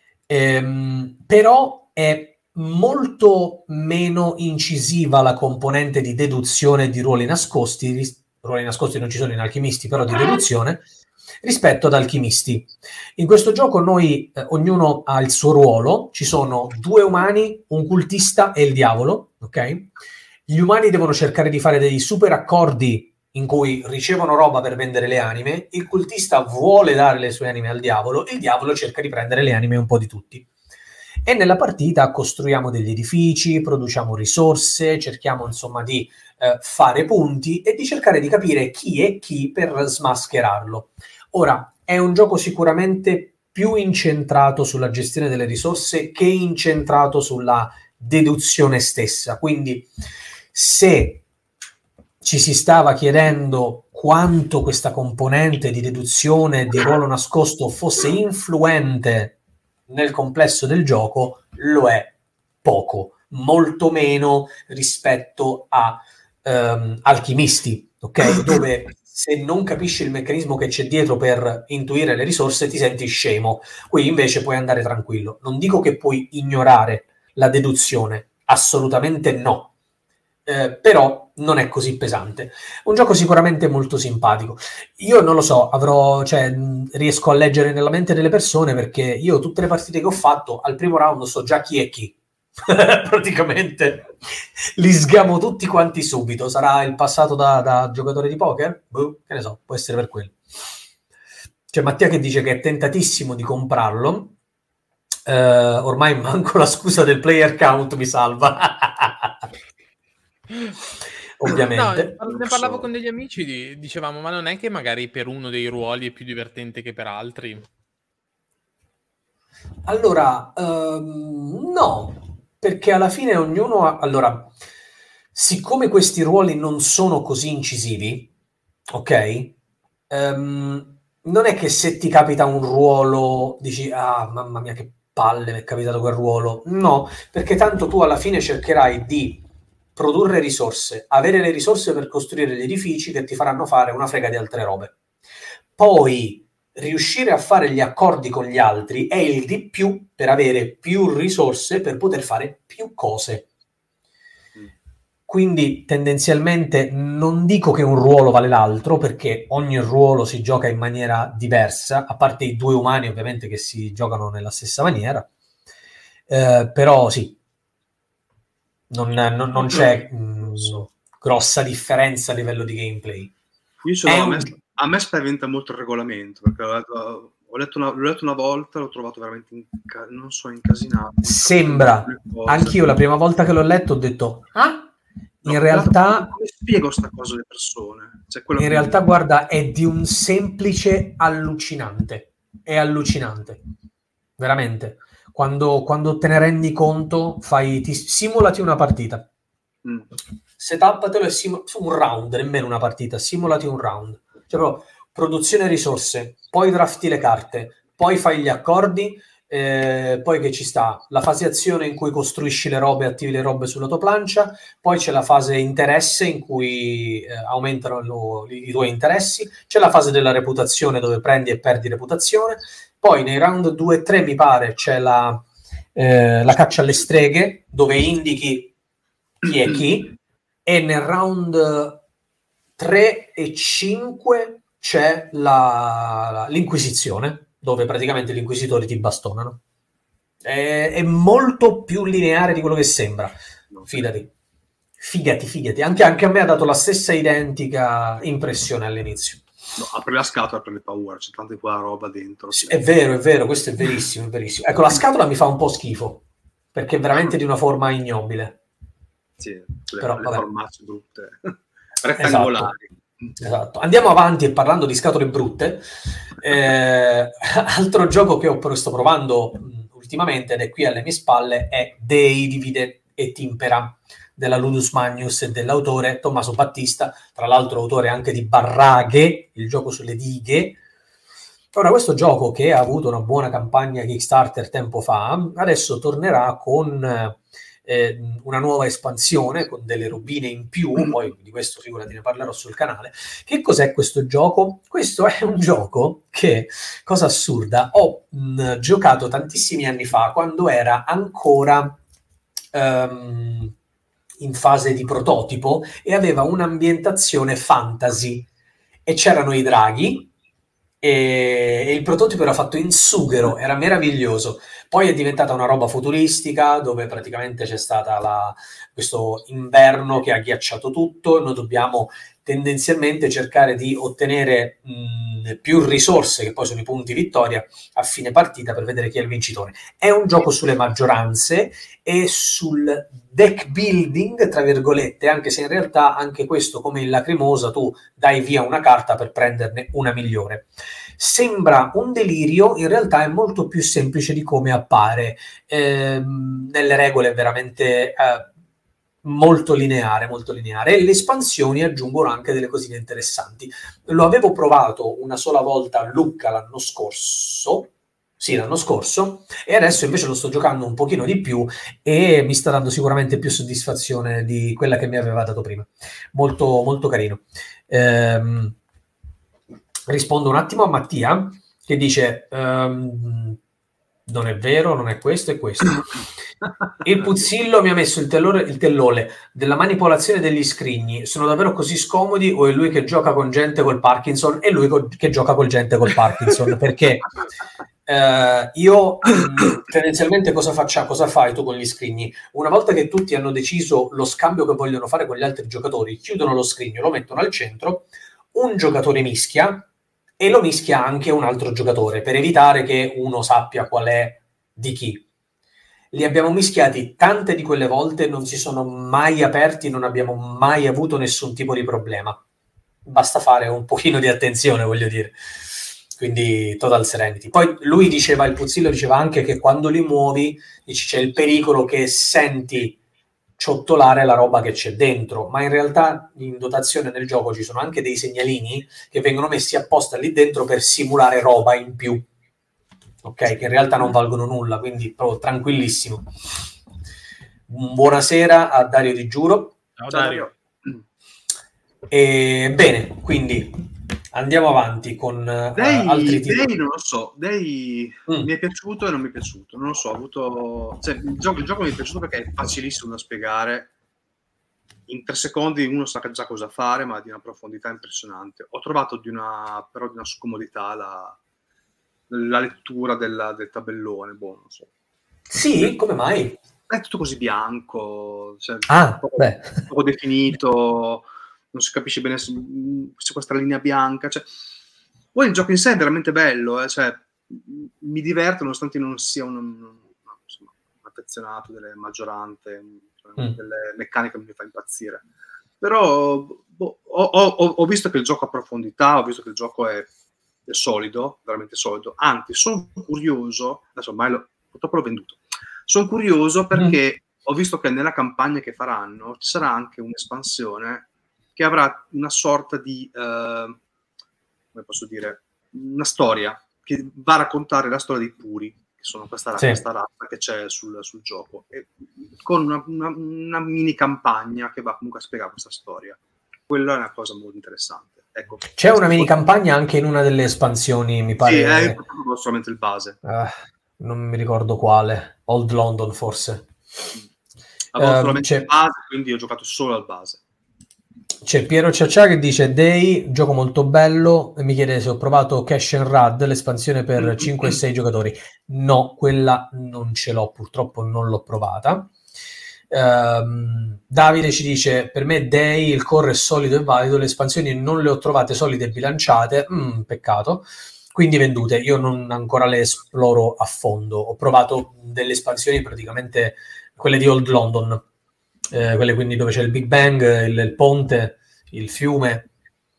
B: Ehm, però è molto meno incisiva la componente di deduzione e di ruoli nascosti. Ris- ruoli nascosti non ci sono in Alchimisti, però di deduzione, rispetto ad Alchimisti. In questo gioco noi, eh, ognuno ha il suo ruolo, ci sono due umani, un cultista e il diavolo, ok? Gli umani devono cercare di fare dei super accordi in cui ricevono roba per vendere le anime, il cultista vuole dare le sue anime al diavolo, il diavolo cerca di prendere le anime un po' di tutti. E nella partita costruiamo degli edifici, produciamo risorse, cerchiamo insomma di eh, fare punti e di cercare di capire chi è chi per smascherarlo. Ora, è un gioco sicuramente più incentrato sulla gestione delle risorse che incentrato sulla deduzione stessa. Quindi, se ci si stava chiedendo quanto questa componente di deduzione di ruolo nascosto fosse influente nel complesso del gioco, lo è poco, molto meno rispetto a um, Alchimisti, ok? Dove se non capisci il meccanismo che c'è dietro per intuire le risorse ti senti scemo. Qui invece puoi andare tranquillo. Non dico che puoi ignorare la deduzione, assolutamente no. Eh, però non è così pesante. Un gioco sicuramente molto simpatico. Io non lo so, avrò, cioè, riesco a leggere nella mente delle persone, perché io tutte le partite che ho fatto al primo round so già chi è chi. Praticamente li sgamo tutti quanti subito. Sarà il passato da, da giocatore di poker? Boh, che ne so, può essere per quello. C'è Mattia che dice che è tentatissimo di comprarlo. Uh, ormai manco la scusa del player count mi salva. Ovviamente.
C: No, ne parlavo con degli amici, di, dicevamo, ma non è che magari per uno dei ruoli è più divertente che per altri?
B: Allora, um, no, perché alla fine ognuno ha... Allora, siccome questi ruoli non sono così incisivi, ok? Um, non è che se ti capita un ruolo dici, ah, mamma mia che palle, mi è capitato quel ruolo. No, perché tanto tu alla fine cercherai di produrre risorse, avere le risorse per costruire gli edifici che ti faranno fare una frega di altre robe. Poi riuscire a fare gli accordi con gli altri è il di più per avere più risorse per poter fare più cose. Quindi tendenzialmente non dico che un ruolo vale l'altro, perché ogni ruolo si gioca in maniera diversa, a parte i due umani ovviamente che si giocano nella stessa maniera, eh, però sì, Non, non, non c'è mh, grossa differenza a livello di gameplay.
D: Io so, a, me, a me spaventa molto il regolamento, perché ho letto, ho letto, una, l'ho letto una volta, l'ho trovato veramente inca- non so, incasinato.
B: Sembra, anch'io la prima volta che l'ho letto ho detto ah? In no, realtà
D: come spiego sta cosa alle persone? Cioè,
B: in
D: che...
B: realtà guarda, è di un semplice allucinante, è allucinante, veramente. Quando, quando te ne rendi conto, fai, ti simulati una partita. Mm. Setappatelo e sim- un round, nemmeno una partita, simulati un round. Cioè proprio produzione risorse, poi drafti le carte, poi fai gli accordi, eh, poi che ci sta la fase azione in cui costruisci le robe, attivi le robe sulla tua plancia, poi c'è la fase interesse in cui eh, aumentano lo, i, i tuoi interessi, c'è la fase della reputazione dove prendi e perdi reputazione. Poi nei round due e tre mi pare c'è la, eh, la caccia alle streghe, dove indichi chi è chi, e nel round tre e cinque c'è la, la, l'inquisizione, dove praticamente gli inquisitori ti bastonano. È, è molto più lineare di quello che sembra, fidati. Figati, figati. Anche, anche a me ha dato la stessa identica impressione all'inizio.
D: No, apri la scatola per le paure, c'è tanta di quella roba dentro.
B: Sì, è vero, è vero, questo è verissimo, è verissimo. Ecco, la scatola mi fa un po' schifo, perché è veramente di una forma ignobile.
D: Sì, le,
B: Però,
D: le
B: vabbè.
D: formacce brutte, rettangolari.
B: Esatto. Esatto. Andiamo avanti e parlando di scatole brutte, eh, altro gioco che ho, sto provando mh, ultimamente ed è qui alle mie spalle è Dei Divide e Timpera della Ludus Magnus e dell'autore Tommaso Battista, tra l'altro autore anche di Barraghe, il gioco sulle dighe. Ora, questo gioco, che ha avuto una buona campagna Kickstarter tempo fa, adesso tornerà con eh, una nuova espansione, con delle robine in più, poi di questo figurati ne parlerò sul canale. Che cos'è questo gioco? Questo è un gioco che, cosa assurda, ho mh, giocato tantissimi anni fa, quando era ancora um, in fase di prototipo e aveva un'ambientazione fantasy e c'erano i draghi e, e il prototipo era fatto in sughero, era meraviglioso. Poi è diventata una roba futuristica dove praticamente c'è stata la, questo inverno che ha ghiacciato tutto. Noi dobbiamo tendenzialmente cercare di ottenere mh, più risorse, che poi sono i punti vittoria, a fine partita per vedere chi è il vincitore. È un gioco sulle maggioranze e sul deck building, tra virgolette, anche se in realtà anche questo, come in Lacrimosa, tu dai via una carta per prenderne una migliore. Sembra un delirio, in realtà è molto più semplice di come appare. Eh, nelle regole è veramente... Eh, molto lineare, molto lineare, e le espansioni aggiungono anche delle cosine interessanti. Lo avevo provato una sola volta a Lucca l'anno scorso, sì, l'anno scorso, e adesso invece lo sto giocando un pochino di più e mi sta dando sicuramente più soddisfazione di quella che mi aveva dato prima. Molto, molto carino. Ehm, rispondo un attimo a Mattia, che dice... Um, non è vero, non è questo, è questo. Il Puzzillo mi ha messo il, tellore, il tellone della manipolazione degli scrigni. Sono davvero così scomodi o è lui che gioca con gente col Parkinson? È lui co- che gioca con gente col Parkinson, perché eh, io mh, tendenzialmente cosa faccia, cosa fai tu con gli scrigni? Una volta che tutti hanno deciso lo scambio che vogliono fare con gli altri giocatori, chiudono lo scrigno, lo mettono al centro, un giocatore mischia e lo mischia anche un altro giocatore, per evitare che uno sappia qual è di chi. Li abbiamo mischiati tante di quelle volte, non si sono mai aperti, non abbiamo mai avuto nessun tipo di problema. Basta fare un pochino di attenzione, voglio dire. Quindi total serenity. Poi lui diceva, il Puzzillo diceva anche che quando li muovi dici, c'è il pericolo che senti ciottolare la roba che c'è dentro, ma in realtà in dotazione nel gioco ci sono anche dei segnalini che vengono messi apposta lì dentro per simulare roba in più, ok? Che in realtà non valgono nulla, quindi proprio tranquillissimo. Buonasera a Dario Di Giuro.
C: Ciao Dario.
B: E bene, quindi andiamo avanti con uh,
D: Dei,
B: altri titoli.
D: Dei non lo so, Dei mm. mi è piaciuto e non mi è piaciuto, non lo so, ho avuto... Cioè, il, gioco, il gioco mi è piaciuto perché è facilissimo da spiegare, in tre secondi uno sa già cosa fare, ma di una profondità impressionante. Ho trovato di una, però di una scomodità la, la lettura della, del tabellone, boh, non so.
B: Sì, come mai?
D: È tutto così bianco, cioè,
B: ah,
D: poco,
B: beh.
D: poco definito, non si capisce bene se, se questa linea bianca, cioè, poi il gioco in sé è veramente bello, eh, cioè, mi diverte nonostante non sia un, un, un, insomma, un affezionato delle maggioranze, mm. delle meccaniche mi fa impazzire, però boh, ho, ho, ho visto che il gioco ha profondità, ho visto che il gioco è, è solido, veramente solido, anzi sono curioso, adesso ormai lo, purtroppo l'ho venduto, sono curioso perché mm. ho visto che nella campagna che faranno ci sarà anche un'espansione che avrà una sorta di, uh, come posso dire, una storia che va a raccontare la storia dei puri, che sono questa, sì. questa razza che c'è sul, sul gioco, e con una, una, una mini campagna che va comunque a spiegare questa storia. Quella è una cosa molto interessante. Ecco,
B: c'è una mini campagna anche in una delle espansioni, mi pare.
D: Sì, è solamente il base.
B: Uh, non mi ricordo quale. Old London, forse.
D: Avevo um, solamente il base, quindi ho giocato solo al base.
B: C'è Piero Ciaccia che dice Dei, gioco molto bello, e mi chiede se ho provato Cash and Rad, l'espansione per cinque e sei giocatori. No, quella non ce l'ho, purtroppo non l'ho provata. Um, Davide ci dice: per me Day il core è solido e valido, le espansioni non le ho trovate solide e bilanciate, mm, peccato, quindi vendute. Io non ancora le esploro a fondo, ho provato delle espansioni praticamente quelle di Old London, eh, quelle quindi dove c'è il Big Bang, il, il ponte, il fiume,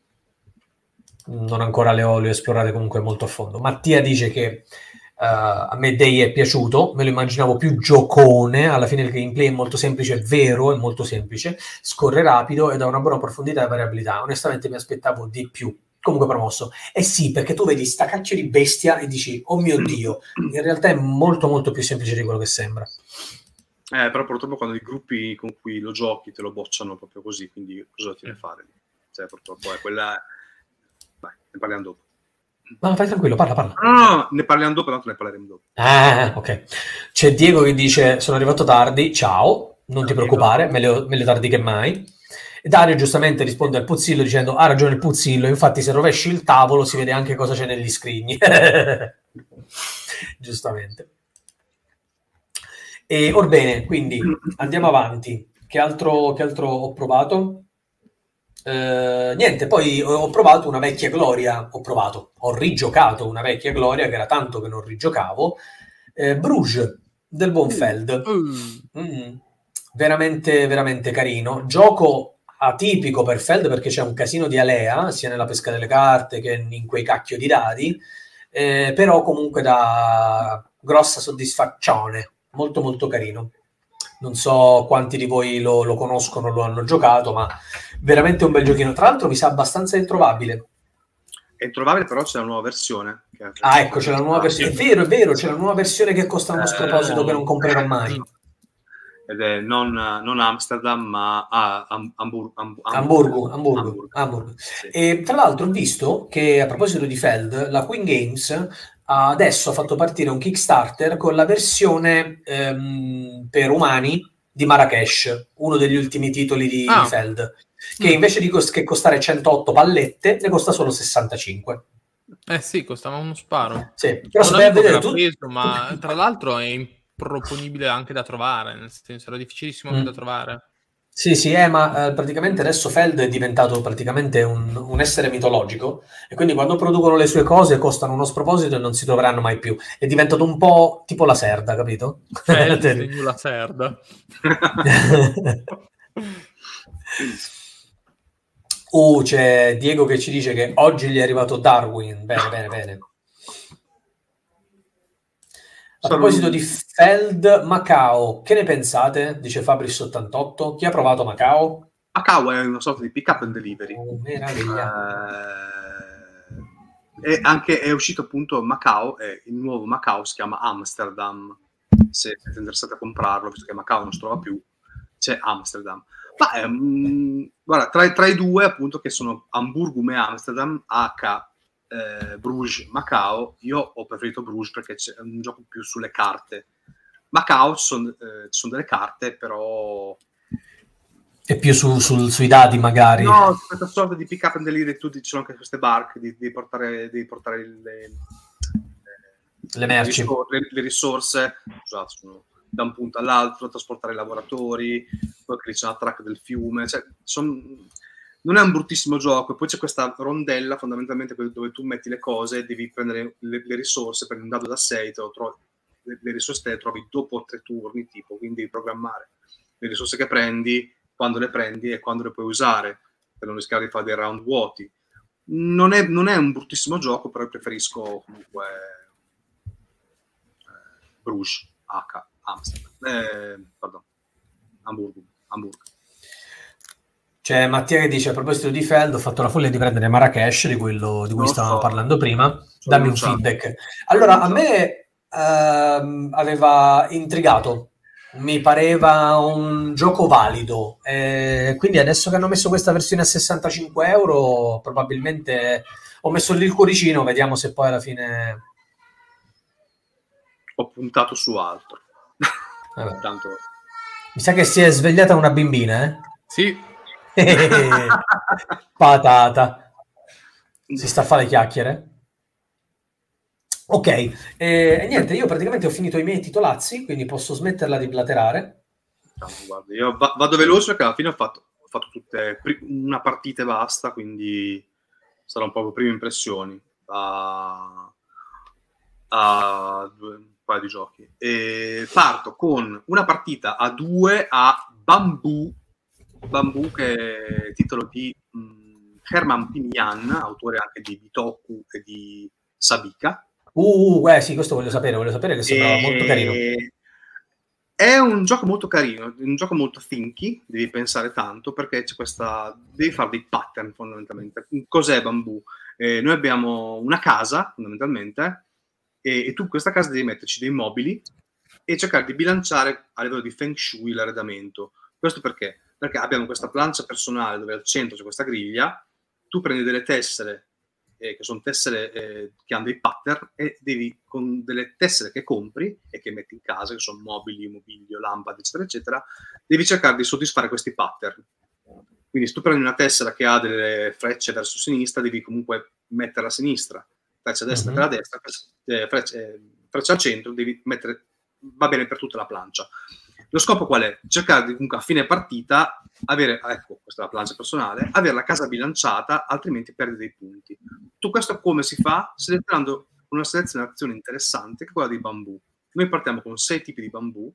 B: non ancora le ho, le ho esplorate comunque molto a fondo. Mattia dice che Uh, a me Day è piaciuto, me lo immaginavo più giocone, alla fine il gameplay è molto semplice, è vero, è molto semplice, scorre rapido ed ha una buona profondità e variabilità, onestamente mi aspettavo di più, comunque promosso. Eh sì, perché tu vedi sta cacchio di bestia e dici, oh mio Dio, in realtà è molto molto più semplice di quello che sembra.
D: Eh, però purtroppo quando i gruppi con cui lo giochi te lo bocciano proprio così, quindi cosa ti deve fare? Cioè purtroppo è quella... Vai, ne parliamo dopo.
B: Ma fai tranquillo, parla, parla.
D: No, no, no, ne parliamo dopo, tanto ne parleremo dopo.
B: Ah, ok. C'è Diego che dice: sono arrivato tardi, ciao, non ti preoccupare, meglio, meglio tardi che mai. E Dario giustamente risponde al Puzzillo dicendo: ha ragione il Puzzillo, infatti se rovesci il tavolo si vede anche cosa c'è negli scrigni. Giustamente. E orbene, quindi andiamo avanti. Che altro, che altro ho provato? Uh, niente, poi ho provato una vecchia gloria, ho provato, ho rigiocato una vecchia gloria che era tanto che non rigiocavo, eh, Bruges del buon Feld. Mm. Mm. Veramente, veramente carino. Gioco atipico per Feld perché c'è un casino di alea, sia nella pesca delle carte che in quei cacchio di dadi, eh, però comunque da grossa soddisfazione, molto molto carino. Non so quanti di voi lo, lo conoscono, lo hanno giocato, ma veramente un bel giochino. Tra l'altro mi sa abbastanza introvabile.
D: È introvabile, però c'è la nuova versione. Che
B: ah, ecco, c'è la nuova versione. È vero, è vero, c'è la nuova versione che costa uno sproposito eh, che non comprerò mai.
D: Ed è non, non Amsterdam, ma ah, Am- Hamburg, Am-
B: Hamburgo. Hamburgo, Hamburgo. Hamburgo. Sì. E tra l'altro ho visto che, a proposito di Feld, la Queen Games adesso ha fatto partire un Kickstarter con la versione ehm, per umani di Marrakesh, uno degli ultimi titoli di, ah. di Feld, che mm. invece di cost- che costare centootto pallette ne costa solo sessantacinque.
C: Eh sì, costava uno sparo.
B: Sì, però se vai a vedere tu...
C: preso, ma tra l'altro è improponibile anche da trovare, nel senso era difficilissimo mm. anche da trovare.
B: Sì, sì, eh, ma eh, praticamente adesso Feld è diventato praticamente un, un essere mitologico e quindi quando producono le sue cose costano uno sproposito e non si troveranno mai più. È diventato un po' tipo la Serda, capito?
C: Feld, la Serda.
B: uh, c'è Diego che ci dice che oggi gli è arrivato Darwin. Bene, bene, bene. A proposito di Feld Macao, che ne pensate? Dice Fabris ottantotto. Chi ha provato Macao?
D: Macao è una sorta di pick up and delivery.
B: Oh, meraviglia.
D: Eh, e anche è uscito appunto Macao, e il nuovo Macao si chiama Amsterdam. Se siete interessati a comprarlo, visto che Macao non si trova più, c'è Amsterdam. Ma è, um, guarda, tra, tra i due appunto che sono Hamburgum e Amsterdam, H Eh, Bruges, Macao, io ho preferito Bruges perché c'è un gioco più sulle carte. Macao ci sono, eh, ci sono delle carte, però
B: è più su, sul, sui dadi magari.
D: No, questa sorta di pick up and delivery, tu ci sono anche queste barche di, di portare, di portare le,
B: le merci,
D: le, le risorse, scusate, sono da un punto all'altro, trasportare i lavoratori, poi che c'è una track del fiume, cioè sono non è un bruttissimo gioco, e poi c'è questa rondella fondamentalmente dove tu metti le cose, devi prendere le, le risorse, prendi un dado da sei, te lo trovi, le, le risorse te le trovi dopo tre turni, tipo, quindi devi programmare le risorse che prendi, quando le prendi e quando le puoi usare, per non rischiare di fare dei round vuoti. Non è, non è un bruttissimo gioco, però preferisco comunque eh, Bruges, H, Amsterdam, eh, pardon, Hamburgo, Hamburgo.
B: C'è Mattia che dice: a proposito di Feld, ho fatto la follia di prendere Marrakesh, di quello di cui stavamo so. parlando prima. Dammi un feedback. Allora, a me ehm, aveva intrigato, mi pareva un gioco valido, eh, quindi adesso che hanno messo questa versione a sessantacinque euro, probabilmente ho messo lì il cuoricino, vediamo se poi alla fine
D: ho puntato su altro. Tanto...
B: mi sa che si è svegliata una bimbina, eh?
C: Sì.
B: Patata, si sta a fare le chiacchiere. Ok, e eh, niente, io praticamente ho finito i miei titolazzi, quindi posso smetterla di blaterare
D: Guarda, io va- vado veloce perché alla fine ho fatto, ho fatto tutte pri- una partita e basta, quindi saranno proprio prime impressioni a, a due, un paio di giochi. E parto con una partita a due a Bambù, Bambù che è titolo di mh, Herman Pinian, autore anche di Bitoku e di Sabika.
B: Uh, eh sì, questo voglio sapere, voglio sapere che sembrava
D: E...
B: molto carino.
D: È un gioco molto carino, un gioco molto thinky, devi pensare tanto, perché c'è questa... devi fare dei pattern fondamentalmente. Cos'è Bambù? Eh, noi abbiamo una casa, fondamentalmente, e, e tu in questa casa devi metterci dei mobili e cercare di bilanciare a livello di Feng Shui l'arredamento. Questo perché? Perché abbiamo questa plancia personale dove al centro c'è questa griglia, tu prendi delle tessere, eh, che sono tessere eh, che hanno dei pattern, e devi, con delle tessere che compri e che metti in casa, che sono mobili, mobilio, lampade, eccetera, eccetera, devi cercare di soddisfare questi pattern. Quindi se tu prendi una tessera che ha delle frecce verso sinistra, devi comunque metterla a sinistra, freccia a destra
B: Mm-hmm.
D: per la destra, eh, freccia, eh, freccia al centro, devi mettere, va bene per tutta la plancia. Lo scopo qual è? Cercare di, comunque a fine partita, avere, ecco, questa è la plancia personale, avere la casa bilanciata, altrimenti perdi dei punti. Tutto questo come si fa? Selezionando una selezionazione interessante, che è quella dei bambù. Noi partiamo con sei tipi di bambù,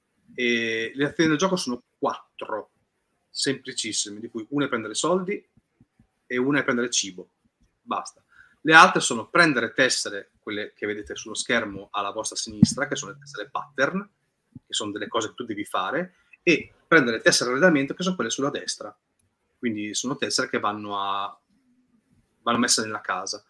D: e le azioni del gioco sono quattro, semplicissime, di cui una è prendere soldi e una è prendere cibo. Basta. Le altre sono prendere tessere, quelle che vedete sullo schermo alla vostra sinistra, che sono le tessere pattern, che sono delle cose che tu devi fare, e prendere tessere arredamento, che sono quelle sulla destra. Quindi sono tessere che vanno a vanno messe nella casa.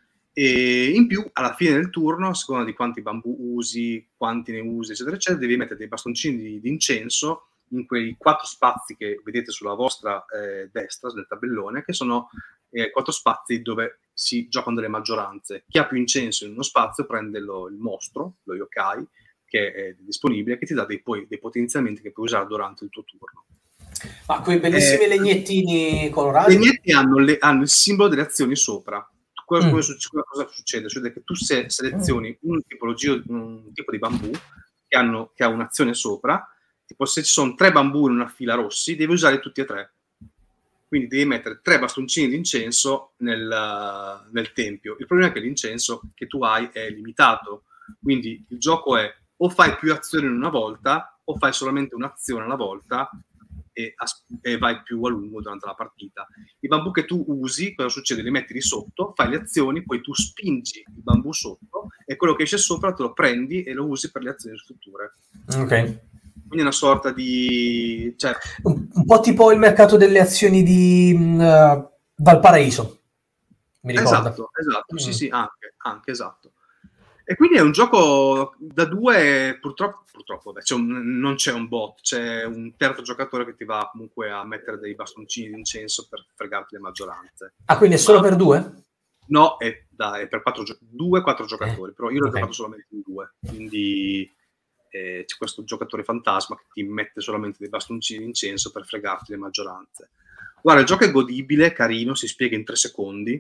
D: E in più, alla fine del turno, a seconda di quanti bambù usi, quanti ne usi, eccetera, eccetera, devi mettere dei bastoncini di, di incenso in quei quattro spazi che vedete sulla vostra eh, destra, nel tabellone, che sono eh, quattro spazi dove si giocano delle maggioranze. Chi ha più incenso in uno spazio prende lo, il mostro, lo yokai, che è disponibile, che ti dà dei, poi, dei potenziamenti che puoi usare durante il tuo turno.
B: Ma quei bellissimi eh, legnettini colorati?
D: I legnetti hanno, le, hanno il simbolo delle azioni sopra. Cosa, mm. succede, cosa succede? Succede che tu se selezioni un, tipologio, un tipo di bambù che, hanno, che ha un'azione sopra, tipo se ci sono tre bambù in una fila rossi, devi usare tutti e tre. Quindi devi mettere tre bastoncini di incenso nel, nel tempio. Il problema è che l'incenso che tu hai è limitato. Quindi il gioco è o fai più azioni in una volta o fai solamente un'azione alla volta e, e vai più a lungo durante la partita. I bambù che tu usi, cosa succede? Li metti di sotto, fai le azioni, poi tu spingi il bambù sotto e quello che esce sopra te lo prendi e lo usi per le azioni future.
B: Ok.
D: Quindi è una sorta di... Cioè...
B: Un, un po' tipo il mercato delle azioni di uh, Valparaíso. Mi ricordo.
D: Esatto, esatto, mm. sì, sì, anche, anche, esatto. E quindi è un gioco da due, purtroppo, purtroppo beh, c'è un, non c'è un bot, c'è un terzo giocatore che ti va comunque a mettere dei bastoncini di incenso per fregarti le maggioranze.
B: Ah, quindi è solo Ma, per due?
D: No, è, da, è per quattro, due, quattro giocatori, eh, però io l'ho okay. giocato solamente in due, quindi eh, c'è questo giocatore fantasma che ti mette solamente dei bastoncini di incenso per fregarti le maggioranze. Guarda, il gioco è godibile, carino, si spiega in tre secondi.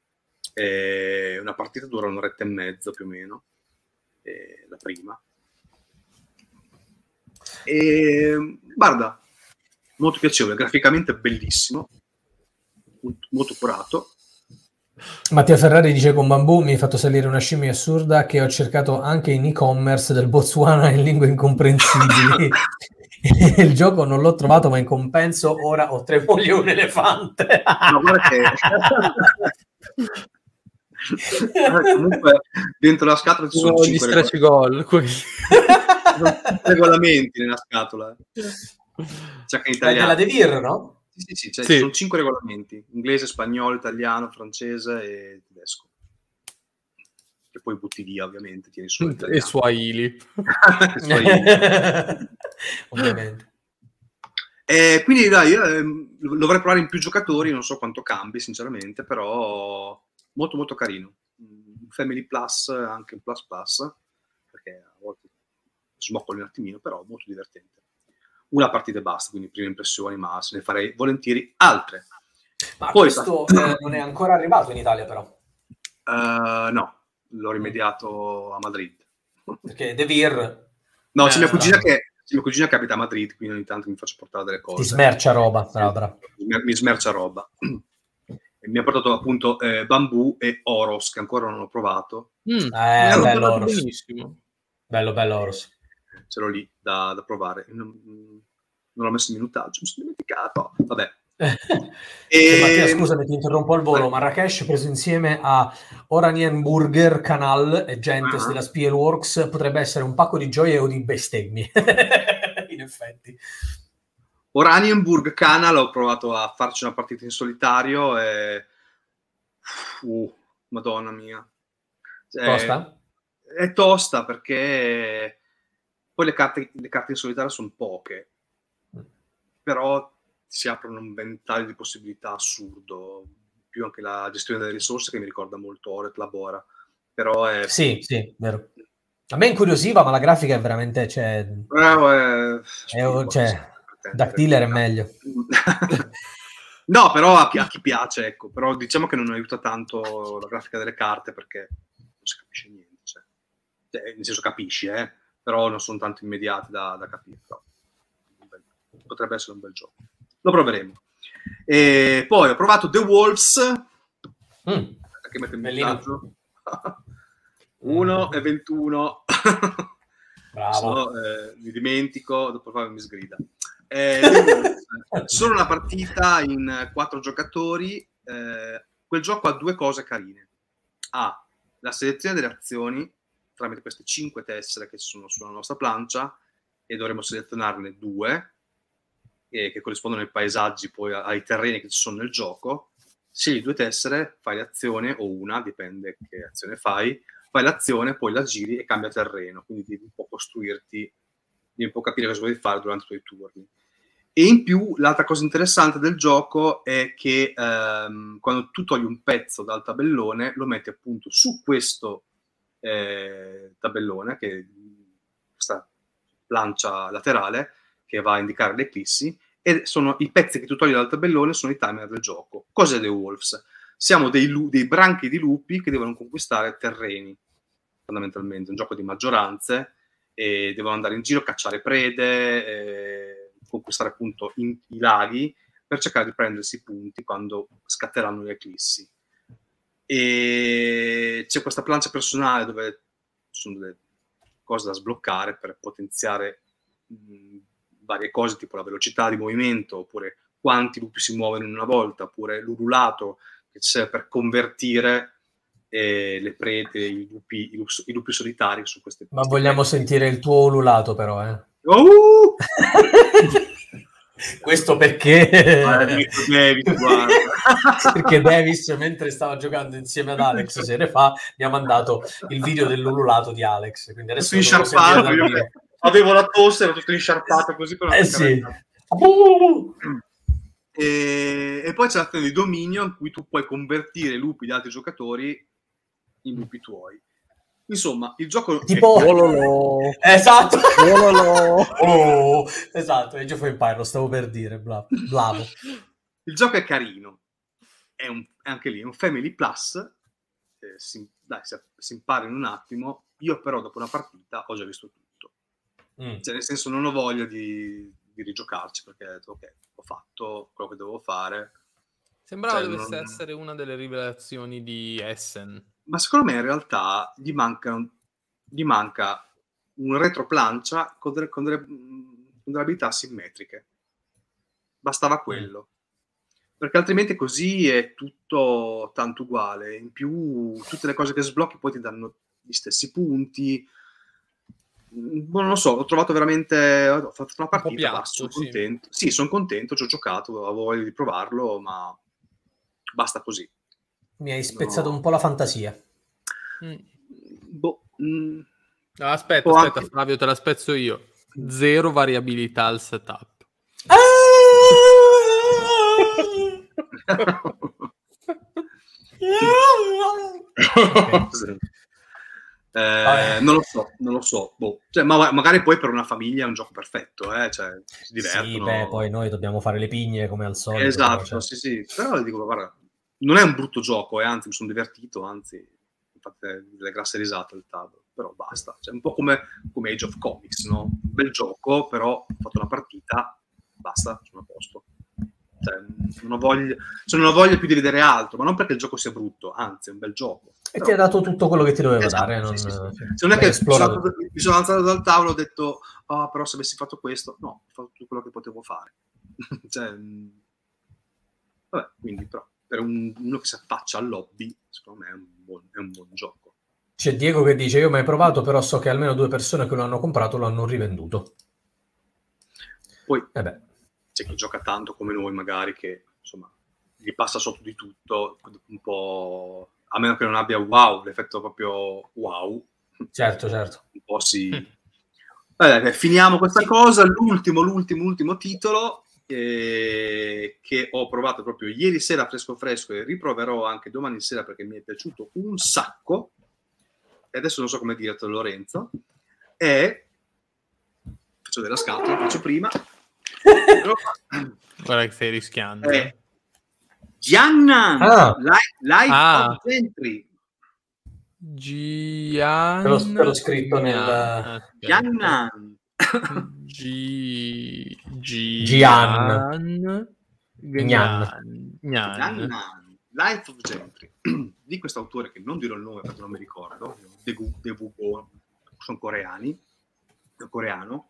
D: Eh, una partita dura un'oretta e mezzo più o meno, eh, la prima. E, guarda, molto piacevole, graficamente bellissimo, molto curato.
B: Mattia Ferrari dice: con Bambù mi hai fatto salire una scimmia assurda che ho cercato anche in e-commerce del Botswana in lingue incomprensibili. Il gioco non l'ho trovato, ma in compenso ora ho tre mogli e un elefante.
D: No, guarda che... comunque dentro la scatola ci sono cinque
C: regol- gol,
D: regolamenti nella scatola, c'è che in italiano
B: la Devir, no?
D: Sì, sì, sì, cioè, sì. Ci sono cinque regolamenti: inglese, spagnolo, italiano, francese e tedesco, che poi butti via ovviamente, tieni solo
C: e Swahili.
B: Ovviamente.
D: E quindi dai, io eh, lo vorrei provare in più giocatori, non so quanto cambi sinceramente, però molto molto carino. Family Plus, anche il Plus Plus, perché a volte smoccoli un attimino, però molto divertente. Una partita e basta, quindi prime impressioni, ma se ne farei volentieri altre.
B: Ma Poi, questo eh, non è ancora arrivato in Italia però?
D: Uh, no, l'ho rimediato a Madrid.
B: Perché Devir...
D: No, c'è mia cugina che... Sì, mia cugina che abita a Madrid, quindi ogni tanto mi faccio portare delle cose.
B: Ti smercia roba, brava, brava.
D: Mi, mi smercia roba. E mi ha portato appunto eh, Bambù e Oros, che ancora non ho provato.
B: Mm, eh,
C: eh,
B: bello Oros.
C: Benissimo.
B: Bello, bello Oros.
D: Ce l'ho lì da, da provare. Non, non l'ho messo in minutaggio, mi sono dimenticato. Vabbè.
B: E... Mattia, scusami, ti interrompo al volo. Marrakesh preso insieme a Oranienburger Canal e Gentes uh-huh. della Spielworks potrebbe essere un pacco di gioie o di bestemmie. In effetti.
D: Oranienburg Canal ho provato a farci una partita in solitario e... Uh, madonna mia. Cioè,
B: tosta?
D: È tosta perché poi le carte, le carte in solitario sono poche, però si aprono un ventaglio di possibilità assurdo, più anche la gestione delle risorse che mi ricorda molto Oret Labora, però è...
B: Sì, sì, vero. A me incuriosiva, ma la grafica è veramente... Cioè,
D: Bravo, è...
B: è cioè, Duck Dealer è meglio.
D: No, però a chi, a chi piace, ecco, però diciamo che non aiuta tanto la grafica delle carte perché non si capisce niente, cioè, cioè, nel senso capisci, eh, però non sono tanto immediati da, da capire, però potrebbe essere un bel gioco. Lo proveremo. E poi ho provato The Wolves, mm. che mette in messaggio. uno e ventuno.
B: Bravo.
D: So, eh, mi dimentico, dopo mi sgrida. Eh, sono una partita in quattro giocatori. Eh, quel gioco ha due cose carine. Ha la selezione delle azioni tramite queste cinque tessere che sono sulla nostra plancia e dovremo selezionarne due eh, che corrispondono ai paesaggi, poi ai terreni che ci sono nel gioco. Scegli due tessere, fai l'azione o una, dipende che azione fai, fai l'azione, poi la giri e cambia terreno, quindi devi un po' costruirti, devi un po' capire cosa vuoi fare durante i tuoi turni. E in più l'altra cosa interessante del gioco è che ehm, quando tu togli un pezzo dal tabellone lo metti appunto su questo eh, tabellone, che è questa plancia laterale che va a indicare le eclissi, e sono i pezzi che tu togli dal tabellone sono i timer del gioco. Cos'è The Wolves? Siamo dei, lu- dei branchi di lupi che devono conquistare terreni, fondamentalmente, un gioco di maggioranze, e devono andare in giro, cacciare prede, eh, conquistare appunto in, i laghi per cercare di prendersi punti quando scatteranno le eclissi. E c'è questa plancia personale dove ci sono delle cose da sbloccare per potenziare mh, varie cose, tipo la velocità di movimento, oppure quanti lupi si muovono in una volta, oppure l'ululato che c'è per convertire eh, le prede, i lupi, i lupi, i lupi solitari su queste.
B: Ma vogliamo prede. Sentire il tuo ululato però, eh?
D: Oh!
B: Questo perché
D: Davis,
B: perché Davis, mentre stava giocando insieme ad Alex sere fa, mi ha mandato il video dell'ululato di Alex, quindi adesso
D: avevo la tosse, ero tutto insciarpato così per
B: eh sì.
D: e, e poi c'è l'azione di dominio in cui tu puoi convertire i lupi di altri giocatori in lupi tuoi. Insomma, il gioco
B: tipo
D: è...
B: Ololo. Esatto. Ololo. Oh, esatto, Age of Empire, lo stavo per dire, bravo. Bravo.
D: Il gioco è carino. È, un, è anche lì un Family Plus. Eh, si, dai, si, si impara in un attimo. Io però dopo una partita ho già visto tutto. Mm. Cioè, nel senso, non ho voglia di, di rigiocarci perché ok, ho fatto quello che dovevo fare.
C: Sembrava
D: cioè,
C: dovesse
D: non...
C: essere una delle rivelazioni di Essen.
D: Ma secondo me in realtà gli manca, gli manca un retroplancia con delle, con, delle, con delle abilità simmetriche. Bastava quello. Mm. Perché altrimenti così è tutto tanto uguale. In più tutte le cose che sblocchi poi ti danno gli stessi punti. Non lo so, ho trovato veramente... Ho fatto una partita, un piatto, sono sì. contento. Sì, sono contento, ci ho giocato, avevo voglia di provarlo, ma basta così.
B: Mi hai spezzato no. un po' la fantasia.
C: Mm.
D: Boh, mm.
C: No, aspetta, oh, aspetta, anche... Flavio, te la spezzo io. Zero variabilità al setup.
D: Okay. eh, non lo so, non lo so. Boh. Cioè, ma magari poi per una famiglia è un gioco perfetto, eh? Cioè, si divertono.
B: Sì, beh, poi noi dobbiamo fare le pigne come al solito.
D: Esatto,
B: però, cioè...
D: sì, sì. Però dico, guarda, non è un brutto gioco, eh, anzi mi sono divertito, anzi ho fatto delle grasse risate al tavolo, però basta. basta. Cioè, un po' come, come Age of Comics, no? Un bel gioco, però ho fatto una partita, basta, sono a posto. Cioè, non ho voglia, cioè, non ho voglia più di vedere altro, ma non perché il gioco sia brutto, anzi è un bel gioco.
B: E
D: però...
B: ti ha dato tutto quello che ti doveva
D: esatto,
B: dare.
D: sì,
B: Non,
D: sì, sì. Se non è che mi sono, mi sono alzato dal tavolo e ho detto, ah, oh, però se avessi fatto questo, no, ho fatto tutto quello che potevo fare. Cioè, vabbè, quindi però per un, uno che si affaccia al lobby, secondo me è un buon, è un buon gioco.
B: C'è Diego che dice, io mai provato, però so che almeno due persone che lo hanno comprato lo hanno rivenduto.
D: Poi
B: eh beh.
D: c'è chi gioca tanto come noi magari, che insomma gli passa sotto di tutto, un po', a meno che non abbia wow, l'effetto proprio wow.
B: Certo, certo.
D: Un po' si... Vabbè, finiamo questa cosa, l'ultimo, l'ultimo, l'ultimo titolo eh, che ho provato proprio ieri sera fresco fresco e riproverò anche domani sera perché mi è piaciuto un sacco, e adesso non so come dirlo Lorenzo, è... faccio della scatola, faccio prima...
C: Guarda che stai rischiando.
D: È Jiangnan,
B: ah.
D: Life
C: ah.
D: of Gentry.
C: Gian...
B: Te l'ho, te l'ho scritto nel...
D: Jiangnan.
C: G...
B: Gian.
C: Gian.
D: Jiangnan. Life of Gentry. Di questo autore che non dirò il nome perché non mi ricordo, Debugo, sono coreani, è coreano,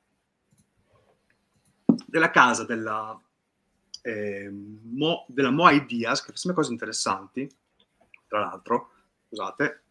D: della casa della eh, Mo, della Moa Ideas, che fa sempre cose interessanti, tra l'altro, scusate,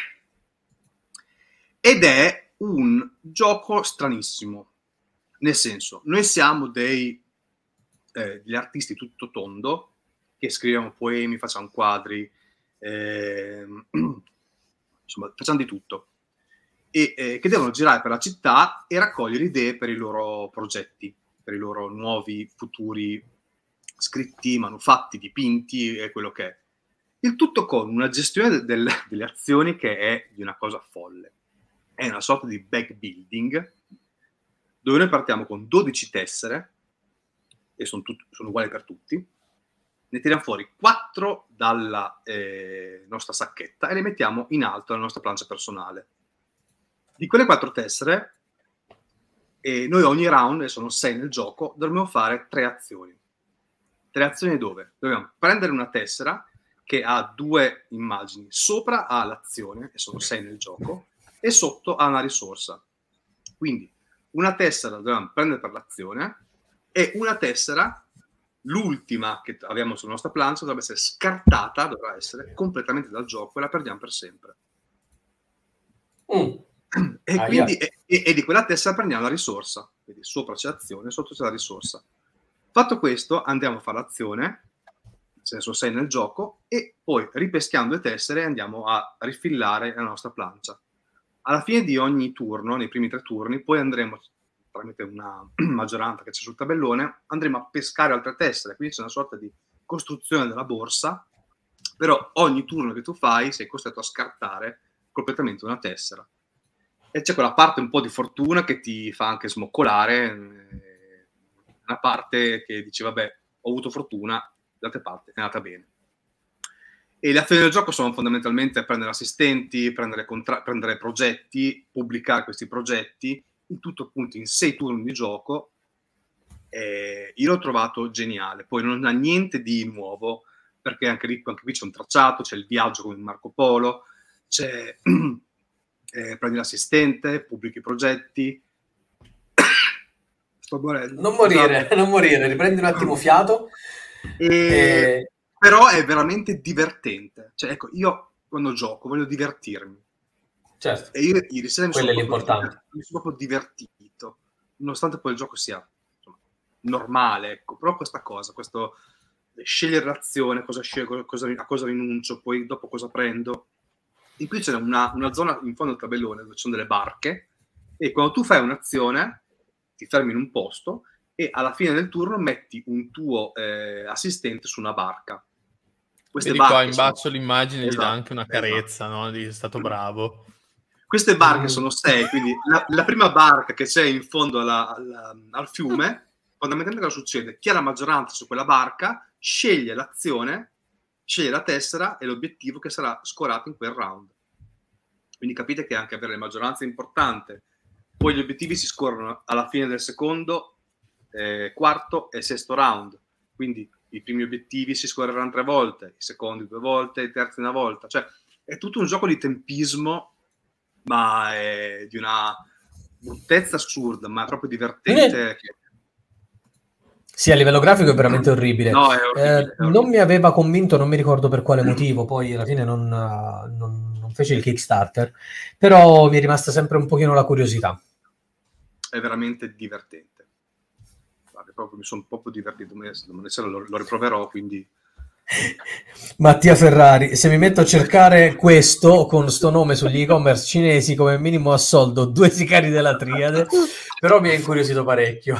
D: ed è un gioco stranissimo, nel senso, noi siamo dei eh, degli artisti tutto tondo che scriviamo poemi, facciamo quadri, eh, insomma, facciamo di tutto, e eh, che devono girare per la città e raccogliere idee per i loro progetti, per i loro nuovi futuri scritti, manufatti, dipinti e quello che è. Il tutto con una gestione del, delle azioni che è di una cosa folle. È una sorta di backbuilding dove noi partiamo con dodici tessere e sono, tut- sono uguali per tutti. Ne tiriamo fuori quattro dalla eh, nostra sacchetta e le mettiamo in alto alla nostra plancia personale. Di quelle quattro tessere, e noi ogni round, e sono sei nel gioco, dovremo fare tre azioni. Tre azioni dove? Dobbiamo prendere una tessera che ha due immagini. Sopra ha l'azione, e sono sei nel gioco, e sotto ha una risorsa. Quindi una tessera dobbiamo prendere per l'azione e una tessera, l'ultima che abbiamo sulla nostra plancia, dovrebbe essere scartata, dovrà essere completamente dal gioco e la perdiamo per sempre.
B: Mm.
D: E,
B: ah,
D: quindi,
B: yeah.
D: e, e di quella tessera prendiamo la risorsa. Quindi sopra c'è l'azione, sotto c'è la risorsa. Fatto questo, andiamo a fare l'azione, ce ne sono sei nel gioco, e poi ripeschiamo le tessere e andiamo a rifillare la nostra plancia. Alla fine di ogni turno, nei primi tre turni, poi andremo, tramite una maggioranza che c'è sul tabellone, andremo a pescare altre tessere, quindi c'è una sorta di costruzione della borsa, però ogni turno che tu fai sei costretto a scartare completamente una tessera. E c'è quella parte un po' di fortuna che ti fa anche smoccolare, una parte che dici vabbè, ho avuto fortuna, l'altra parte è andata bene. E le azioni del gioco sono fondamentalmente prendere assistenti, prendere, contra- prendere progetti, pubblicare questi progetti, il tutto appunto in sei turni di gioco. Eh, io l'ho trovato geniale, poi non ha niente di nuovo, perché anche, lì, anche qui c'è un tracciato, c'è il viaggio come in Marco Polo, c'è... Eh, prendi l'assistente, pubblichi i progetti. Sto morendo.
B: Non morire, non morire, riprendi un attimo fiato.
D: E...
B: E...
D: Però è veramente divertente. Cioè, ecco, io quando gioco voglio divertirmi.
B: Certo.
D: E io ieri sera mi sono,
B: l'importante.
D: mi sono proprio divertito, nonostante poi il gioco sia insomma, normale, ecco. Però questa cosa, questo scegliere l'azione, cosa scelgo, cosa, a cosa rinuncio, poi dopo cosa prendo. In qui c'è una, una zona in fondo al tabellone dove ci sono delle barche e quando tu fai un'azione ti fermi in un posto e alla fine del turno metti un tuo eh, assistente su una barca.
C: Queste Vedi qua in basso sono... l'immagine esatto, gli dà anche una carezza,
D: esatto.
C: No? Di è stato bravo.
D: Queste barche sono sei, quindi la, la prima barca che c'è in fondo alla, alla, al fiume, fondamentalmente cosa succede? Chi ha la maggioranza su quella barca sceglie l'azione, sceglie la tessera e l'obiettivo che sarà scorato in quel round. Quindi capite che anche avere le maggioranze è importante. Poi gli obiettivi si scorrono alla fine del secondo, eh, quarto e sesto round. Quindi i primi obiettivi si scorreranno tre volte, i secondi due volte, i terzi una volta. Cioè è tutto un gioco di tempismo, ma è di una bruttezza assurda, ma è proprio divertente.
B: Eh. Sì, a livello grafico è veramente orribile.
D: No, è orribile,
B: eh,
D: è orribile.
B: Non mi aveva convinto, non mi ricordo per quale motivo, poi alla fine non, non, non fece il Kickstarter, però mi è rimasta sempre un pochino la curiosità.
D: È veramente divertente. Guarda, proprio, mi sono proprio divertito, domani sera lo, lo riproverò, quindi...
B: Mattia Ferrari, se mi metto a cercare questo con sto nome sugli e-commerce cinesi, come minimo assoldo due sicari della triade, però mi ha incuriosito parecchio.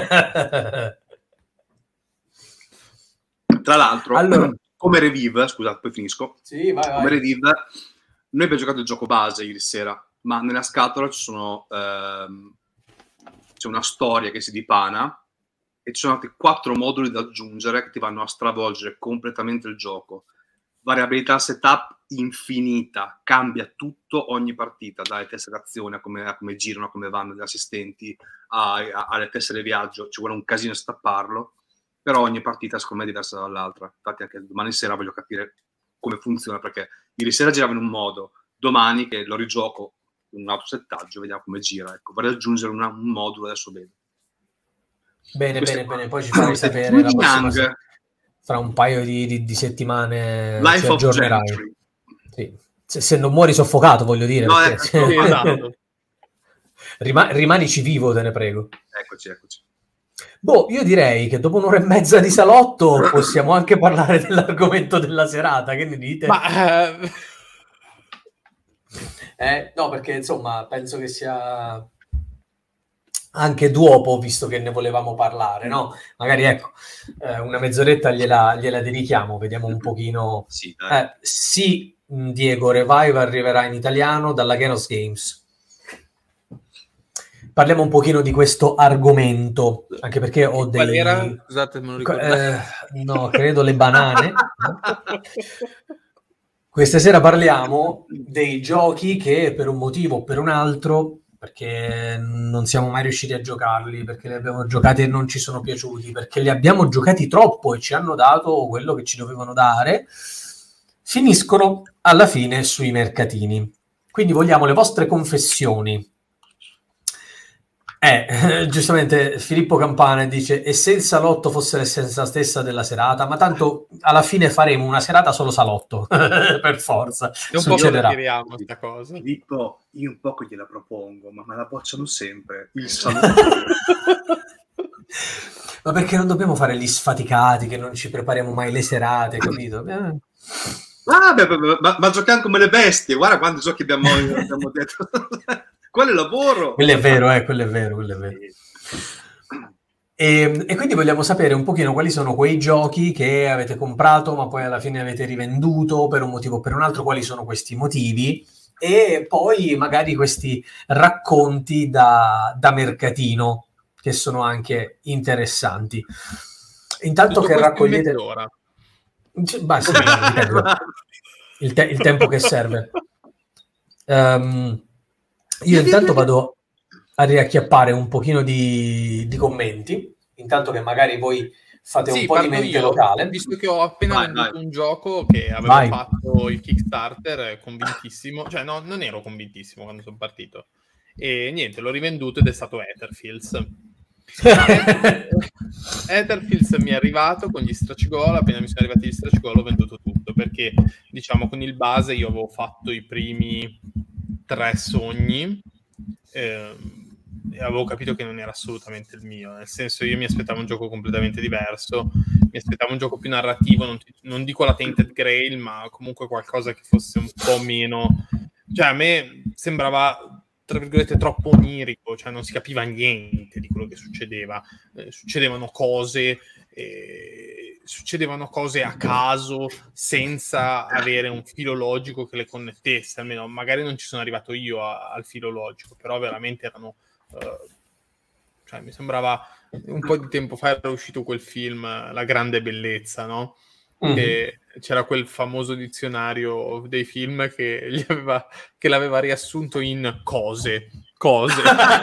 D: Tra l'altro,
B: allora,
D: come Revive, scusate, poi finisco.
B: Sì, vai, vai.
D: Come Revive, noi abbiamo giocato il gioco base ieri sera, ma nella scatola ci sono ehm, c'è una storia che si dipana e ci sono altri quattro moduli da aggiungere che ti vanno a stravolgere completamente il gioco. Variabilità setup infinita, cambia tutto ogni partita, dalle tesserazioni a come, a come girano, a come vanno gli assistenti, a, a, alle tessere viaggio, ci vuole un casino a stapparlo. Però ogni partita secondo me è diversa dall'altra. Infatti anche domani sera voglio capire come funziona, perché ieri sera girava in un modo, domani che lo rigioco con un altro settaggio, vediamo come gira. Ecco, vorrei aggiungere una, un modulo, adesso vedo.
B: Bene,
D: Queste
B: bene,
D: qua.
B: bene, poi ci farai sapere la prossima se... fra un paio di, di, di settimane
D: Life
B: ci aggiornerai. Sì. Se, se non muori soffocato, voglio dire.
D: No,
B: perché...
D: ecco, esatto.
B: Rima- rimanici vivo, te ne prego.
D: Eccoci, eccoci.
B: Boh, io direi che dopo un'ora e mezza di salotto possiamo anche parlare dell'argomento della serata, che ne dite?
C: Ma, uh...
B: eh, no, perché insomma penso che sia anche dopo, visto che ne volevamo parlare, no? Magari ecco, eh, una mezz'oretta gliela, gliela dedichiamo, vediamo un pochino.
D: Sì, dai.
B: Eh, sì, Diego, Revive arriverà in italiano dalla Genos Games. Parliamo un pochino di questo argomento, anche perché ho dei...
C: Qual era? Scusate, me lo ricordo.
B: Eh, no, credo le banane. Questa sera parliamo dei giochi che per un motivo o per un altro, perché non siamo mai riusciti a giocarli, perché li abbiamo giocati e non ci sono piaciuti, perché li abbiamo giocati troppo e ci hanno dato quello che ci dovevano dare, finiscono alla fine sui mercatini. Quindi vogliamo le vostre confessioni. Eh, giustamente Filippo Campana dice: e se il salotto fosse l'essenza stessa della serata, ma tanto alla fine faremo una serata solo salotto per forza,
C: un
B: succederà.
C: Po' questa cosa.
D: Filippo, io un poco gliela propongo, ma me la bocciano sempre il salotto.
B: Ma perché non dobbiamo fare gli sfaticati che non ci prepariamo mai le serate, capito? Eh.
D: Ah, beh, beh, ma, ma giochiamo come le bestie, guarda quanti giochi abbiamo, abbiamo detto. Quello è lavoro.
B: Quello è vero, eh, quello è vero, quello è vero. E, e quindi vogliamo sapere un pochino quali sono quei giochi che avete comprato ma poi alla fine avete rivenduto per un motivo o per un altro, quali sono questi motivi, e poi magari questi racconti da, da mercatino che sono anche interessanti. Intanto
C: tutto
B: che raccogliete... Bah, sì, il, te- il tempo che serve. Um, io intanto vado a riacchiappare un pochino di, di commenti, intanto che magari voi fate
C: sì,
B: un po' di mente
C: io,
B: locale.
C: Visto che ho appena
D: vai,
C: venduto
D: vai.
C: un gioco che avevo
B: vai.
C: fatto il Kickstarter, convintissimo, cioè no, non ero convintissimo quando sono partito, e niente, l'ho rivenduto ed è stato Etherfields. Etherfields mi è arrivato con gli stretch goal, appena mi sono arrivati gli stretch goal ho venduto tutto, perché diciamo con il base io avevo fatto i primi tre sogni eh, e avevo capito che non era assolutamente il mio, nel senso io mi aspettavo un gioco completamente diverso, mi aspettavo un gioco più narrativo, non, ti, non dico la Tainted Grail, ma comunque qualcosa che fosse un po' meno, cioè a me sembrava tra virgolette troppo onirico, cioè non si capiva niente di quello che succedeva, eh, succedevano cose eh, succedevano cose a caso senza avere un filo logico che le connettesse, almeno magari non ci sono arrivato io a, al filo logico, però veramente erano eh, cioè mi sembrava un po' di tempo fa era uscito quel film La grande bellezza, no? che c'era quel famoso dizionario dei film che, gli aveva, che l'aveva riassunto in cose, cose.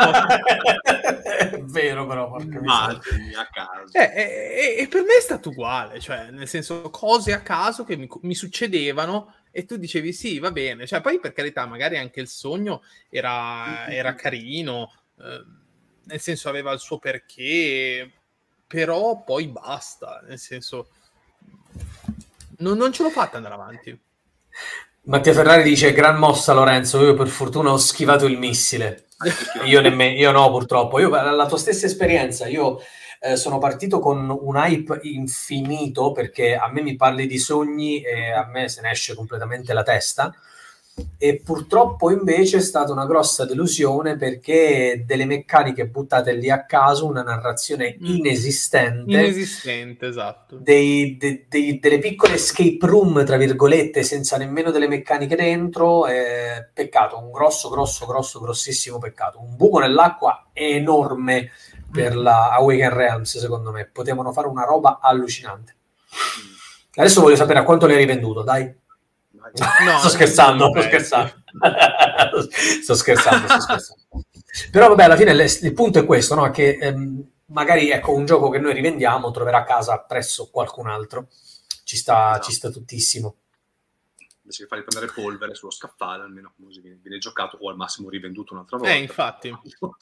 B: È vero, però, porca
D: immagini a caso.
C: Eh, e, e per me è stato uguale, cioè, nel senso, cose a caso che mi, mi succedevano e tu dicevi sì, va bene. Cioè, poi, per carità, magari anche il sogno era, era carino, eh, nel senso aveva il suo perché, però poi basta, nel senso... Non, non ce l'ho fatta andare avanti.
B: Mattia Ferrari dice: gran mossa Lorenzo, io per fortuna ho schivato il missile. io, nemmeno, io no, purtroppo. Io la tua stessa esperienza, io eh, sono partito con un hype infinito, perché a me mi parli di sogni e a me se ne esce completamente la testa, e purtroppo invece è stata una grossa delusione, perché delle meccaniche buttate lì a caso, una narrazione inesistente,
C: inesistente, esatto,
B: dei, de, de, delle piccole escape room tra virgolette senza nemmeno delle meccaniche dentro. Eh, peccato, un grosso grosso grosso grossissimo peccato, un buco nell'acqua enorme per la Awaken Realms. Secondo me potevano fare una roba allucinante. Adesso voglio sapere a quanto l'hai rivenduto, dai. No, sto scherzando, sto scherzando. sto scherzando, sto scherzando. Però vabbè, alla fine il, il punto è questo, no? Che ehm, magari ecco un gioco che noi rivendiamo troverà a casa presso qualcun altro. Ci sta, esatto. Ci sta tuttissimo.
D: Invece che fargli prendere polvere sullo scaffale, almeno così viene, viene giocato o al massimo rivenduto un'altra volta.
C: Eh, infatti.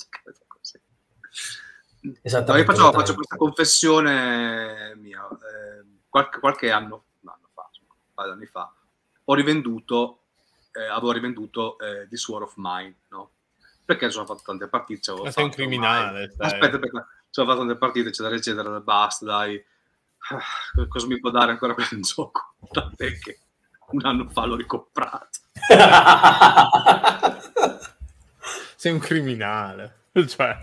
B: Esattamente.
D: Faccio, faccio questa confessione mia. Eh, qualche, qualche anno, no, anno fa, un paio di anni fa, ho rivenduto, eh, avevo rivenduto eh, The Sword of Mine, no? Perché sono fatto tante partite.
C: Ma sei un criminale.
D: Aspetta, perché sono fatto tante partite, eccetera, eccetera, basta, dai. Ah, cosa mi può dare ancora quel gioco? Tant'è che un anno fa l'ho ricomprato.
C: Sei un criminale. Cioè...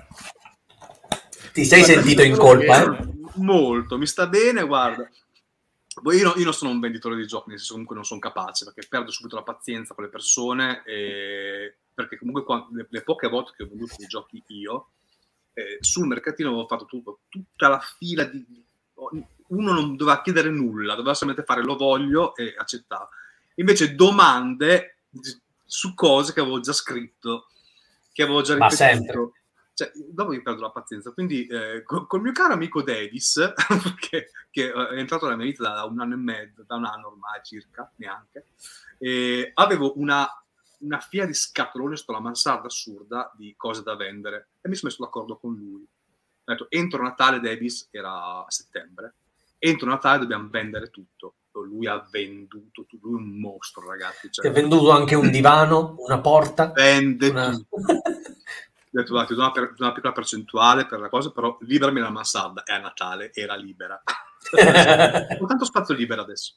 B: Ti sei guarda, sentito in colpa? Eh?
D: Molto, mi sta bene, guarda. Io, no, io non sono un venditore di giochi, nel senso comunque non sono capace, perché perdo subito la pazienza con le persone, e... perché comunque quando, le, le poche volte che ho venduto dei giochi io, eh, sul mercatino avevo fatto tutto, tutta la fila di... Uno non doveva chiedere nulla, doveva solamente fare lo voglio e accettava. Invece domande su cose che avevo già scritto, che avevo già ripetuto.
B: Ma sempre.
D: Cioè, dopo mi perdo la pazienza. Quindi eh, col, col mio caro amico Davis, che, che è entrato nella mia vita da un anno e mezzo, da un anno ormai circa, neanche, e avevo una, una fila di scatoloni sotto la mansarda assurda di cose da vendere e mi sono messo d'accordo con lui. Ho detto, entro Natale, Davis, era a settembre, entro Natale dobbiamo vendere tutto. Lui ha venduto tutto, lui è un mostro, ragazzi. Cioè,
B: ti ha venduto anche un divano, una porta?
D: Vende
B: una...
D: tutto. Ho detto, guarda, ti do una, per, una piccola percentuale per la cosa, però liberami la mansarda. E a Natale era libera. Ho tanto spazio libero adesso.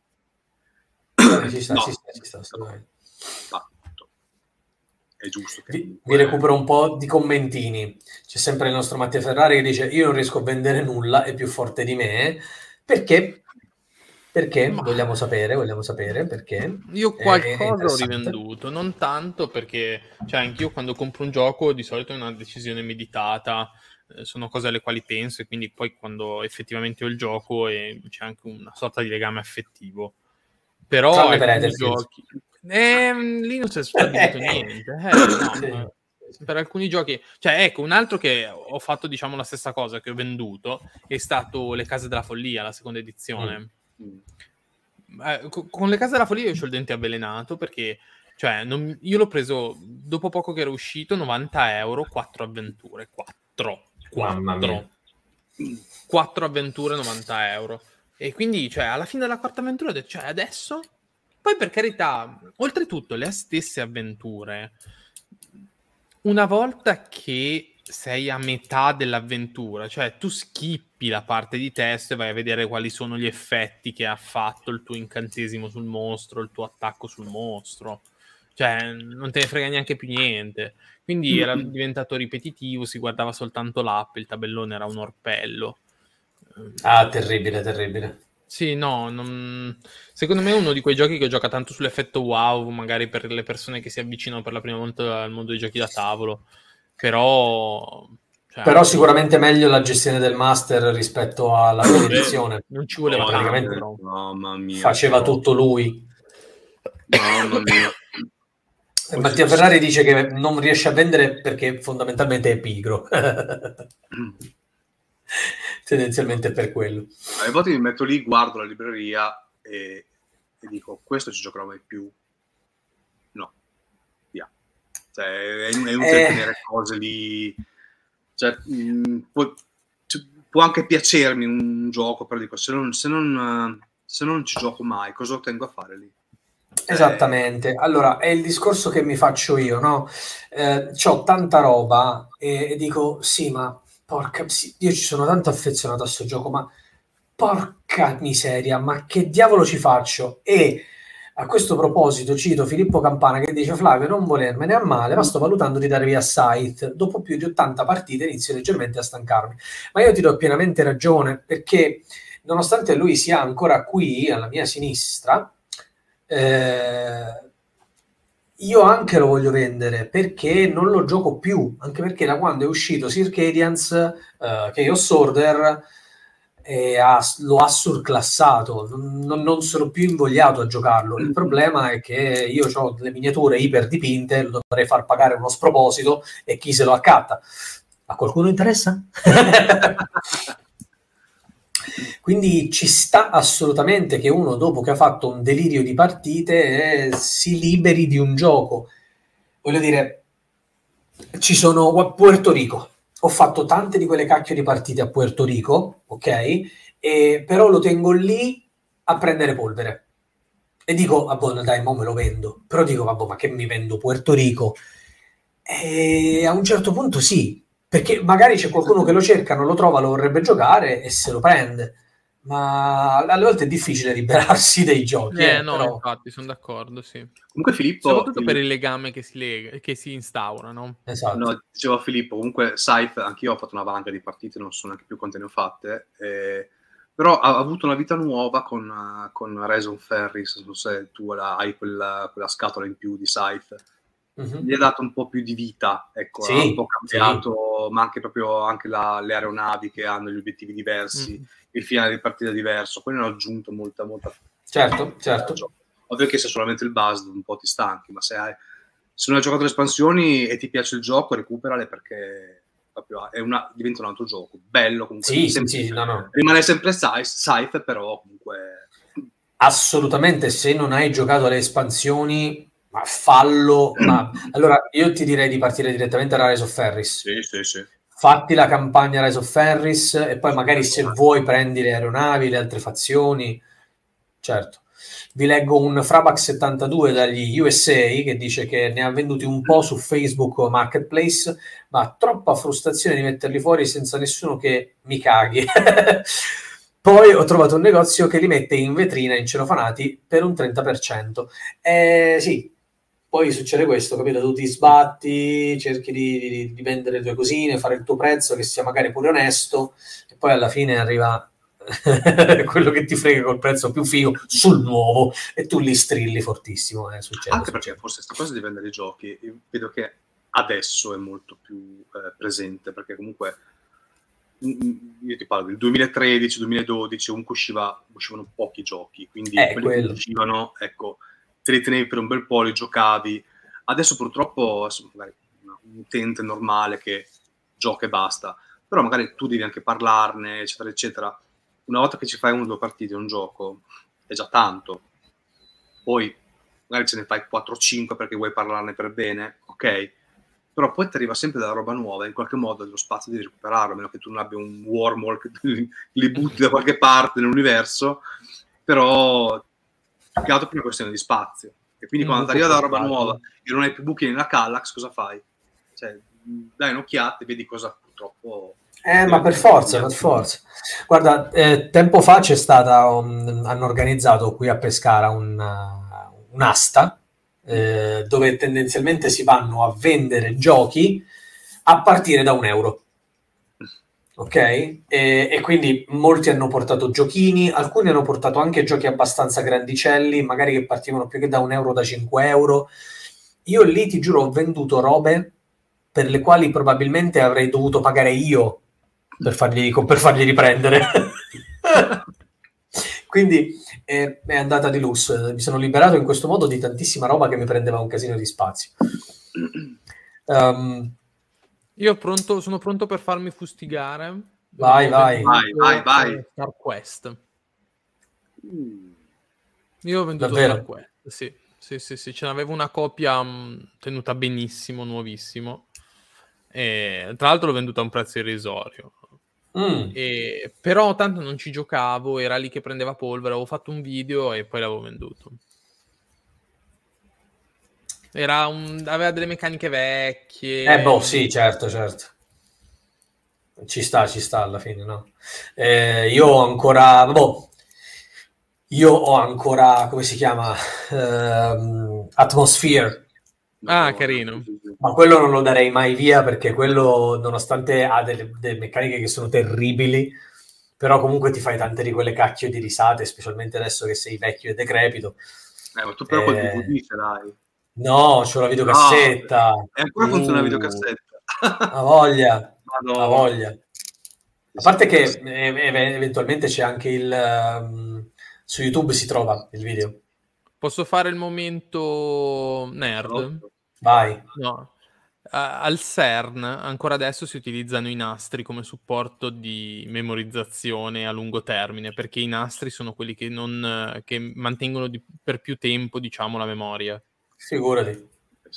B: Ci sta, no. ci sta, ci sta,
D: no. È giusto che
B: vi, vi recupero un po' di commentini. C'è sempre il nostro Mattia Ferrari che dice: io non riesco a vendere nulla, è più forte di me. Perché? Perché? Ma... Vogliamo sapere, vogliamo sapere perché.
C: Io qualcosa ho rivenduto, non tanto perché, cioè, anch'io quando compro un gioco di solito è una decisione meditata, eh, sono cose alle quali penso, e quindi poi quando effettivamente ho il gioco e c'è anche una sorta di legame affettivo. Però alcuni giochi... Eh, lì non si è stabilito niente. Eh, no, sì. Per alcuni giochi... Cioè, ecco, un altro che ho fatto, diciamo, la stessa cosa, che ho venduto, è stato Le Case della Follia, la seconda edizione. Mm. Eh, con Le Case della Follia io ho il dente avvelenato perché cioè, non, io l'ho preso dopo poco che era uscito, novanta euro, quattro avventure, quattro, quattro, quattro avventure, novanta euro, e quindi cioè, alla fine della quarta avventura ho detto, cioè adesso? Poi per carità, oltretutto le stesse avventure, una volta che sei a metà dell'avventura, cioè tu skippi la parte di testo e vai a vedere quali sono gli effetti che ha fatto il tuo incantesimo sul mostro, il tuo attacco sul mostro, cioè non te ne frega neanche più niente, quindi era diventato ripetitivo, si guardava soltanto l'app, il tabellone era un orpello.
B: Ah, terribile, terribile.
C: Sì, no, non... secondo me è uno di quei giochi che gioca tanto sull'effetto wow, magari per le persone che si avvicinano per la prima volta al mondo dei giochi da tavolo. Però,
B: Cioè, però sicuramente meglio la gestione del master rispetto alla prima edizione.
C: Non ci voleva
B: no,
C: praticamente
B: no, mamma mia, faceva no. tutto lui.
D: Mamma mia.
B: Mattia Ferrari dice che non riesce a vendere perché fondamentalmente è pigro. Tendenzialmente è per quello.
D: A volte mi metto lì, guardo la libreria e, e dico, questo ci giocherò mai più? No. Via. Cioè, è inutile eh... tenere cose lì... Cioè, mh, può, cioè, può anche piacermi un gioco, però dico, se non, se non, se non ci gioco mai, cosa ottengo a fare lì?
B: Esattamente, allora è il discorso che mi faccio io, no? Eh, c'ho tanta roba e, e dico, sì, ma porca, sì, io ci sono tanto affezionato a sto gioco, ma porca miseria, ma che diavolo ci faccio? E a questo proposito cito Filippo Campana che dice: Flavio, non volermene a male, ma sto valutando di dare via Scythe. Dopo più di ottanta partite inizio leggermente a stancarmi. Ma io ti do pienamente ragione, perché nonostante lui sia ancora qui, alla mia sinistra, eh, io anche lo voglio vendere, perché non lo gioco più, anche perché da quando è uscito Circadians, eh, Chaos Order, E ha, lo ha surclassato, non, non sono più invogliato a giocarlo. Il problema è che io ho le miniature iper dipinte, lo dovrei far pagare uno sproposito e chi se lo accatta? A qualcuno interessa? Quindi ci sta assolutamente che uno, dopo che ha fatto un delirio di partite, eh, si liberi di un gioco. Voglio dire, ci sono Puerto Rico. Ho fatto tante di quelle cacchio di partite a Puerto Rico, ok? E però lo tengo lì a prendere polvere. E dico, vabbè, dai, mo me lo vendo. Però dico, vabbè, ma che mi vendo Puerto Rico? E a un certo punto sì, perché magari c'è qualcuno che lo cerca, non lo trova, lo vorrebbe giocare e se lo prende. Ma alle volte è difficile liberarsi dei giochi.
C: Eh,
B: eh
C: no,
B: però...
C: infatti, sono d'accordo, sì.
D: Comunque Filippo...
C: Soprattutto
D: Filippo...
C: per il legame che si, lega, che si instaura, no?
B: Esatto.
D: No, dicevo Filippo, comunque Scythe, anch'io ho fatto una valanga di partite, non so neanche più quante ne ho fatte, eh, però ha avuto una vita nuova con, uh, con Reson Ferris, non so se tu la, hai quella, quella scatola in più di Scythe. Mm-hmm. Gli ha dato un po' più di vita, ecco, sì, ha un po' cambiato, sì. Ma anche proprio anche la, le aeronavi che hanno gli obiettivi diversi, mm. il finale di partita diverso, poi ne hanno aggiunto molta, molta...
B: Certo, certo.
D: Ovvio che se solamente il buzz un po' ti stanchi, ma se hai, se non hai giocato le espansioni e ti piace il gioco, recuperale, perché proprio è una, diventa un altro gioco, bello comunque.
B: Sì,
D: sempre,
B: sì, no, no.
D: Rimane sempre Scythe, però comunque...
B: Assolutamente, se non hai giocato alle espansioni... ma fallo, ma allora io ti direi di partire direttamente da Rise of Ferris.
D: Sì, sì, sì.
B: Fatti la campagna Rise of Ferris e poi magari se vuoi prendi le aeronavi, le altre fazioni. Certo. Vi leggo un Frabax settantadue dagli U S A che dice che ne ha venduti un po' su Facebook Marketplace, ma troppa frustrazione di metterli fuori senza nessuno che mi caghi. Poi ho trovato un negozio che li mette in vetrina in cerofanati per un trenta per cento. Eh, sì, poi succede questo, capito? Tu ti sbatti, cerchi di, di, di vendere le tue cosine, fare il tuo prezzo che sia magari pure onesto, e poi alla fine arriva quello che ti frega col prezzo più figo sul nuovo e tu li strilli fortissimo. Eh, succede,
D: Anche
B: succede.
D: Perché forse questa cosa di vendere i giochi, io vedo che adesso è molto più eh, presente, perché comunque io ti parlo del duemilatredici duemiladodici, comunque usciva, uscivano pochi giochi, quindi
B: eh,
D: quelli
B: quello.
D: che uscivano, ecco, te li tenevi per un bel po', li giocavi. Adesso purtroppo adesso magari un utente normale che gioca e basta, però magari tu devi anche parlarne, eccetera, eccetera. Una volta che ci fai una o due partite un gioco è già tanto, poi magari ce ne fai quattro o cinque perché vuoi parlarne per bene, ok? Però poi ti arriva sempre della roba nuova, in qualche modo lo spazio devi recuperarlo, a meno che tu non abbia un wormhole che li butti da qualche parte nell'universo, però più che altro per una questione di spazio. E quindi quando ti arriva della roba nuova e non hai più buchi nella Kallax, cosa fai? Cioè, dai un'occhiata e vedi cosa purtroppo...
B: Eh, ma per forza, per forza. Guarda, eh, tempo fa c'è stata, un, hanno organizzato qui a Pescara un, uh, un'asta, Eh, dove tendenzialmente si vanno a vendere giochi a partire da un euro, ok? E, e quindi molti hanno portato giochini, alcuni hanno portato anche giochi abbastanza grandicelli, magari che partivano più che da un euro, da cinque euro. Io lì ti giuro ho venduto robe per le quali probabilmente avrei dovuto pagare io per fargli, per fargli riprendere. Quindi eh, è andata di lusso. Mi sono liberato in questo modo di tantissima roba che mi prendeva un casino di spazio. Um,
C: Io pronto, sono pronto per farmi fustigare.
B: Vai, vai.
D: Vai, vai, vai.
C: Star Quest.
D: Mm.
C: Io ho venduto
B: Davvero?
C: Star Quest, sì. Sì, sì, sì. Ce n'avevo una copia mh, tenuta benissimo, nuovissimo. E, tra l'altro l'ho venduta a un prezzo irrisorio.
B: Mm.
C: E, però tanto non ci giocavo, era lì che prendeva polvere, avevo fatto un video e poi l'avevo venduto. Era un, aveva delle meccaniche vecchie.
B: Eh, boh, sì, certo, certo. Ci sta, ci sta alla fine, no? Eh, io ho ancora... Boh, io ho ancora, come si chiama? Ehm, Atmosphere.
C: Ah, carino.
B: Ma quello non lo darei mai via, perché quello, nonostante ha delle, delle meccaniche che sono terribili, però comunque ti fai tante di quelle cacchio di risate, specialmente adesso che sei vecchio e decrepito.
D: Eh, ma tu però
B: Eh,
D: col D V D ce l'hai.
B: No, c'ho la videocassetta.
D: No, e ancora funziona la
B: Uh,
D: videocassetta.
B: Ha voglia,
D: Madonna.
B: ha voglia. A parte che eh, eventualmente c'è anche il... Um, su YouTube si trova il video.
C: Posso fare il momento nerd?
B: Vai.
C: No. Uh, al CERN ancora adesso si utilizzano i nastri come supporto di memorizzazione a lungo termine, perché i nastri sono quelli che, non, che mantengono di, per più tempo, diciamo, la memoria.
B: Figurati.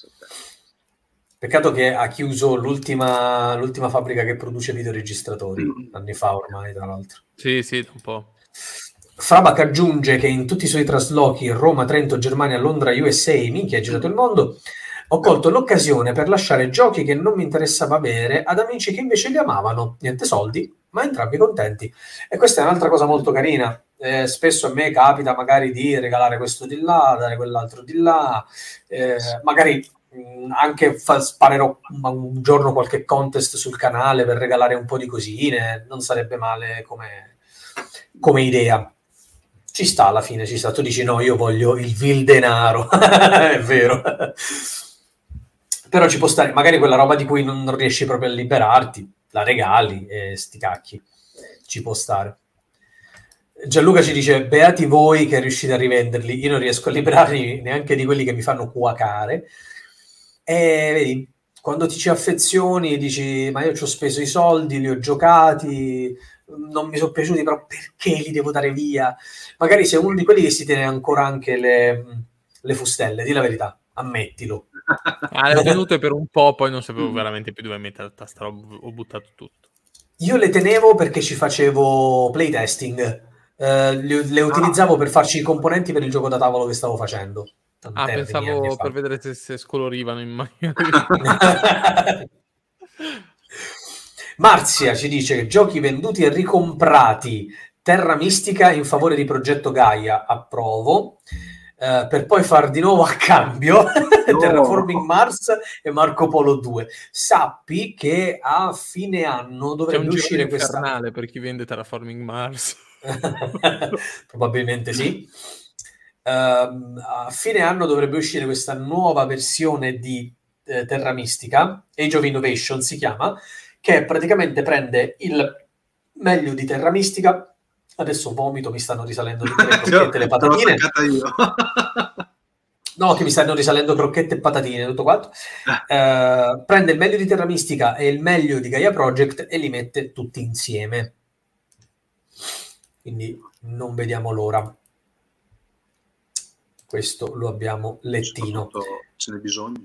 B: Peccato che ha chiuso l'ultima, l'ultima fabbrica che produce videoregistratori, anni fa ormai, tra l'altro.
C: Sì, sì, un po'.
B: Frabac aggiunge che in tutti i suoi traslochi Roma, Trento, Germania, Londra, U S A, minchia, ha girato il mondo, ho colto l'occasione per lasciare giochi che non mi interessava avere ad amici che invece li amavano. Niente soldi, ma entrambi contenti. E questa è un'altra cosa molto carina. Eh, spesso a me capita magari di regalare questo di là, dare quell'altro di là, eh, magari mh, anche fa, sparerò un giorno qualche contest sul canale per regalare un po' di cosine, non sarebbe male come, come idea. Ci sta alla fine, ci sta. Tu dici no, io voglio il vil denaro. È vero. Però ci può stare, magari quella roba di cui non, non riesci proprio a liberarti, la regali e sti cacchi. Ci può stare. Gianluca ci dice, beati voi che riuscite a rivenderli, io non riesco a liberarmi neanche di quelli che mi fanno cuacare. E vedi, quando ti ci affezioni dici, ma io ci ho speso i soldi, li ho giocati, non mi sono piaciuti, però perché li devo dare via? Magari sei uno di quelli che si tiene ancora anche le, le fustelle, di la verità, ammettilo.
C: Ah, le ho tenute per un po', poi non sapevo veramente più dove mettere la tasta, ho buttato tutto.
B: Io le tenevo perché ci facevo playtesting, uh, le, le utilizzavo ah. per farci i componenti per il gioco da tavolo che stavo facendo.
C: Ah, pensavo per vedere se, se scolorivano in maniera.
B: Marzia ci dice che giochi venduti e ricomprati, Terra Mistica in favore di Progetto Gaia, approvo, uh, per poi far di nuovo a cambio no. Terraforming Mars e Marco Polo due. Sappi che a fine anno dovrebbe uscire questa...
C: canale per chi vende Terraforming Mars.
B: Probabilmente sì. Uh, a fine anno dovrebbe uscire questa nuova versione di eh, Terra Mistica, Age of Innovation si chiama, che praticamente prende il meglio di Terra Mistica. Adesso vomito, mi stanno risalendo tutte le crocchette e le patatine. No, che mi stanno risalendo crocchette e patatine, tutto quanto. Uh, prende il meglio di Terra Mistica e il meglio di Gaia Project e li mette tutti insieme. Quindi non vediamo l'ora. Questo lo abbiamo lettino.
D: Ce n'è bisogno.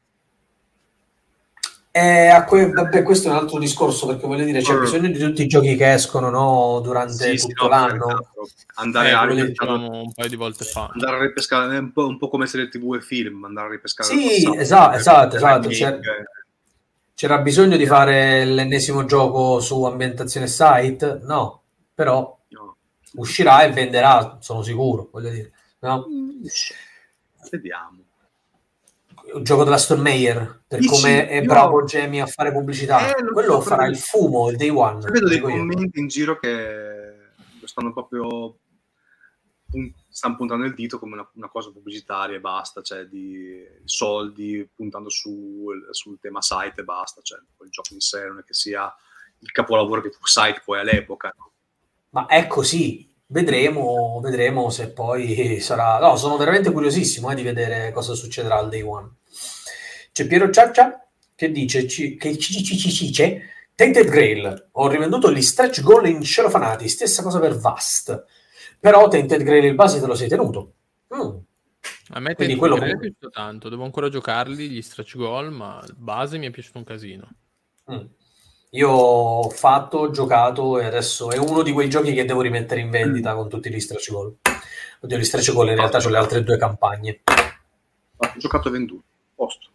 B: Eh, a que- vabbè, questo è un altro discorso, perché voglio dire, c'è uh, bisogno di tutti i giochi che escono, no, durante
D: sì,
B: tutto
D: sì,
B: l'anno.
D: No, andare
C: eh,
D: a
C: ripescare un paio di volte fa.
D: Andare a ripescare è un po', un po' come serie tivù e film, andare a ripescare.
B: Sì, esatto, esatto, esatto. C'era, c'era bisogno di fare l'ennesimo gioco su ambientazione site? No, però no. Uscirà e venderà, sono sicuro, voglio dire. No?
D: Vediamo.
B: Un gioco della Stone Meyer, per Dici, come è bravo Jamie a fare pubblicità, eh, quello so, farà il fumo, il day one.
D: Vedo dei commenti io. in giro che lo stanno proprio pun- stanno puntando il dito come una, una cosa pubblicitaria e basta, cioè di soldi puntando su, sul tema site e basta, cioè il gioco in sé non è che sia il capolavoro che fu Site poi all'epoca, no?
B: Ma è così, vedremo, vedremo se poi sarà... No, sono veramente curiosissimo eh, di vedere cosa succederà al Day One. C'è Piero Ciaccia che dice ci, che ci, ci, ci, ci, c'è Tainted Grail, ho rivenduto gli stretch goal in cerofanati, stessa cosa per Vast, però Tainted Grail il base te lo sei tenuto. Mm.
C: A me
B: Quindi
C: Tainted
B: quello
C: Grail è
B: comunque...
C: piaciuto tanto, devo ancora giocarli gli stretch goal, ma il base mi è piaciuto un casino.
B: Mm. Io ho fatto, giocato e adesso è uno di quei giochi che devo rimettere in vendita mm. con tutti gli stretch goal. Oddio, gli stretch goal in realtà c'ho le altre due campagne.
D: Ho giocato e venduto, posto.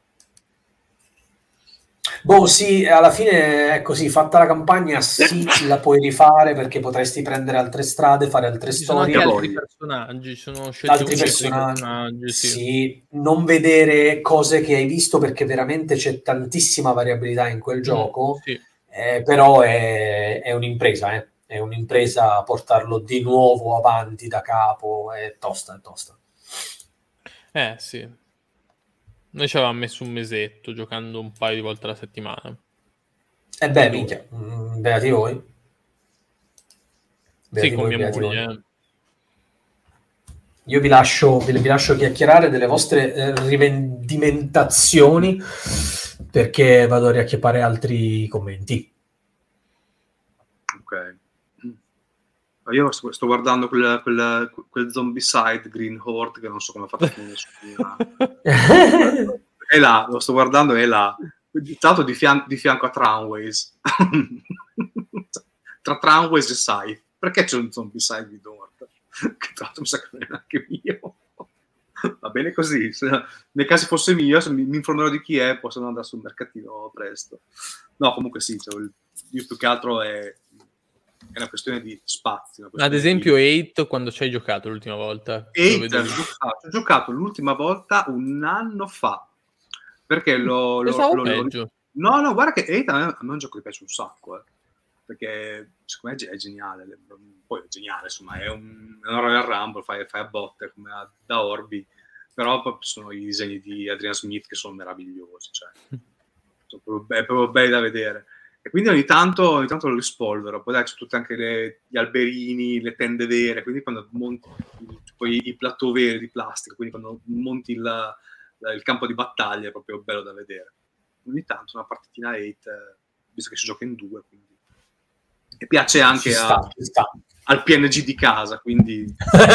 B: Boh, sì, alla fine è così, fatta la campagna, sì, la puoi rifare perché potresti prendere altre strade, fare altre
C: Ci
B: storie.
C: Sono anche altri personaggi, sono scelte
B: altri personaggi,
C: personaggi sì.
B: sì, non vedere cose che hai visto perché veramente c'è tantissima variabilità in quel gioco,
C: mm, sì.
B: eh, però è, è un'impresa, eh. È un'impresa portarlo di nuovo avanti da capo, è tosta, è tosta.
C: Eh sì. Noi ci avevamo messo un mesetto giocando un paio di volte alla settimana.
B: E beh, minchia, beati voi.
C: Beati sì, voi, con mia moglie. Voi.
B: Io vi lascio, vi, vi lascio chiacchierare delle vostre eh, rivendimentazioni perché vado a riacchiappare altri commenti.
D: Ok. Io sto, sto guardando quel, quel, quel Zombicide Green Horde che non so come ha fatto a finire su è là, lo sto guardando, è là tanto di, fian- di fianco a Tramways tra Tramways e Scythe, perché c'è un Zombicide Green Horde che tra l'altro mi sa che non è neanche mio. Va bene così, se, nel caso fosse mio, se mi, mi informerò di chi è, posso andare sul mercatino presto. No, comunque sì, cioè, io più che altro è è una questione di spazio. Questione
C: Ad esempio
D: di...
C: eight, quando ci hai giocato l'ultima volta?
D: eight ho giocato, ho giocato l'ultima volta un anno fa, perché lo... lo, lo, lo no, no, guarda che eight a me, a me è un gioco che piace un sacco, eh, perché secondo me è geniale, poi è geniale, insomma, è un, è un Royal Rumble, fai, fai a botte come a, da Orbi, però poi sono i disegni di Adrian Smith che sono meravigliosi, cioè, sono proprio, è proprio belli da vedere. E quindi ogni tanto, ogni tanto lo rispolvero, poi dai, c'è tutti anche le, gli alberini, le tende vere, quindi quando monti poi i plateau veri di plastica, quindi quando monti il, il campo di battaglia è proprio bello da vedere. Ogni tanto una partitina eight, visto che si gioca in due, quindi... e piace anche
B: ci sta,
D: a,
B: ci sta.
D: al P N G di casa, quindi...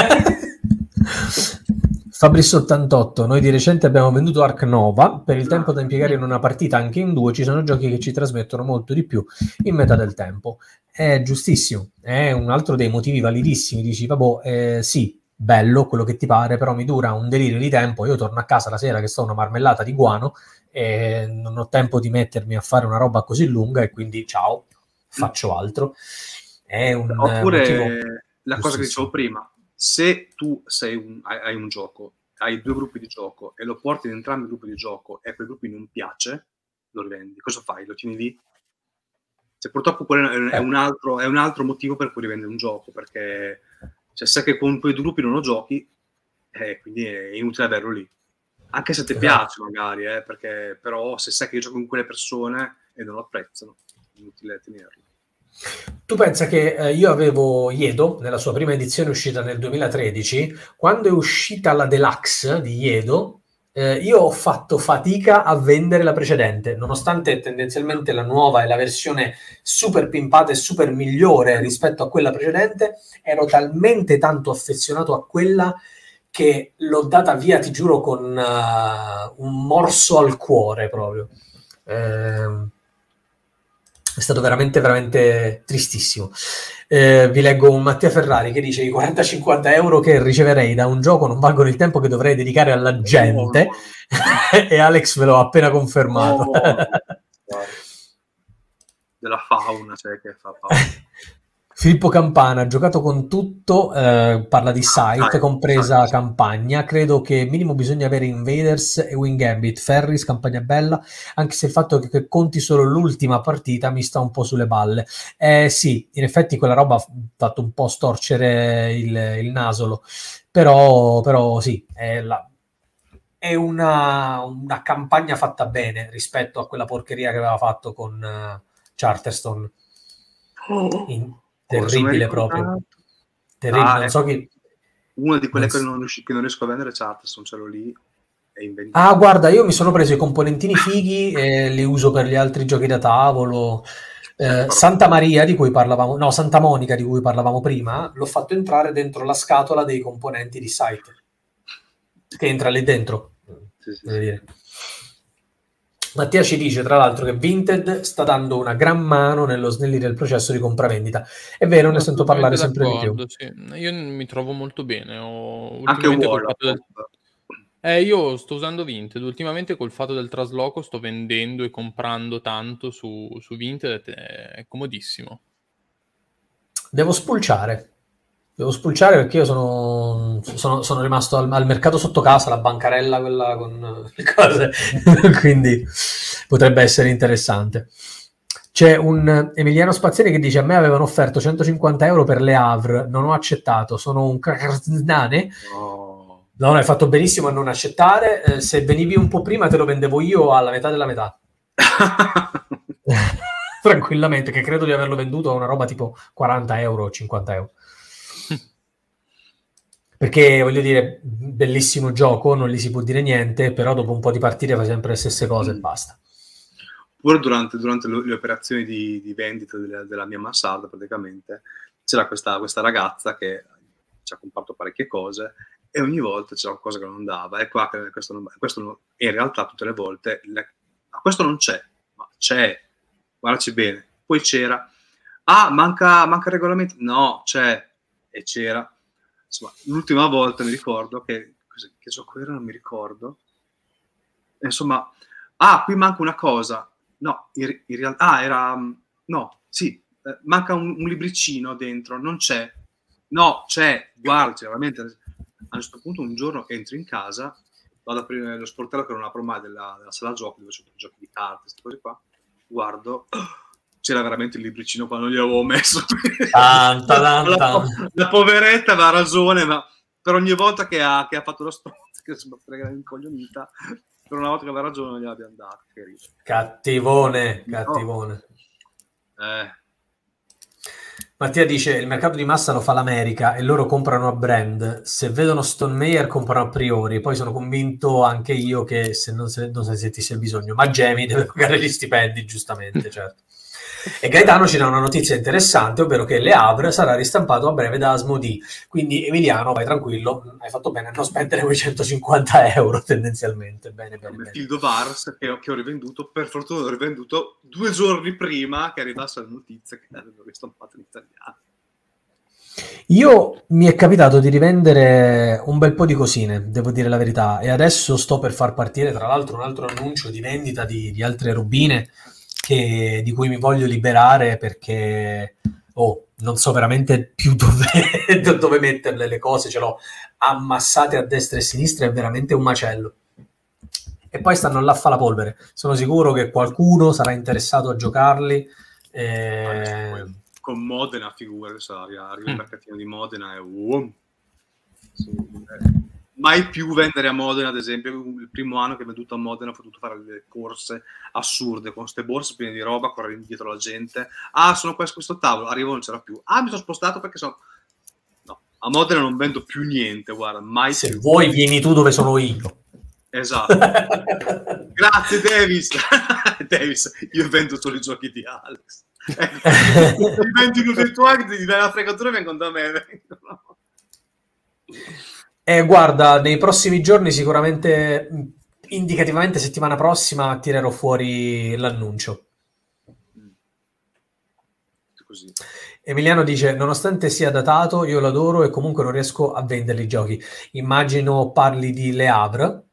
B: Fabrizio ottantotto, noi di recente abbiamo venduto Ark Nova, per il tempo da impiegare in una partita anche in due ci sono giochi che ci trasmettono molto di più in metà del tempo. È giustissimo, è un altro dei motivi validissimi, dici vabbè eh, sì, bello quello che ti pare, però mi dura un delirio di tempo, io torno a casa la sera che sto una marmellata di guano e non ho tempo di mettermi a fare una roba così lunga e quindi ciao, faccio altro. È un
D: Oppure
B: motivo
D: la cosa che dicevo prima, se tu sei un, hai, hai un gioco, hai due gruppi di gioco e lo porti in entrambi i gruppi di gioco e a quei gruppi non piace, lo rivendi. Cosa fai? Lo tieni lì? Cioè, purtroppo quello è, è, un altro, è un altro motivo per cui rivendere un gioco, perché cioè, sai che con quei due gruppi non lo giochi, eh, quindi è inutile averlo lì. Anche se ti esatto. piace magari, eh, perché però se sai che io gioco con quelle persone e non lo apprezzano, è inutile tenerlo.
B: Tu pensa che eh, io avevo Iedo, nella sua prima edizione uscita nel duemilatredici, quando è uscita la Deluxe di Iedo, eh, io ho fatto fatica a vendere la precedente, nonostante tendenzialmente la nuova è la versione super pimpata e super migliore rispetto a quella precedente, ero talmente tanto affezionato a quella che l'ho data via, ti giuro, con uh, un morso al cuore proprio. Eh, È stato veramente, veramente tristissimo. Eh, vi leggo un Mattia Ferrari che dice: i quaranta cinquanta euro che riceverei da un gioco non valgono il tempo che dovrei dedicare alla gente. Oh, no. E Alex ve l'ho appena confermato. Oh,
D: della fauna, cioè che fa fauna.
B: Filippo Campana ha giocato con tutto, eh, parla di site, compresa campagna. Credo che minimo bisogna avere Invaders e Wing Gambit. Ferris, campagna bella, anche se il fatto che, che conti solo l'ultima partita mi sta un po' sulle balle. Eh, sì, in effetti quella roba ha fatto un po' storcere il, il nasolo, però, però sì, è, la, è una, una campagna fatta bene rispetto a quella porcheria che aveva fatto con uh, Charterstone. In, terribile proprio. Terribile,
D: ah,
B: non so chi...
D: Una di quelle
B: non
D: che,
B: so...
D: non riesco, che non riesco a vendere, Charterstone, ce l'ho lì.
B: Ah, guarda, io mi sono preso i componentini fighi e li uso per gli altri giochi da tavolo. Eh, Santa Maria, di cui parlavamo, no, Santa Monica, di cui parlavamo prima, l'ho fatto entrare dentro la scatola dei componenti di site, che entra lì dentro.
D: Sì, sì,
B: Devo dire. Mattia ci dice, tra l'altro, che Vinted sta dando una gran mano nello snellire il processo di compravendita. È vero, ne sento parlare sempre di più.
C: Sì. Io mi trovo molto bene. Ho...
D: Anche Wallapop.
C: Del... Eh, io sto usando Vinted. Ultimamente col fatto del trasloco sto vendendo e comprando tanto su, su Vinted. È comodissimo.
B: Devo spulciare. Devo spulciare perché io sono, sono, sono rimasto al, al mercato sotto casa, la bancarella quella con le cose, quindi potrebbe essere interessante. C'è un Emiliano Spaziani che dice: a me avevano offerto centocinquanta euro per le Havre, non ho accettato, sono un cracaznane. Oh. No, hai fatto benissimo a non accettare, eh, se venivi un po' prima te lo vendevo io alla metà della metà. Tranquillamente, che credo di averlo venduto a una roba tipo quaranta euro o cinquanta euro. Perché, voglio dire, bellissimo gioco, non gli si può dire niente, però dopo un po' di partite fa sempre le stesse cose mm. e basta.
D: Pure durante, durante le operazioni di, di vendita della, della mia mansarda, praticamente, c'era questa, questa ragazza che ci ha comprato parecchie cose e ogni volta c'era qualcosa che non andava. E qua questo, non, questo non, in realtà tutte le volte, le, questo non c'è, ma c'è, guardaci bene. Poi c'era, ah, manca, manca il regolamento, no, c'è, e c'era. Insomma, l'ultima volta mi ricordo che, che gioco era, non mi ricordo. E insomma, ah, qui manca una cosa. No, in, in realtà, ah, era, no, sì, eh, manca un, un libricino dentro, non c'è. No, c'è, guarda, veramente. A un certo punto un giorno entro in casa, vado ad aprire lo sportello che non apro mai della, della sala giochi, dove c'è giochi di carte, queste cose qua, guardo... c'era veramente il libricino qua, non gli avevo messo.
B: Tanta, tanta.
D: La, la poveretta aveva ragione, ma per ogni volta che ha, che ha fatto lo stronzo, che sembra frega incoglionita, per una volta che aveva ragione non gliel'abbiamo dato.
B: Cattivone, cattivone.
D: Oh. Eh.
B: Mattia dice, il mercato di massa lo fa l'America e loro comprano a brand. Se vedono Stone Meyer comprano a priori. Poi sono convinto anche io che se non se non se sentissi il bisogno. Ma Jamie deve pagare gli stipendi, giustamente, certo. E Gaetano ci dà una notizia interessante, ovvero che Le Havre sarà ristampato a breve da Asmodee. Quindi Emiliano, vai tranquillo, hai fatto bene a non spendere quei centocinquanta euro tendenzialmente. Bene, bene, bene.
D: Il Dovars che ho, che ho rivenduto, per fortuna l'ho rivenduto due giorni prima che arrivasse la notizia che l'avevo ristampato in italiano.
B: Io mi è capitato di rivendere un bel po' di cosine, devo dire la verità, e adesso sto per far partire tra l'altro un altro annuncio di vendita di, di altre robine che, di cui mi voglio liberare perché oh, non so veramente più dove, dove metterle le cose, ce l'ho ammassate a destra e a sinistra, è veramente un macello. E poi stanno là a fa la polvere, sono sicuro che qualcuno sarà interessato a giocarli. E...
D: con Modena, figura, arriva il mm. mercatino di Modena e uh, sì, eh. mai più vendere a Modena, ad esempio. Il primo anno che ho venduto a Modena ho potuto fare delle corse assurde con queste borse piene di roba, correre indietro la gente. Ah, sono qua su questo tavolo, arrivo, non c'era più. Ah, mi sono spostato perché sono... No, a Modena non vendo più niente, guarda, mai
B: se
D: più.
B: vuoi vieni tu dove sono io.
D: Esatto. Grazie Davis. Davis, io vendo solo i giochi di Alex. I venti minuti tuoi ti dai la fregatura e vengono da me.
B: Eh, guarda, nei prossimi giorni sicuramente, indicativamente settimana prossima, tirerò fuori l'annuncio.
D: Così.
B: Emiliano dice, nonostante sia datato, io lo adoro e comunque non riesco a venderli i giochi. Immagino parli di Le Havre.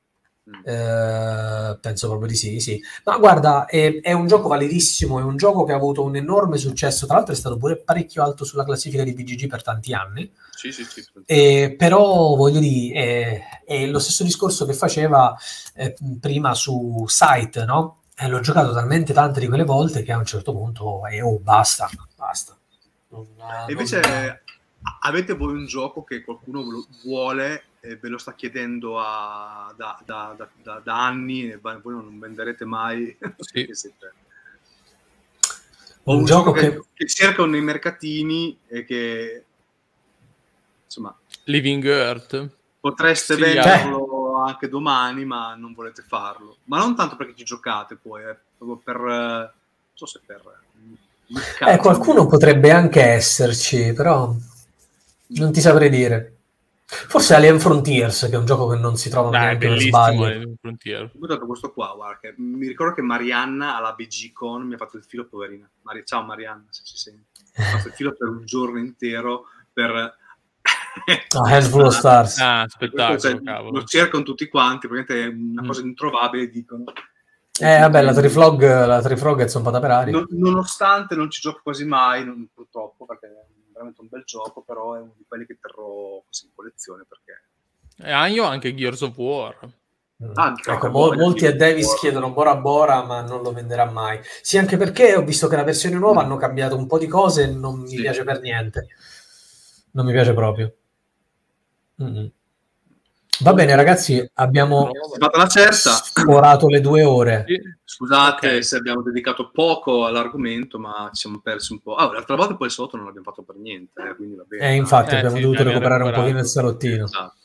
B: Eh, penso proprio di sì, sì. Ma guarda, è, è un gioco validissimo, è un gioco che ha avuto un enorme successo, tra l'altro è stato pure parecchio alto sulla classifica di B G G per tanti anni.
D: Sì, sì, sì.
B: E, però voglio dire, è, è lo stesso discorso che faceva eh, prima su Site, no? E l'ho giocato talmente tante di quelle volte che a un certo punto eh, oh, basta, basta. Non,
D: e invece non... avete voi un gioco che qualcuno vuole e ve lo sta chiedendo a, da, da, da, da, da anni e voi non venderete mai?
C: Sì.
D: siete...
B: un,
D: un
B: gioco
D: gioco che,
B: che...
D: che cercano nei mercatini e che insomma
C: Living Earth
D: potreste
C: sì,
D: venderlo eh. anche domani, ma non volete farlo, ma non tanto perché ci giocate poi, eh, proprio per non so se per
B: eh, qualcuno potrebbe anche esserci, però non ti saprei dire. Forse Alien Frontiers, che è un gioco che non si trova
C: Dai,
B: neanche per
C: bellissimo,
B: sbaglio.
C: Frontier.
D: Ho guardato questo qua, guarda, che mi ricordo che Marianna alla B G Con mi ha fatto il filo, poverina. Mari- Ciao Marianna, se ci senti. Mi ha fatto il filo per un giorno intero per...
B: Ah, Handful of Stars.
C: Ah, spettacolo,
D: cioè,
C: cavolo.
D: lo cercano tutti quanti, praticamente è una
C: Mm.
D: cosa introvabile, dicono.
B: Eh, vabbè, la Triflog, la Triflog è zompata per aria.
D: Non, nonostante non ci gioco quasi mai, non, purtroppo, perché è veramente un bel gioco, però è uno di quelli che terrò così in collezione, perché...
C: Eh, io anche Gears of War.
D: Ah,
B: ecco, mo- molti a Davis Bora. chiedono Bora Bora, ma non lo venderà mai. Sì, anche perché ho visto che la versione nuova mm. hanno cambiato un po' di cose e non mi sì. piace per niente. Non mi piace proprio. Mm-hmm. Va bene, ragazzi, abbiamo
D: la certa.
B: sforato le due ore.
D: Scusate okay. se abbiamo dedicato poco all'argomento, ma ci siamo persi un po'. Ah, l'altra volta poi sotto non l'abbiamo fatto per niente, eh, quindi va bene.
B: Eh, infatti,
C: eh,
B: abbiamo
C: sì,
B: dovuto recuperare un pochino il salottino. Esatto.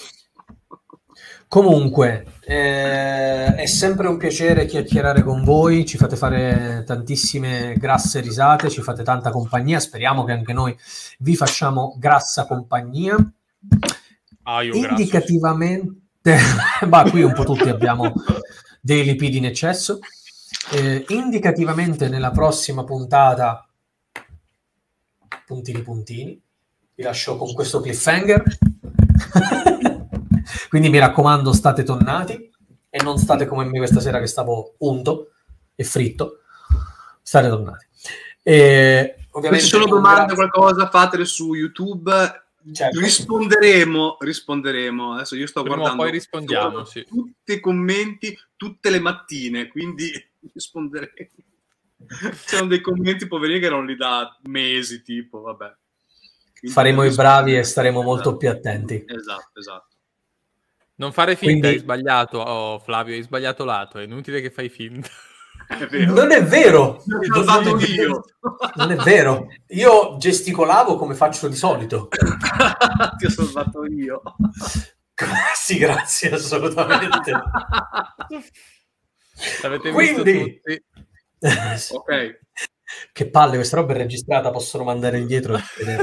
B: Comunque, eh, è sempre un piacere chiacchierare con voi, ci fate fare tantissime grasse risate, ci fate tanta compagnia, speriamo che anche noi vi facciamo grassa compagnia.
C: Ah, io
B: indicativamente, bah, qui un po' tutti abbiamo dei lipidi in eccesso. Eh, indicativamente nella prossima puntata, puntini puntini, vi lascio con questo cliffhanger. Quindi mi raccomando, state tonnati e non state come me questa sera che stavo unto e fritto. State tonnati. E, ovviamente,
D: se ci sono domande, grazie. Qualcosa, fatele su YouTube. Certo. Risponderemo, risponderemo. Adesso io sto
C: Prima
D: guardando.
C: Poi rispondiamo, sì.
D: Tutti i commenti tutte le mattine, quindi risponderemo. C'erano dei commenti poverini che erano lì da mesi, tipo, vabbè.
B: Quindi faremo i bravi e staremo molto esatto. più attenti.
D: Esatto, esatto.
C: Non fare finta,
B: Quindi...
C: hai sbagliato, oh, Flavio, hai sbagliato lato, è inutile che fai finta.
D: È vero.
B: Non è vero,
D: non, non, fatto è io.
B: Non è vero, io gesticolavo come faccio di solito.
D: Ti ho salvato io.
B: Sì, grazie, assolutamente.
C: L'avete
B: Quindi...
C: visto tutti?
D: Ok.
B: Che palle, questa roba è registrata, possono mandare indietro e vedere.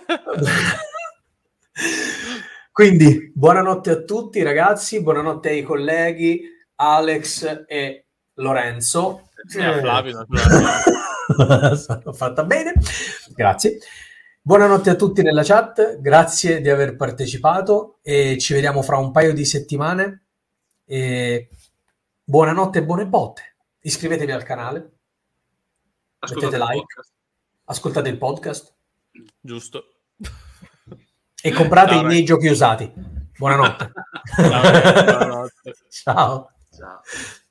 B: Quindi, buonanotte a tutti ragazzi, buonanotte ai colleghi Alex e Lorenzo.
C: E a Flavio, naturalmente.
B: L'ho fatta bene, grazie. Buonanotte a tutti nella chat, grazie di aver partecipato e ci vediamo fra un paio di settimane. E buonanotte e buone botte. Iscrivetevi al canale,
D: ascoltate
B: mettete like,
D: podcast.
B: Ascoltate il podcast.
C: Giusto.
B: E comprate
C: Ciao,
B: i miei giochi usati. Buonanotte.
C: Ciao. Buonanotte.
B: Ciao.
D: Ciao.